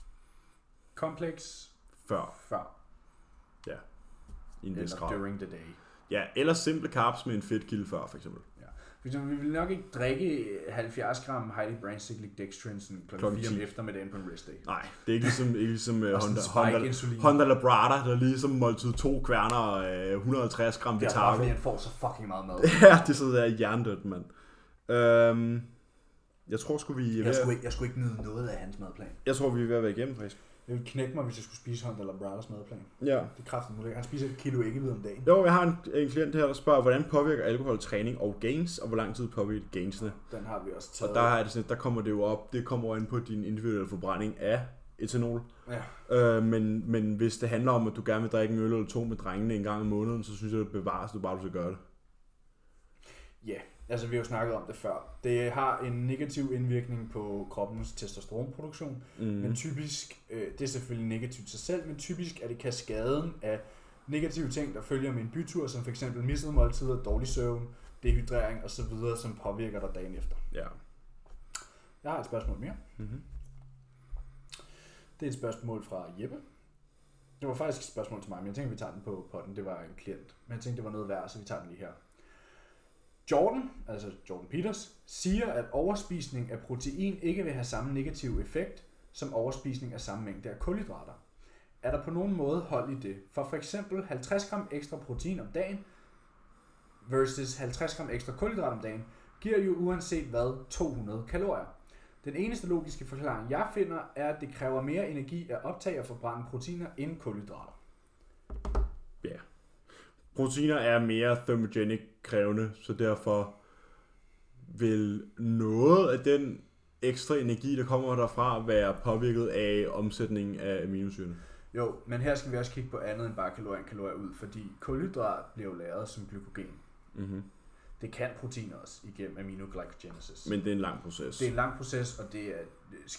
Kompleks. Før. Ja. Eller during the day. Ja, eller simple carbs med en fedtkilde før, for eksempel. Ja. For eksempel, vi vil nok ikke drikke 70 gram highly brain cyclic dextrin klokken 4 om eftermiddagen på en rest day. Nej, det er ikke ligesom Honda Labrada, der ligesom måltid 2 kværner 150 gram Vitago. Det er bare fordi, han får så fucking meget mad. Ja, det er sådan der hjernedødt, mand. Jeg tror sgu vi... Jeg skulle ikke nyde noget af hans madplan. Jeg tror vi er ved at være igennem, faktisk. Det ville knække mig, hvis jeg skulle spise Hunter eller Brothers madplan. Ja. Det er kraftigt muligt. Han spiser 1 kilo æggehvide om dagen. Jo, jeg har en klient her, der spørger, hvordan påvirker alkohol træning og gains, og hvor lang tid påvirker gainsene? Den har vi også taget. Og der, er det sådan, der kommer det jo op, det kommer ind på din individuelle forbrænding af etanol. Ja. Men hvis det handler om, at du gerne vil drikke en øl eller 2 med drengene en gang om måneden, så synes jeg, det bevares, du bare skal gøre det. Ja, altså vi har jo snakket om det før. Det har en negativ indvirkning på kroppens testosteronproduktion, men typisk, det er selvfølgelig negativt sig selv, men typisk er det kaskaden af negative ting, der følger med en bytur, som f.eks. missede måltider, dårlig søvn, dehydrering osv., som påvirker dig dagen efter. Ja. Jeg har et spørgsmål mere. Mm-hmm. Det er et spørgsmål fra Jeppe. Det var faktisk et spørgsmål til mig, men jeg tænkte, vi tager den på podden. Det var en klient. Men jeg tænkte, det var noget værd, så vi tager den lige her. Jordan, altså Jordan Peters, siger, at overspisning af protein ikke vil have samme negativ effekt som overspisning af samme mængde af kulhydrater. Er der på nogen måde hold i det? For eksempel 50 gram ekstra protein om dagen versus 50 gram ekstra kulhydrat om dagen, giver jo uanset hvad 200 kalorier. Den eneste logiske forklaring, jeg finder, er, at det kræver mere energi at optage og forbrænde proteiner end kulhydrater. Ja. Proteiner er mere thermogenic krævende, så derfor vil noget af den ekstra energi, der kommer derfra, være påvirket af omsætningen af aminosyrene. Jo, men her skal vi også kigge på andet end bare kalorier ud, fordi kulhydrat bliver jo lagret som glykogen. Mm-hmm. Det kan protein også igennem aminoglycogenesis. Men det er en lang proces. Det er en lang proces, og det er,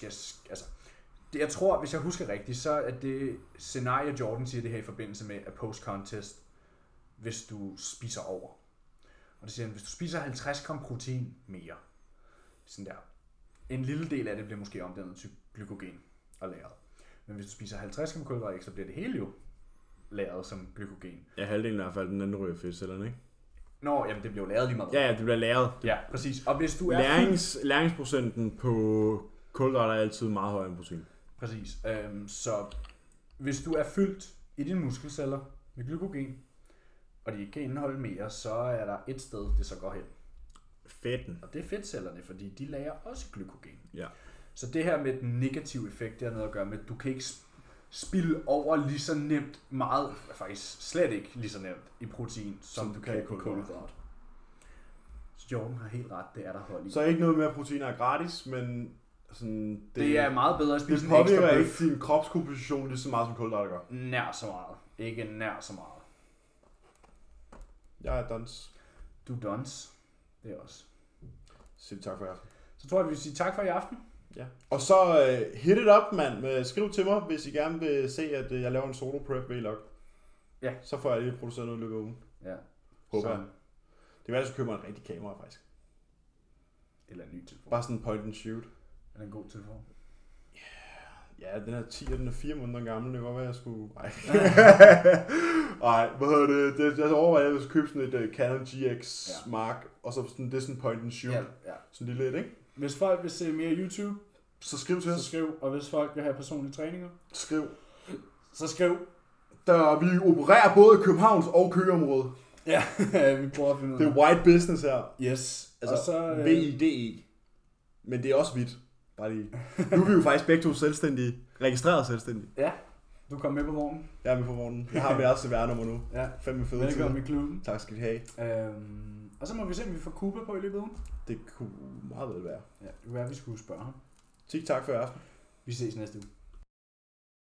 jeg tror, hvis jeg husker rigtigt, så er det scenarie, Jordan siger det her i forbindelse med at post-contest, hvis du spiser over. Og det siger han, hvis du spiser 50 gram protein mere, sådan der, en lille del af det bliver måske omdannet til glykogen og lagret. Men hvis du spiser 50 gram kulhydrater ekstra, bliver det hele jo lagret som glykogen. Ja, halvdelen i hvert fald, den anden ryger fedtcellerne, ikke? Nå, jamen det bliver jo lagret lige meget. Ja, det bliver lagret. Ja, præcis. Og hvis du er læringsprocenten på kulhydrater er altid meget højere end protein. Præcis. Så hvis du er fyldt i dine muskelceller med glykogen, og de ikke kan indeholde mere, så er der et sted, det så går hen. Fedten. Og det er fedtcellerne, fordi de lagrer også glykogen. Ja. Så det her med den negative effekt, det har noget at gøre med, at du kan ikke spilde over lige så nemt meget, faktisk slet ikke lige så nemt i protein, som du kan i kulhydrat. Så Jordan har helt ret, det er der hold i. Så ikke noget med, at proteiner er gratis, men sådan, det er meget bedre at spise en ekstra bøf. Det påvirker ikke din kropskomposition lige så meget, som kulhydrater gør. Nær så meget. Ikke nær så meget. Jeg er dons. Du er dons. Det er også. Sig tak for i aften. Så tror jeg, vi vil sige tak for i aften. Ja. Og så hit it up, mand. Skriv til mig, hvis I gerne vil se, at jeg laver en solo prep vlog. Ja. Så får jeg lige produceret noget i løbet af ugen. Ja. Håber jeg. Det vil jeg så købe mig en rigtig kamera, faktisk. Eller en ny telefon. Bare sådan en point and shoot. Er det en god telefon? Ja, den er 10, og den er 4 måneder gammel. Det var, hvad jeg skulle... Nej, hvad hedder det? Jeg overvejer, at jeg skulle købe sådan et Canon GX Mark, og så sådan, det er sådan point and shoot. Ja. Sådan lille et, ikke? Hvis folk vil se mere YouTube, så skriv til os. Så skriv. Og hvis folk vil have personlige træninger, skriv. Så skriv. Vi opererer både i Københavns og Køgeområdet. Ja, vi prøver at finde ud af det. Det er white business her. Yes. Altså, og så, VIDE. Men det er også hvidt. Bare lige. Nu er vi jo faktisk begge to selvstændige. Registreret selvstændige. Ja. Du kom med på vognen. Jeg er med på vognen. Jeg har mit eget CVR-nummer nu. Ja. Fandme fede. Velkommen i klubben. Tak skal I have. Og så må vi se, om vi får Cuba på i løbet af ugen. Det kunne meget vel være. Ja, det kunne være, at vi skulle spørge ham. Tak for i aften. Vi ses næste uge.